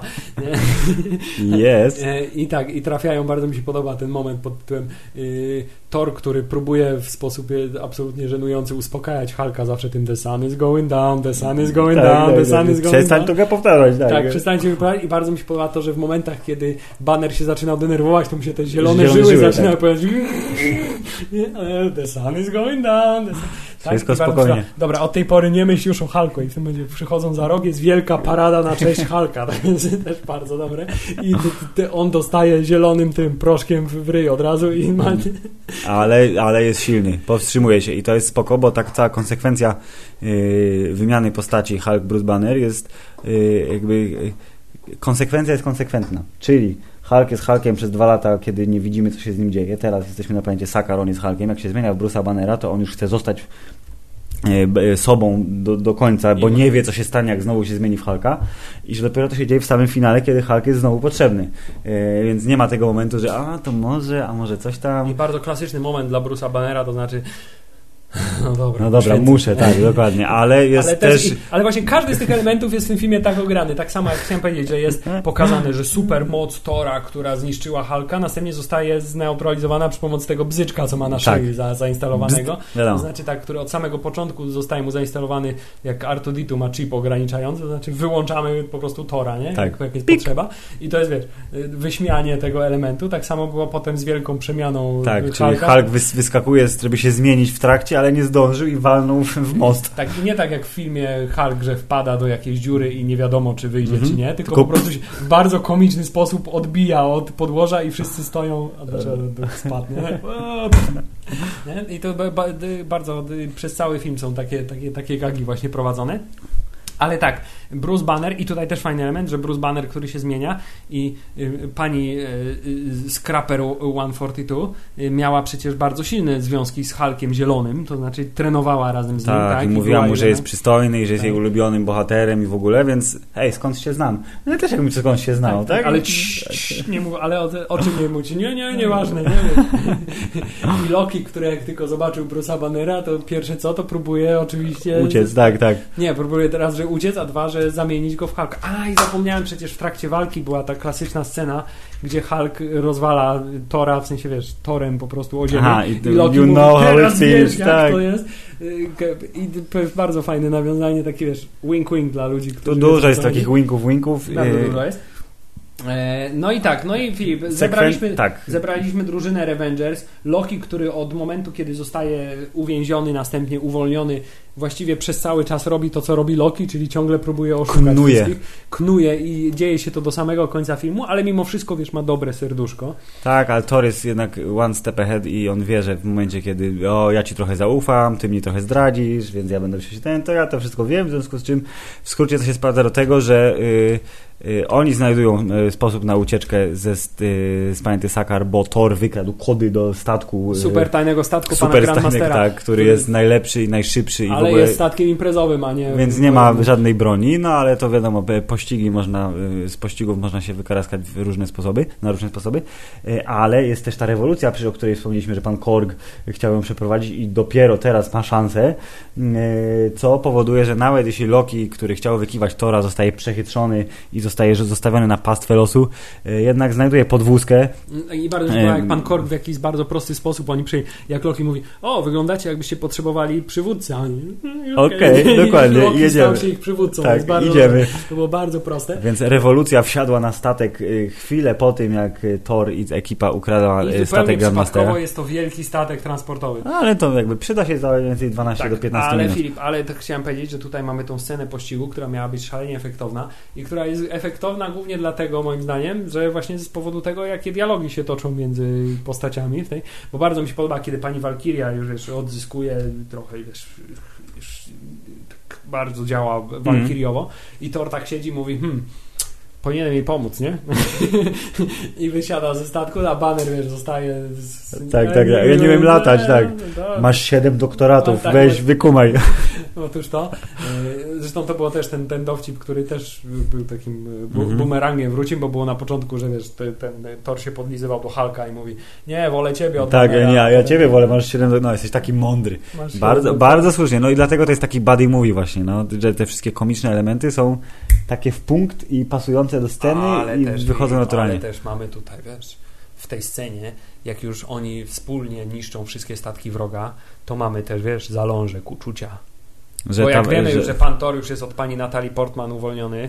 Jest. I trafiają, bardzo mi się podoba ten moment pod tytułem Thor, który próbuje w sposób absolutnie żenujący uspokajać Hulka zawsze tym the sun is going down, the sun is going down, the sun is going down. Przestań to powtarzać. Tak, przestańcie powtarzać i bardzo mi się podoba to, że w momentach, kiedy Banner się zaczynał denerwować, to mu się te zielone żyły zaczynały powiedzieć the sun is going down. Wszystko spokojnie. Dobra, od tej pory nie myśl już o Hulku i w tym momencie przychodzą za rok, jest wielka parada na cześć Hulka, tak więc też bardzo dobre i on dostaje zielonym tym proszkiem w ryj od razu i ma... Ale jest silny, powstrzymuje się i to jest spoko, bo tak cała konsekwencja wymiany postaci Hulk Bruce Banner jest konsekwencja jest konsekwentna, czyli Hulk jest Hulkiem przez 2 lata, kiedy nie widzimy, co się z nim dzieje. Teraz jesteśmy na planecie Sakaar, on jest Hulkiem. Jak się zmienia w Bruce'a Bannera, to on już chce zostać sobą do końca, bo nie wie, co się stanie, jak znowu się zmieni w Hulka i że dopiero to się dzieje w samym finale, kiedy Hulk jest znowu potrzebny. Więc nie ma tego momentu, że to może coś tam... I bardzo klasyczny moment dla Bruce'a Bannera, to znaczy no dobra, muszę, tak, dokładnie, ale jest też... Ale właśnie każdy z tych elementów jest w tym filmie tak ograny, tak samo jak chciałem powiedzieć, że jest pokazane, że super moc Thora, która zniszczyła Hulka, następnie zostaje zneutralizowana przy pomocy tego bzyczka, co ma na szyi zainstalowanego. To znaczy tak, który od samego początku zostaje mu zainstalowany, jak R2-D2 ma chip ograniczający, to znaczy wyłączamy po prostu Thora, nie? Tak. Jak jest potrzeba. I to jest, wiesz, wyśmianie tego elementu. Tak samo było potem z wielką przemianą Hulka. Czyli Hulk wyskakuje, żeby się zmienić w trakcie, ale nie zdążył i walnął w most. Tak, i nie tak jak w filmie Hulk, że wpada do jakiejś dziury i nie wiadomo, czy wyjdzie, czy nie, tylko po prostu się w bardzo komiczny sposób odbija od podłoża i wszyscy stoją, a dlaczego spadł, nie? I to bardzo przez cały film są takie gagi właśnie prowadzone. Ale tak, Bruce Banner i tutaj też fajny element, że Bruce Banner, który się zmienia i pani Scrapper 142 miała przecież bardzo silne związki z Hulkiem Zielonym, to znaczy trenowała razem z nim. Tak, i mówiła mu, że jest przystojny i że jest jej ulubionym bohaterem i w ogóle, więc hej, skąd się znam? No też jakby skąd się znał, tak? Ale nie mów, ale o czym nie mówić? Nieważne, nie. I Loki, który jak tylko zobaczył Bruce'a Bannera, to pierwsze co, to próbuje oczywiście... Uciec, tak. Nie, próbuje teraz, że uciec, a 2, że zamienić go w Hulka. I zapomniałem, przecież w trakcie walki była ta klasyczna scena, gdzie Hulk rozwala Thora, w sensie, wiesz, Thorem po prostu o ziemię. I Loki mówi, teraz wiesz, jak to jest. I to jest bardzo fajne nawiązanie, takie, wiesz, wink dla ludzi, którzy... Tu dużo jest takich winków. Bardzo dużo jest. No i Filip, zebraliśmy drużynę Revengers. Loki, który od momentu, kiedy zostaje uwięziony, następnie uwolniony, właściwie przez cały czas robi to, co robi Loki, czyli ciągle próbuje oszukać wszystkich. Knuje i dzieje się to do samego końca filmu, ale mimo wszystko, wiesz, ma dobre serduszko. Tak, ale Thor jest jednak one step ahead i on wie, że w momencie, kiedy ja ci trochę zaufam, ty mnie trochę zdradzisz, więc ja będę się to ja to wszystko wiem, w związku z czym w skrócie to się sprowadza do tego, że oni znajdują sposób na ucieczkę z planety Sakaar, bo Thor wykradł kody do statku. Super tajnego statku pana Grandmastera. Tak, który jest najlepszy i najszybszy i w ogóle ogóle... jest statkiem imprezowym, a nie... Więc nie ma żadnej broni, no ale to wiadomo, z pościgów można się wykaraskać na różne sposoby, ale jest też ta rewolucja, o której wspomnieliśmy, że pan Korg chciał ją przeprowadzić i dopiero teraz ma szansę, co powoduje, że nawet jeśli Loki, który chciał wykiwać Tora, zostaje przechytrzony i zostaje zostawiony na pastwę losu, jednak znajduje podwózkę. I bardzo podoba, jak pan Korg w jakiś bardzo prosty sposób, jak Loki mówi, wyglądacie jakbyście potrzebowali przywódcy. Okej, dokładnie, Loki jedziemy. Stał się ich przywódcą, tak, bardzo, idziemy. To było bardzo proste. Więc rewolucja wsiadła na statek chwilę po tym, jak Thor i ekipa ukradła statek Grandmastera. Jest to wielki statek transportowy. Ale to jakby przyda się za więcej 12 do 15 minut. Filip, tak chciałem powiedzieć, że tutaj mamy tą scenę pościgu, która miała być szalenie efektowna i która jest efektowna głównie dlatego, moim zdaniem, że właśnie z powodu tego, jakie dialogi się toczą między postaciami w tej, bo bardzo mi się podoba, kiedy pani Walkiria już odzyskuje trochę, już tak bardzo działa walkiriowo i Thor tak siedzi i mówi, powinienem jej pomóc, nie? I wysiada ze statku, a Banner, zostaje... Tak, ja nie wiem latać, tak. Masz 7 doktoratów, weź, wykumaj. Otóż to. Zresztą to było też ten dowcip, który też był takim bumerangiem wrócił, bo było na początku, że wiesz, ten Thor się podlizywał do Hulka i mówi, nie, wolę ciebie od Bannera. Ja ciebie wolę, masz 7, jesteś taki mądry. Bardzo słusznie, no i dlatego to jest taki buddy movie właśnie, no, że te wszystkie komiczne elementy są takie w punkt i pasujące do sceny wychodzą naturalnie. Ale też mamy tutaj, wiesz, w tej scenie, jak już oni wspólnie niszczą wszystkie statki wroga, to mamy też, wiesz, zalążek uczucia. Bo jak wiemy już, że pan Thor już jest od pani Natalii Portman uwolniony,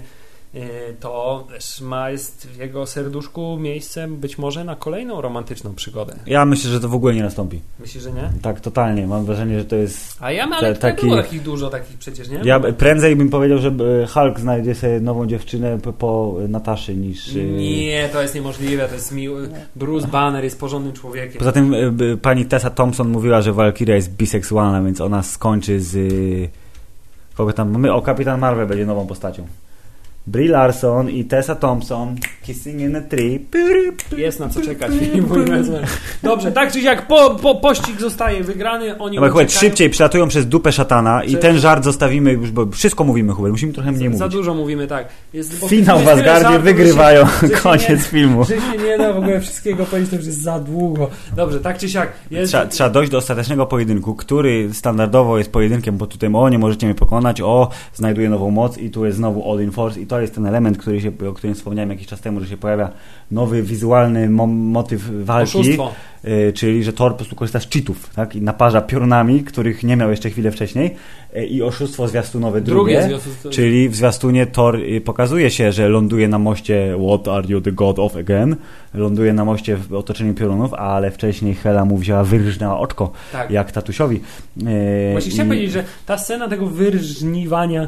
to jest w jego serduszku miejsce być może na kolejną romantyczną przygodę. Ja myślę, że to w ogóle nie nastąpi. Myślisz, że nie? Tak, totalnie. Mam wrażenie, że to jest... Ale było takich dużo takich przecież, nie? Ja prędzej bym powiedział, że Hulk znajdzie sobie nową dziewczynę po Nataszy niż... Nie, to jest niemożliwe. To jest miły. Bruce Banner jest porządnym człowiekiem. Poza tym pani Tessa Thompson mówiła, że Valkyria jest biseksualna, więc ona skończy z... Kogo tam mamy? Kapitan Marvel będzie nową postacią. Brie Larson i Tessa Thompson kissing in a tree. Jest na co czekać. Dobrze, tak czy siak pościg zostaje wygrany. Oni szybciej przylatują przez dupę szatana i ten żart zostawimy już, bo wszystko mówimy, Hubert, musimy trochę mniej mówić. Za dużo mówimy, tak. Finał w Asgardzie wygrywają. Koniec filmu. Że się nie da w ogóle wszystkiego powiedzieć, to już jest za długo. Dobrze, tak czy siak. Trzeba dojść do ostatecznego pojedynku, który standardowo jest pojedynkiem, bo tutaj nie możecie mnie pokonać, znajduję nową moc i tu jest znowu All in Force i to jest ten element, o którym wspomniałem jakiś czas temu, że się pojawia nowy wizualny motyw walki. Oszustwo. Czyli że Thor po prostu korzysta z cheatów, tak? I naparza piorunami, których nie miał jeszcze chwilę wcześniej, i oszustwo zwiastunowe drugie, czyli w zwiastunie Thor pokazuje się, że ląduje na moście What are you the god of again? Ląduje na moście w otoczeniu piorunów, ale wcześniej Hela mu wzięła, wyrżnęła oczko, jak tatusiowi. Właśnie chciałem powiedzieć, że ta scena tego wyrżniwania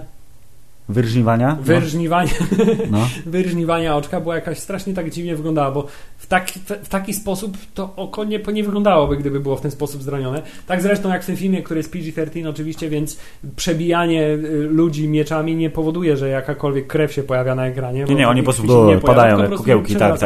wyrżniwania oczka była jakaś strasznie tak dziwnie wyglądała, bo w taki sposób to oko nie wyglądałoby, gdyby było w ten sposób zranione. Tak zresztą jak w tym filmie, który jest PG-13 oczywiście, więc przebijanie ludzi mieczami nie powoduje, że jakakolwiek krew się pojawia na ekranie. Nie, oni po prostu padają jak kukiełki. Tak.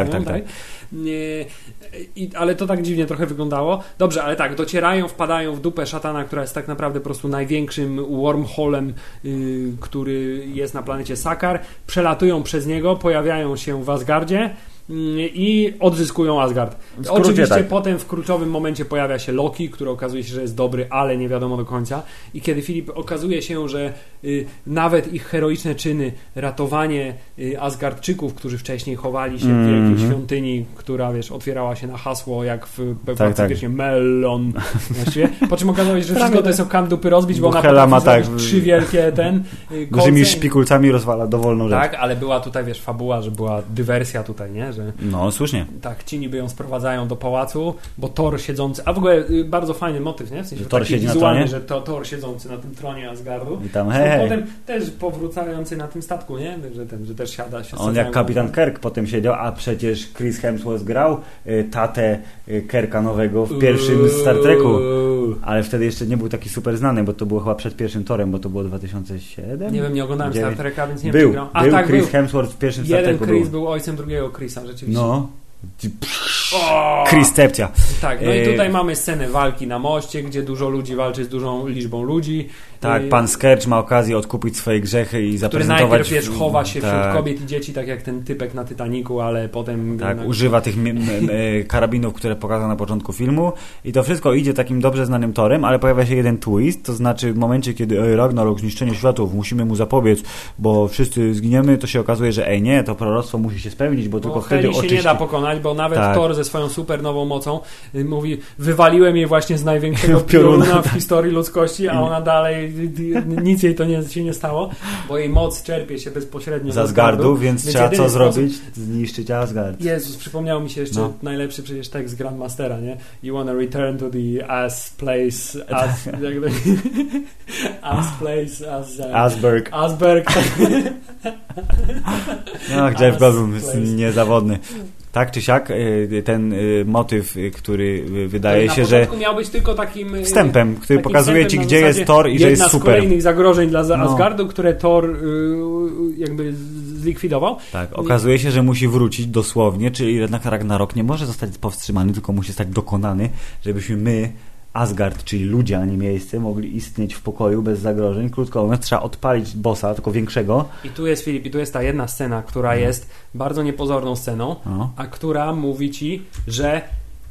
Ale to tak dziwnie trochę wyglądało. Dobrze, ale tak, wpadają w dupę szatana, która jest tak naprawdę po prostu największym wormholem, który jest na planecie Sakaar. Przelatują przez niego, pojawiają się w Asgardzie i odzyskują Asgard. Oczywiście potem w kluczowym momencie pojawia się Loki, który okazuje się, że jest dobry, ale nie wiadomo do końca. I kiedy Filip okazuje się, że nawet ich heroiczne czyny, ratowanie Asgardczyków, którzy wcześniej chowali się w wielkiej świątyni, która otwierała się na hasło jak w faktycznie melon właściwie. Po czym okazało się, że wszystko to jest o kam dupy rozbić, bo ona ma trzy wielkie dużymi szpikulcami rozwala dowolną rzecz. Tak, ale była tutaj fabuła, że była dywersja tutaj, nie? Że, słusznie. Tak, ci niby ją sprowadzają do pałacu, bo Thor siedzący, a w ogóle bardzo fajny motyw, nie? W sensie Thor taki siedzi wizualny, na że Thor siedzący na tym tronie Asgardu. I tam potem też powracający na tym statku, nie? Że też siada się. On jak kapitan Kirk potem siedział, a przecież Chris Hemsworth grał tatę Kirka nowego w pierwszym Star Treku. Ale wtedy jeszcze nie był taki super znany, bo to było chyba przed pierwszym Torem, bo to było 2007? Nie wiem, nie oglądałem Star Treka, więc nie wiem, czy grał. Był Chris Hemsworth w pierwszym Star Treku. Jeden Chris był ojcem drugiego Chrisa, rzeczywiście. No. Kryscepcja. Tak, no i tutaj mamy scenę walki na moście, gdzie dużo ludzi walczy z dużą liczbą ludzi. Tak, pan Skercz ma okazję odkupić swoje grzechy i który zaprezentować... najpierw wiesz, chowa się wśród kobiet i dzieci, tak jak ten typek na Titanicu, ale potem... Tak, używa tych karabinów, które pokazał na początku filmu i to wszystko idzie takim dobrze znanym torem, ale pojawia się jeden twist, to znaczy w momencie, kiedy Ragnarok, zniszczenie światów, musimy mu zapobiec, bo wszyscy zginiemy, to się okazuje, że nie, to proroctwo musi się spełnić, bo tylko wtedy oczyści... się nie da pokonać, bo nawet Thor ze swoją super nową mocą mówi, wywaliłem jej właśnie z największego pioruna w historii ludzkości, a ona dalej nic jej to się nie stało, bo jej moc czerpie się bezpośrednio z Asgardu, więc trzeba co zrobić? Zniszczyć Asgard. Jezus, przypomniał mi się jeszcze najlepszy przecież tekst Grandmastera, nie? You wanna return to the ass place Asberg. No, Jeff Goldblum jest niezawodny. Tak czy siak, ten motyw, który wydaje się, że miał być tylko takim wstępem, który pokazuje ci, gdzie jest Thor i że jest super. Jedna z kolejnych zagrożeń dla Asgardu, które Thor jakby zlikwidował. Tak, okazuje się, że musi wrócić dosłownie, czyli jednak Ragnarok nie może zostać powstrzymany, tylko musi zostać dokonany, żebyśmy my, Asgard, czyli ludzie, a nie miejsce, mogli istnieć w pokoju bez zagrożeń. Krótko mówiąc, trzeba odpalić bossa, tylko większego. I tu jest, Filip, i tu jest ta jedna scena, która jest bardzo niepozorną sceną, a która mówi ci, że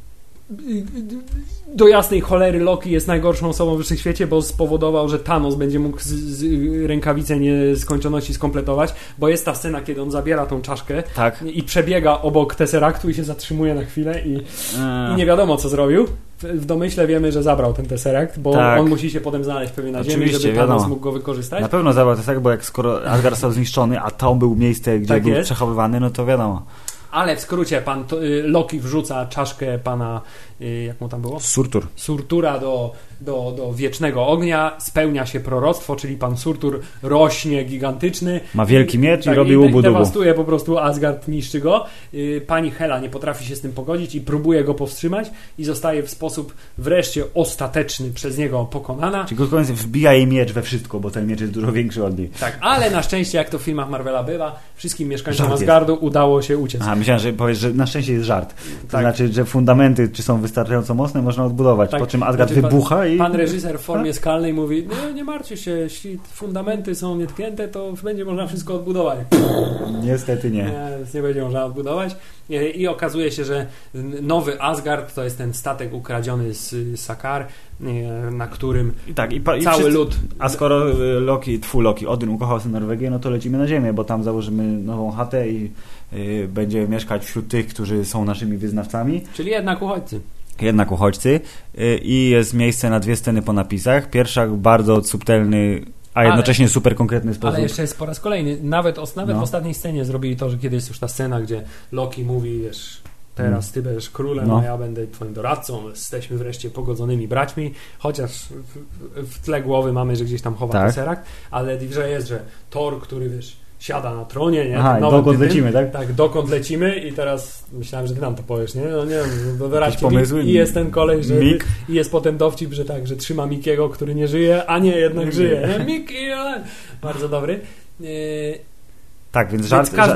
do jasnej cholery Loki jest najgorszą osobą w wszechświecie, bo spowodował, że Thanos będzie mógł z rękawice nieskończoności skompletować, bo jest ta scena, kiedy on zabiera tą czaszkę i przebiega obok Tesseractu i się zatrzymuje na chwilę i nie wiadomo, co zrobił. W domyśle wiemy, że zabrał ten Tesseract, bo on musi się potem znaleźć pewnie na ziemi, żeby Thanos mógł go wykorzystać. Na pewno zabrał Tesseract, bo jak skoro Asgard został zniszczony, a to był miejsce, gdzie był przechowywany, no to wiadomo. Ale w skrócie pan Loki wrzuca czaszkę pana, jak mu tam było? Surtura do wiecznego ognia, spełnia się proroctwo, czyli pan Surtur rośnie gigantyczny. Ma wielki miecz i robi łubu-dubu. Dewastuje po prostu Asgard, niszczy go. Pani Hela nie potrafi się z tym pogodzić i próbuje go powstrzymać i zostaje w sposób wreszcie ostateczny przez niego pokonana. Czyli krótko mówiąc, wbija jej miecz we wszystko, bo ten miecz jest dużo większy od niej. Tak, ale na szczęście, jak to w filmach Marvela bywa, wszystkim mieszkańcom Asgardu udało się uciec. Myślałem, że powiesz, że na szczęście jest żart. To znaczy, że fundamenty, czy są wystarczająco mocne, można odbudować. Po czym Asgard wybucha i... Pan reżyser w formie skalnej mówi, nie martwcie się, jeśli fundamenty są nietknięte, to będzie można wszystko odbudować. Niestety nie. Nie będzie można odbudować. I okazuje się, że nowy Asgard to jest ten statek ukradziony z Sakaar, na którym cały lud... A skoro Loki, Odyn ukochał sobie Norwegię, no to lecimy na ziemię, bo tam założymy nową chatę i będziemy mieszkać wśród tych, którzy są naszymi wyznawcami. Czyli jednak uchodźcy. I jest miejsce na 2 sceny po napisach. Pierwsza bardzo subtelny, a jednocześnie super konkretny sposób. Ale jeszcze jest po raz kolejny. Nawet w ostatniej scenie zrobili to, że kiedy jest już ta scena, gdzie Loki mówi, wiesz, teraz ty będziesz królem, a ja będę twoim doradcą, jesteśmy wreszcie pogodzonymi braćmi, chociaż w tle głowy mamy, że gdzieś tam chowa Tesseract, ale że jest, że Thor, który wiesz, siada na tronie, nie? Dokąd lecimy, tak? Tak, dokąd lecimy i teraz myślałem, że ty nam to powiesz, nie? No nie wiem, doradźcie mi. I jest ten kolej, że i jest potem dowcip, że że trzyma Mikiego, który nie żyje, a nie, jednak żyje. Nie? Miki, bardzo dobry. Tak, więc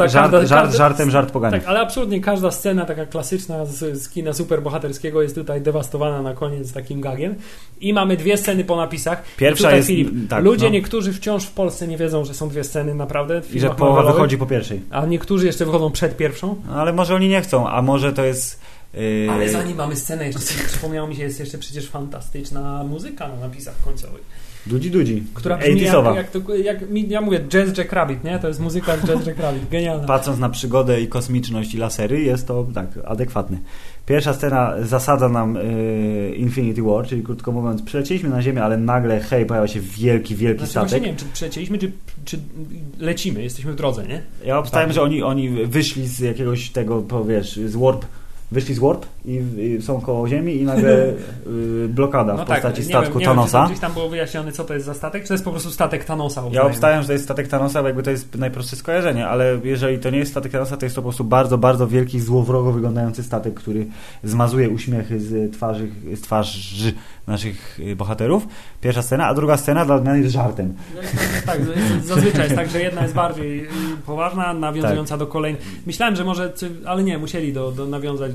żart poganiów. Tak, ale absolutnie każda scena taka klasyczna z kina superbohaterskiego jest tutaj dewastowana na koniec takim gagiem. I mamy 2 sceny po napisach. Pierwsza tutaj, jest... Filip, ludzie niektórzy wciąż w Polsce nie wiedzą, że są 2 sceny naprawdę. I że połowa wychodzi po pierwszej. A niektórzy jeszcze wychodzą przed pierwszą. Ale może oni nie chcą, a może to jest... Ale zanim mamy scenę, jeszcze przypomniało mi się, jest jeszcze przecież fantastyczna muzyka na napisach końcowych. Dudzi. Która brzmi jak ja mówię, Jazz Jack Rabbit, nie? To jest muzyka z Jazz Jack Rabbit, genialna. Patrząc na przygodę i kosmiczność i lasery, jest to tak, adekwatne. Pierwsza scena zasadza nam Infinity War, czyli krótko mówiąc, przylecieliśmy na Ziemię, ale nagle pojawia się wielki statek. Nie wiem, czy przylecieliśmy, czy lecimy, jesteśmy w drodze, nie? Ja obstawiam, że oni wyszli z jakiegoś tego, z warp. Wyszli z warp i są koło Ziemi i nagle blokada w postaci statku Thanosa. Nie wiem, gdzieś tam było wyjaśnione, co to jest za statek, czy to jest po prostu statek Thanosa? Ja obstawiam, że to jest statek Thanosa, bo jakby to jest najprostsze skojarzenie, ale jeżeli to nie jest statek Thanosa, to jest to po prostu bardzo, bardzo wielki, złowrogo wyglądający statek, który zmazuje uśmiechy z twarzy naszych bohaterów. Pierwsza scena, a druga scena dla odmiany jest żartem. Tak, zazwyczaj jest tak, że jedna jest bardziej poważna, nawiązująca do kolejnej. Myślałem, że może, ale nie, musieli nawiązać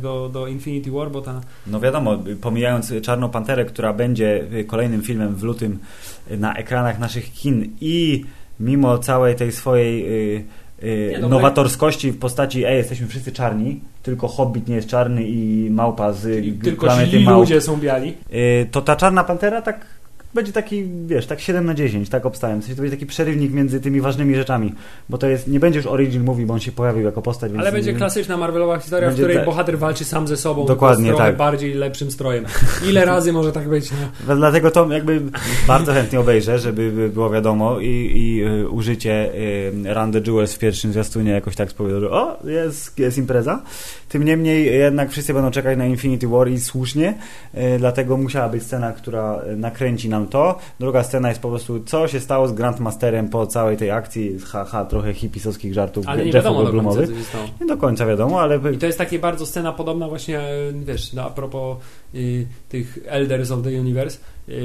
do Infinity War, bo ta... No wiadomo, pomijając Czarną Panterę, która będzie kolejnym filmem w lutym na ekranach naszych kin i mimo całej tej swojej nowatorskości w postaci jesteśmy wszyscy czarni, tylko Hobbit nie jest czarny i małpa z tylko planety źli małp. ludzie są biali. To ta Czarna Pantera tak będzie taki, wiesz, tak 7/10, tak obstawiam. W sensie to będzie taki przerywnik między tymi ważnymi rzeczami, bo to jest, nie będzie już origin movie, bo on się pojawił jako postać, więc... Ale będzie klasyczna Marvelowa historia, w której bohater walczy sam ze sobą. Dokładnie, trochę tak. bardziej lepszym strojem. Ile razy może tak być? No? Dlatego to jakby bardzo chętnie obejrzę, żeby było wiadomo i użycie Run the Jewels w pierwszym zwiastunie jakoś tak spowodowało, że o, jest impreza. Tym niemniej jednak wszyscy będą czekać na Infinity War i słusznie, dlatego musiała być scena, która nakręci nam to. Druga scena jest po prostu, co się stało z Grandmasterem po całej tej akcji, trochę hipisowskich żartów. Ale nie wiadomo do końca, co się stało. Nie do końca wiadomo, ale... I to jest takie bardzo scena podobna właśnie, wiesz, a propos tych Elders of the Universe,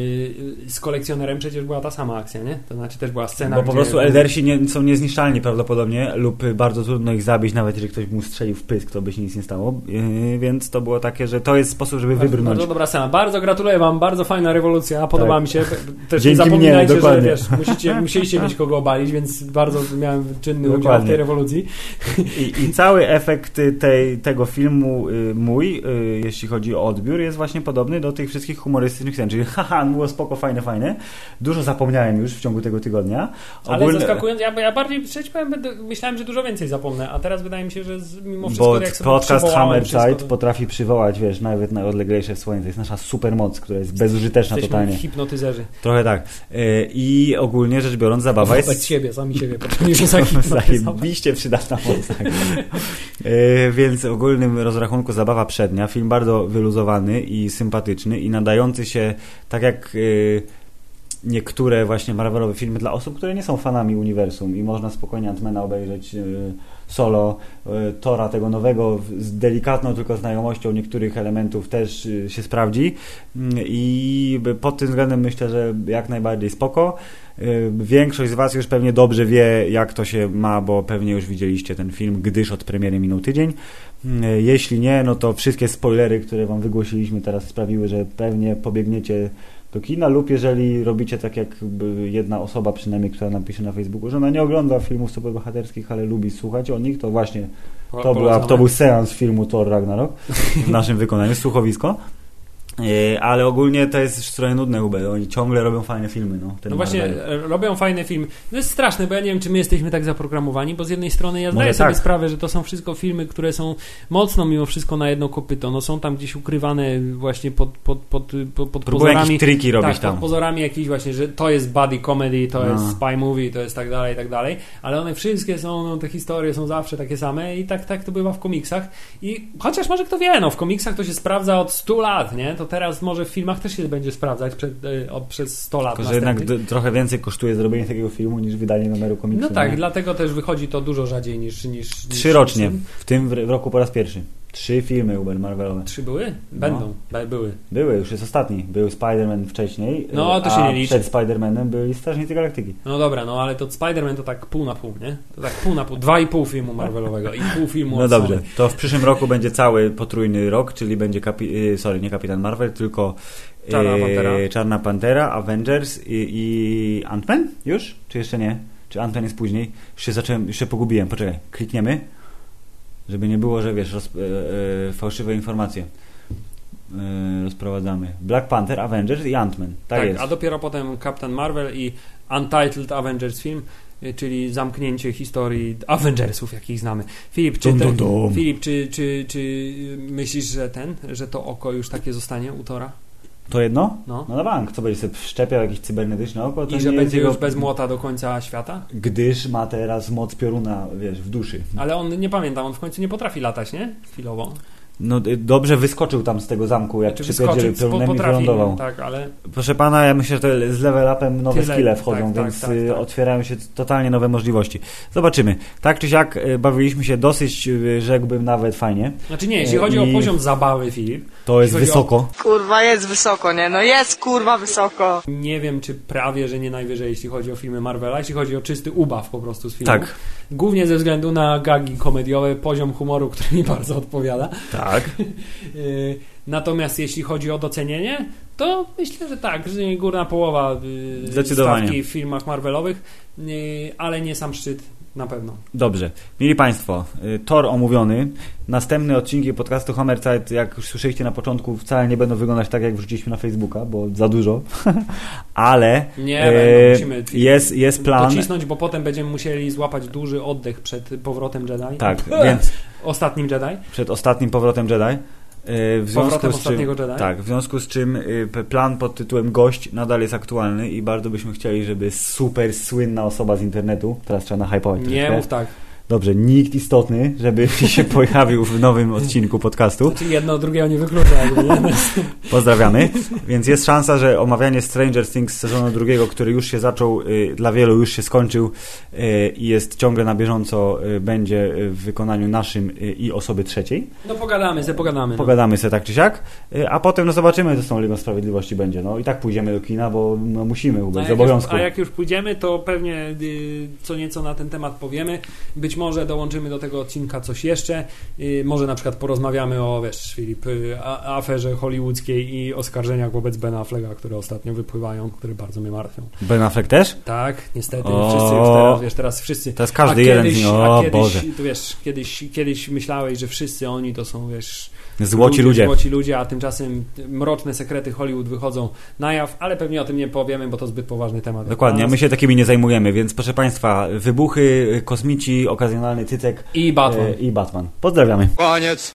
z kolekcjonerem przecież była ta sama akcja, nie? To znaczy też była scena, bo po prostu Eldersi są niezniszczalni prawdopodobnie lub bardzo trudno ich zabić, nawet jeżeli ktoś mu strzelił w pysk, to by się nic nie stało, więc to było takie, że to jest sposób, żeby wybrnąć. Bardzo dobra scena, bardzo gratuluję wam, bardzo fajna rewolucja, podoba mi się, też Dzięki nie zapominajcie, mnie, że wiesz, musieliście mieć kogo obalić, więc bardzo miałem czynny udział w tej rewolucji. I cały efekt tego filmu jeśli chodzi o odbiór, jest właśnie podobny do tych wszystkich humorystycznych scen, czyli było spoko, fajne. Dużo zapomniałem już w ciągu tego tygodnia. Ale zaskakując, ja bardziej myślałem, że dużo więcej zapomnę, a teraz wydaje mi się, że mimo wszystko... Bo podcast Hammerside potrafi przywołać, wiesz, nawet najodleglejsze słońce. To jest nasza supermoc, która jest bezużyteczna totalnie. Hipnotyzerzy. Trochę tak. I ogólnie rzecz biorąc, zabawa jest... Sami siebie potrafimy się zahipnotyzować. Zajebiście przydatna moc. Tak. Więc w ogólnym rozrachunku zabawa przednia. Film bardzo wyluzowany i sympatyczny i nadający się tak jak niektóre właśnie Marvelowe filmy dla osób, które nie są fanami uniwersum i można spokojnie Ant-Mana obejrzeć solo, Thora tego nowego z delikatną tylko znajomością niektórych elementów też się sprawdzi i pod tym względem myślę, że jak najbardziej spoko. Większość z was już pewnie dobrze wie, jak to się ma, bo pewnie już widzieliście ten film, gdyż od premiery minął tydzień. Jeśli nie, no to wszystkie spoilery, które wam wygłosiliśmy teraz sprawiły, że pewnie pobiegniecie do kina lub jeżeli robicie tak jak jedna osoba przynajmniej, która napisze na Facebooku, że ona nie ogląda filmów superbohaterskich, ale lubi słuchać o nich, to właśnie to był seans filmu Thor Ragnarok w naszym wykonaniu, słuchowisko. Ale ogólnie to jest już trochę nudne, Hubert. Oni ciągle robią fajne filmy. No właśnie, robią fajne filmy. To jest straszne, bo ja nie wiem, czy my jesteśmy tak zaprogramowani, bo z jednej strony ja zdaję sobie sprawę, że to są wszystko filmy, które są mocno mimo wszystko na jedno kopyto. No są tam gdzieś ukrywane właśnie pod pozorami. Jakieś triki robić tam. Pod pozorami jakiś właśnie, że to jest buddy comedy, to jest spy movie, to jest tak dalej. Ale one wszystkie są, te historie są zawsze takie same i tak to bywa w komiksach. I chociaż może kto wie, w komiksach to się sprawdza od 100 lat, nie? To teraz może w filmach też się będzie sprawdzać przez 100 lat. Tylko, że jednak trochę więcej kosztuje zrobienie takiego filmu niż wydanie numeru komiksu. No tak, dlatego też wychodzi to dużo rzadziej niż 3 rocznie. W tym roku po raz pierwszy. 3 filmy Marvelowe. 3 były? Będą. Były, już jest ostatni. Był Spider-Man wcześniej, to się nie liczy. Przed Spider-Manem byli Strażnicy Galaktyki. No dobra, ale to Spider-Man to tak pół na pół, nie? To tak pół na pół. 2,5 filmu Marvelowego i pół filmu No dobrze, to w przyszłym roku będzie cały potrójny rok, czyli będzie nie Kapitan Marvel, tylko Czarna Pantera, Avengers i Ant-Man już? Czy jeszcze nie? Czy Ant-Man jest później? Już się pogubiłem. Poczekaj, klikniemy. Żeby nie było, że wiesz, fałszywe informacje rozprowadzamy. Black Panther, Avengers i Ant-Man. Tak jest. A dopiero potem Captain Marvel i Untitled Avengers film, czyli zamknięcie historii Avengersów, jakich znamy. Filip, czy myślisz, że to oko już takie zostanie u Thora? To jedno? No na bank. Co będzie sobie wszczepiał jakieś cybernetyczne oko? To i że będzie już bez młota do końca świata? Gdyż ma teraz moc pioruna, wiesz, w duszy. Ale on, nie pamiętam, on w końcu nie potrafi latać, nie? Chwilowo. No dobrze wyskoczył tam z tego zamku, jak przypierdzieli piorunami wylądował. Tak, ale... Proszę pana, ja myślę, że to z level upem nowe skille wchodzą, więc otwierają się totalnie nowe możliwości. Zobaczymy. Tak czy siak bawiliśmy się dosyć, rzekłbym, nawet fajnie. Znaczy nie, jeśli chodzi o poziom zabawy, Filip, to jest wysoko. Kurwa, jest wysoko, nie? No jest, kurwa, wysoko. Nie wiem, czy prawie, że nie najwyżej, jeśli chodzi o filmy Marvela, jeśli chodzi o czysty ubaw po prostu z filmu. Tak. Głównie ze względu na gagi komediowe, poziom humoru, który mi bardzo odpowiada. Tak. Tak. Natomiast jeśli chodzi o docenienie, to myślę, że tak, że górna połowa Zdecydowanie. stawki w filmach Marvelowych, ale nie sam szczyt na pewno. Dobrze. Mili Państwo, Thor omówiony. Następne odcinki podcastu Hammerzeit, jak już słyszeliście na początku, wcale nie będą wyglądać tak, jak wrzuciliśmy na Facebooka, bo za dużo. Ale nie, musimy jest plan. Docisnąć, bo potem będziemy musieli złapać duży oddech przed powrotem Jedi. Tak, więc ostatnim Jedi. Przed ostatnim powrotem Jedi. W związku z czym plan pod tytułem Gość nadal jest aktualny i bardzo byśmy chcieli, żeby super słynna osoba z internetu, teraz trzeba nahypować troszkę. Nie mów tak. Dobrze, nikt istotny, żeby się pojawił w nowym odcinku podcastu. Znaczy jedno drugiego nie wyklucza. Pozdrawiamy. Więc jest szansa, że omawianie Stranger Things sezonu drugiego, który już się zaczął, dla wielu już się skończył i jest ciągle na bieżąco, będzie w wykonaniu naszym i osoby trzeciej. No pogadamy. Pogadamy sobie tak czy siak, a potem zobaczymy, co z tą Ligą Sprawiedliwości będzie. No i tak pójdziemy do kina, bo musimy, z obowiązku. A jak już pójdziemy, to pewnie co nieco na ten temat powiemy. Być może dołączymy do tego odcinka coś jeszcze. Może na przykład porozmawiamy o, Filip, aferze hollywoodzkiej i oskarżeniach wobec Bena Afflecka, które ostatnio wypływają, które bardzo mnie martwią. Ben Affleck też? Tak, niestety. Wszyscy już teraz, wszyscy. To jest każdy jeden z nich. Boże. Kiedyś myślałeś, że wszyscy oni to są, Złoci ludzie, a tymczasem mroczne sekrety Hollywood wychodzą na jaw, ale pewnie o tym nie powiemy, bo to zbyt poważny temat. Dokładnie, my się takimi nie zajmujemy, więc proszę Państwa, wybuchy, kosmici, okazjonalny cycek i Batman. Pozdrawiamy. Koniec.